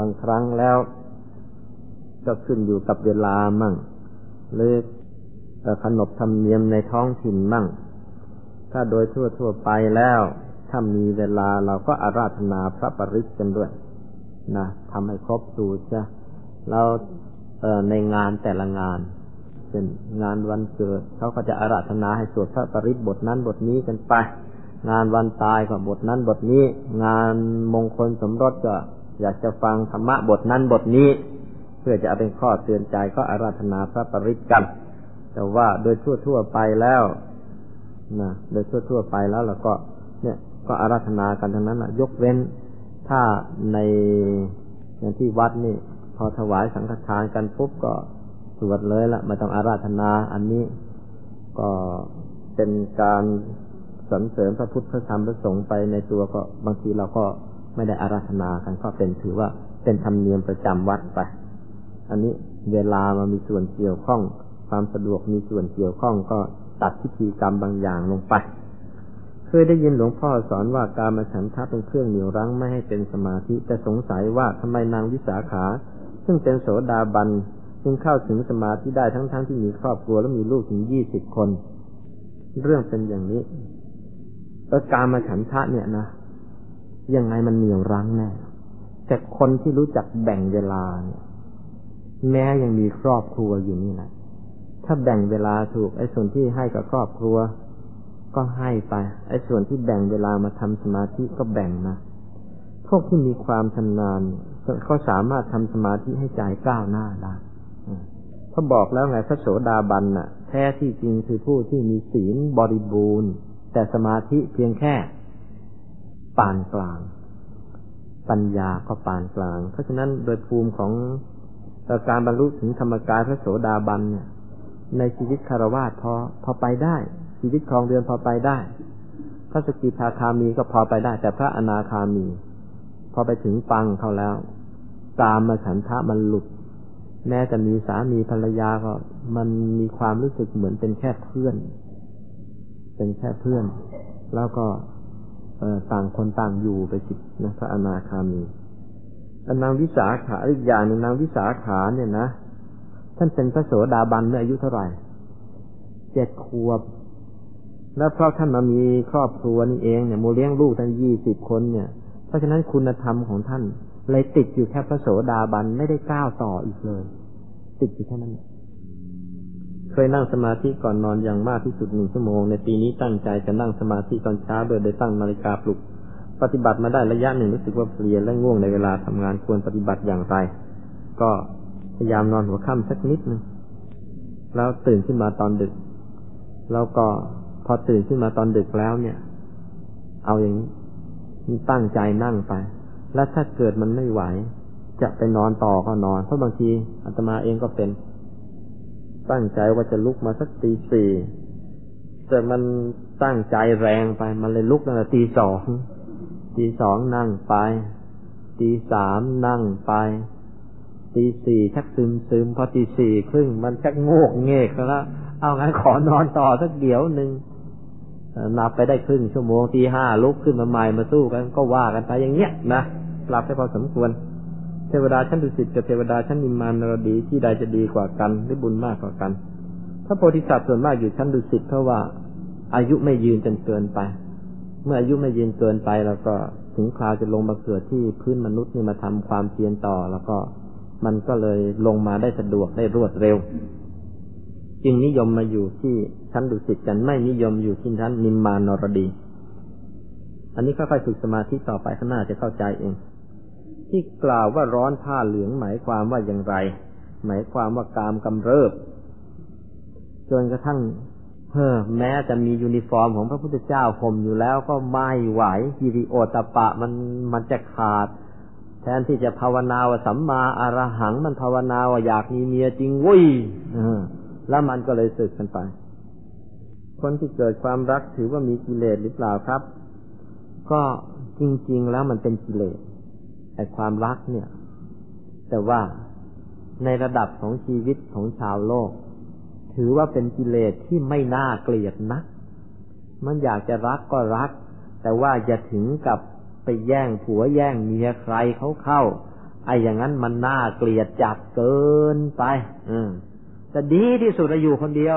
บางครั้งแล้วก็ขึ้นอยู่กับเวลามั่งหรือขนบธรรมเนียมในท้องถิ่นมั่งถ้าโดยทั่วไปแล้วถ้ามีเวลาเราก็อาราธนาพระปริตรกันด้วยนะทำให้ครบสูตรจ้ะเราในงานแต่ละงานเช่นงานวันเกิดเขาก็จะอาราธนาให้สวดพระปริตรบทนั้นบทนี้กันไปงานวันตายก็บทนั้นบทนี้งานมงคลสมรสก็อยากจะฟังธรรมะบทนั้นบทนี้เพื่อจะเอาเป็นข้อเตือนใจก็อาราธนาพระปริตรกันแต่ว่าโดยทั่วไปแล้วนะโดยทั่วไปแล้วเราก็เนี่ยก็อาราธนากันทั้งนั้นนะยกเว้นถ้าในอย่างที่วัดนี่พอถวายสังฆทานกันปุ๊บก็สวดเลยละไม่ต้องอาราธนาอันนี้ก็เป็นการสรรเสริญพระพุทธพระธรรมพระสงฆ์ไปในตัวก็บางทีเราก็ไม่ได้อาราธนากันก็เป็นถือว่าเป็นธรรมเนียมประจำวัดไปอันนี้เวลามันมีส่วนเกี่ยวข้องความสะดวกมีส่วนเกี่ยวข้องก็ตัดพิธีกรรมบางอย่างลงไปเคยได้ยินหลวงพ่อสอนว่ากามฉันทะเป็นเครื่องเหนี่ยวรั้งไม่ให้เป็นสมาธิแต่สงสัยว่าทำไมนางวิสาขาซึ่งเป็นโสดาบันจึงเข้าถึงสมาธิได้ทั้งที่มีครอบครัวและมีลูกถึง20 คนเรื่องเป็นอย่างนี้กามฉันทะเนี่ยนะยังไงมันเหนี่ยวรั้งแน่แต่คนที่รู้จักแบ่งเวลาเนี่ยแม้ยังมีครอบครัวอยู่นี่แหละถ้าแบ่งเวลาถูกไอ้ส่วนที่ให้กับครอบครัวก็ให้ไปไอ้ส่วนที่แบ่งเวลามาทำสมาธิก็แบ่งนะพวกที่มีความชำนาญเขาสามารถทำสมาธิให้ใจก้าวหน้าได้เขาบอกแล้วไงพระโสดาบันน่ะแท้ที่จริงคือผู้ที่มีศีลบริบูรณ์แต่สมาธิเพียงแค่ปานกลางปัญญาก็ปานกลางเพราะฉะนั้นโดยภูมิของการบรรลุถึงธรรมกายพระโสดาบันเนี่ยในชีวิตคฤหัสถ์พอไปได้ชีวิตครองเรือนพอไปได้พระสกิทาคามีก็พอไปได้แต่พระอนาคามีพอไปถึงปังเขาแล้วกามฉันทะมันหลุดแม้จะมีสามีภรรยาก็มันมีความรู้สึกเหมือนเป็นแค่เพื่อนแล้วก็ต่างคนต่างอยู่ไปสินะพระอนาคามีนางวิสาขาอีกอย่างนึงนางวิสาขาเนี่ยนะท่านเป็นพระโสดาบันเมื่ออายุเท่าไหร่7 ขวบแล้วเพราะท่านมามีครอบครัวนี่เองเนี่ยโมเลี้ยงลูกทั้ง20 คนเนี่ยเพราะฉะนั้นคุณธรรมของท่านเลยติดอยู่แค่พระโสดาบันไม่ได้ก้าวต่ออีกเลยติดอยู่แค่นั้นเคยนั่งสมาธิก่อนนอนอย่างมากที่สุด1 ชั่วโมงในปีนี้ตั้งใจจะนั่งสมาธิตอนเช้าโดยตั้งนาฬิกาปลุกปฏิบัติมาได้ระยะหนึ่งรู้สึกว่าเพลียและง่วงในเวลาทำงานควรปฏิบัติอย่างไรก็พยายามนอนหัวค่ำสักนิดนึงแล้วตื่นขึ้นมาตอนดึกแล้วก็พอตื่นขึ้นมาตอนดึกแล้วเนี่ยเอาอย่างนี้ตั้งใจนั่งไปแล้วถ้าเกิดมันไม่ไหวจะไปนอนต่อก็นอนเพราะบางทีอาตมาเองก็เป็นตั้งใจว่าจะลุกมาสักตี 4แต่มันตั้งใจแรงไปมันเลยลุกตั้งแต่ตี 2 ตี 2นั่งไปตี 3นั่งไปตี 4ชักซึมพอตี 4 ครึ่งมันชักโงกเงกแล้วเอางั้นขอนอนต่อสักเดี๋ยวนึงนับไปได้ครึ่งชั่วโมงตี 5ลุกขึ้นมาใหม่มาสู้กันก็ว่ากันไปอย่างเงี้ยนะหลับให้พอสมควรเทวดาชั้นดุสิตกับเทวดาชั้นนิมมานนรดีที่ใดจะดีกว่ากันหรือบุญมากกว่ากันพระโพธิสัตว์ส่วนมากอยู่ชั้นดุสิตเพราะว่าอายุไม่ยืนจนเกินไปเมื่ออายุไม่ยืนเกินไปแล้วก็ถึงคราวจะลงมาเกิดที่พื้นมนุษย์นี่มาทำความเพียรต่อแล้วก็มันก็เลยลงมาได้สะดวกได้รวดเร็วจึงนิยมมาอยู่ที่ชั้นดุสิตกันไม่นิยมอยู่ที่ชั้นนิมมานนรดีอันนี้ค่อยๆฝึกสมาธิต่อไปข้างหน้าจะเข้าใจเองที่กล่าวว่าร้อนผ้าเหลืองหมายความว่าอย่างไรหมายความว่ากามกำเริบจนกระทั่งแม้จะมียูนิฟอร์มของพระพุทธเจ้าห่มอยู่แล้วก็ไม่ไหวหิริโอตตัปปะมันจะขาดแทนที่จะภาวนาว่าสัมมาอรหังมันภาวนาว่าอยากมีเมียจริงวุ้ยแล้วมันก็เลยสึกกันไปคนที่เกิดความรักถือว่ามีกิเลสหรือเปล่าครับก็จริงๆแล้วมันเป็นกิเลสไอ้ความรักเนี่ยแต่ว่าในระดับของชีวิตของชาวโลกถือว่าเป็นกิเลสที่ไม่น่าเกลียดนะมันอยากจะรักก็รักแต่ว่าอย่าถึงกับไปแย่งผัวแย่งเมียใครเขาเข้าไอ้อย่างนั้นมันน่าเกลียดจัดเกินไปแต่ดีที่สุดอยู่คนเดียว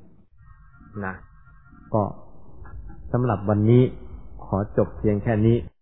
นะก็สำหรับวันนี้ขอจบเพียงแค่นี้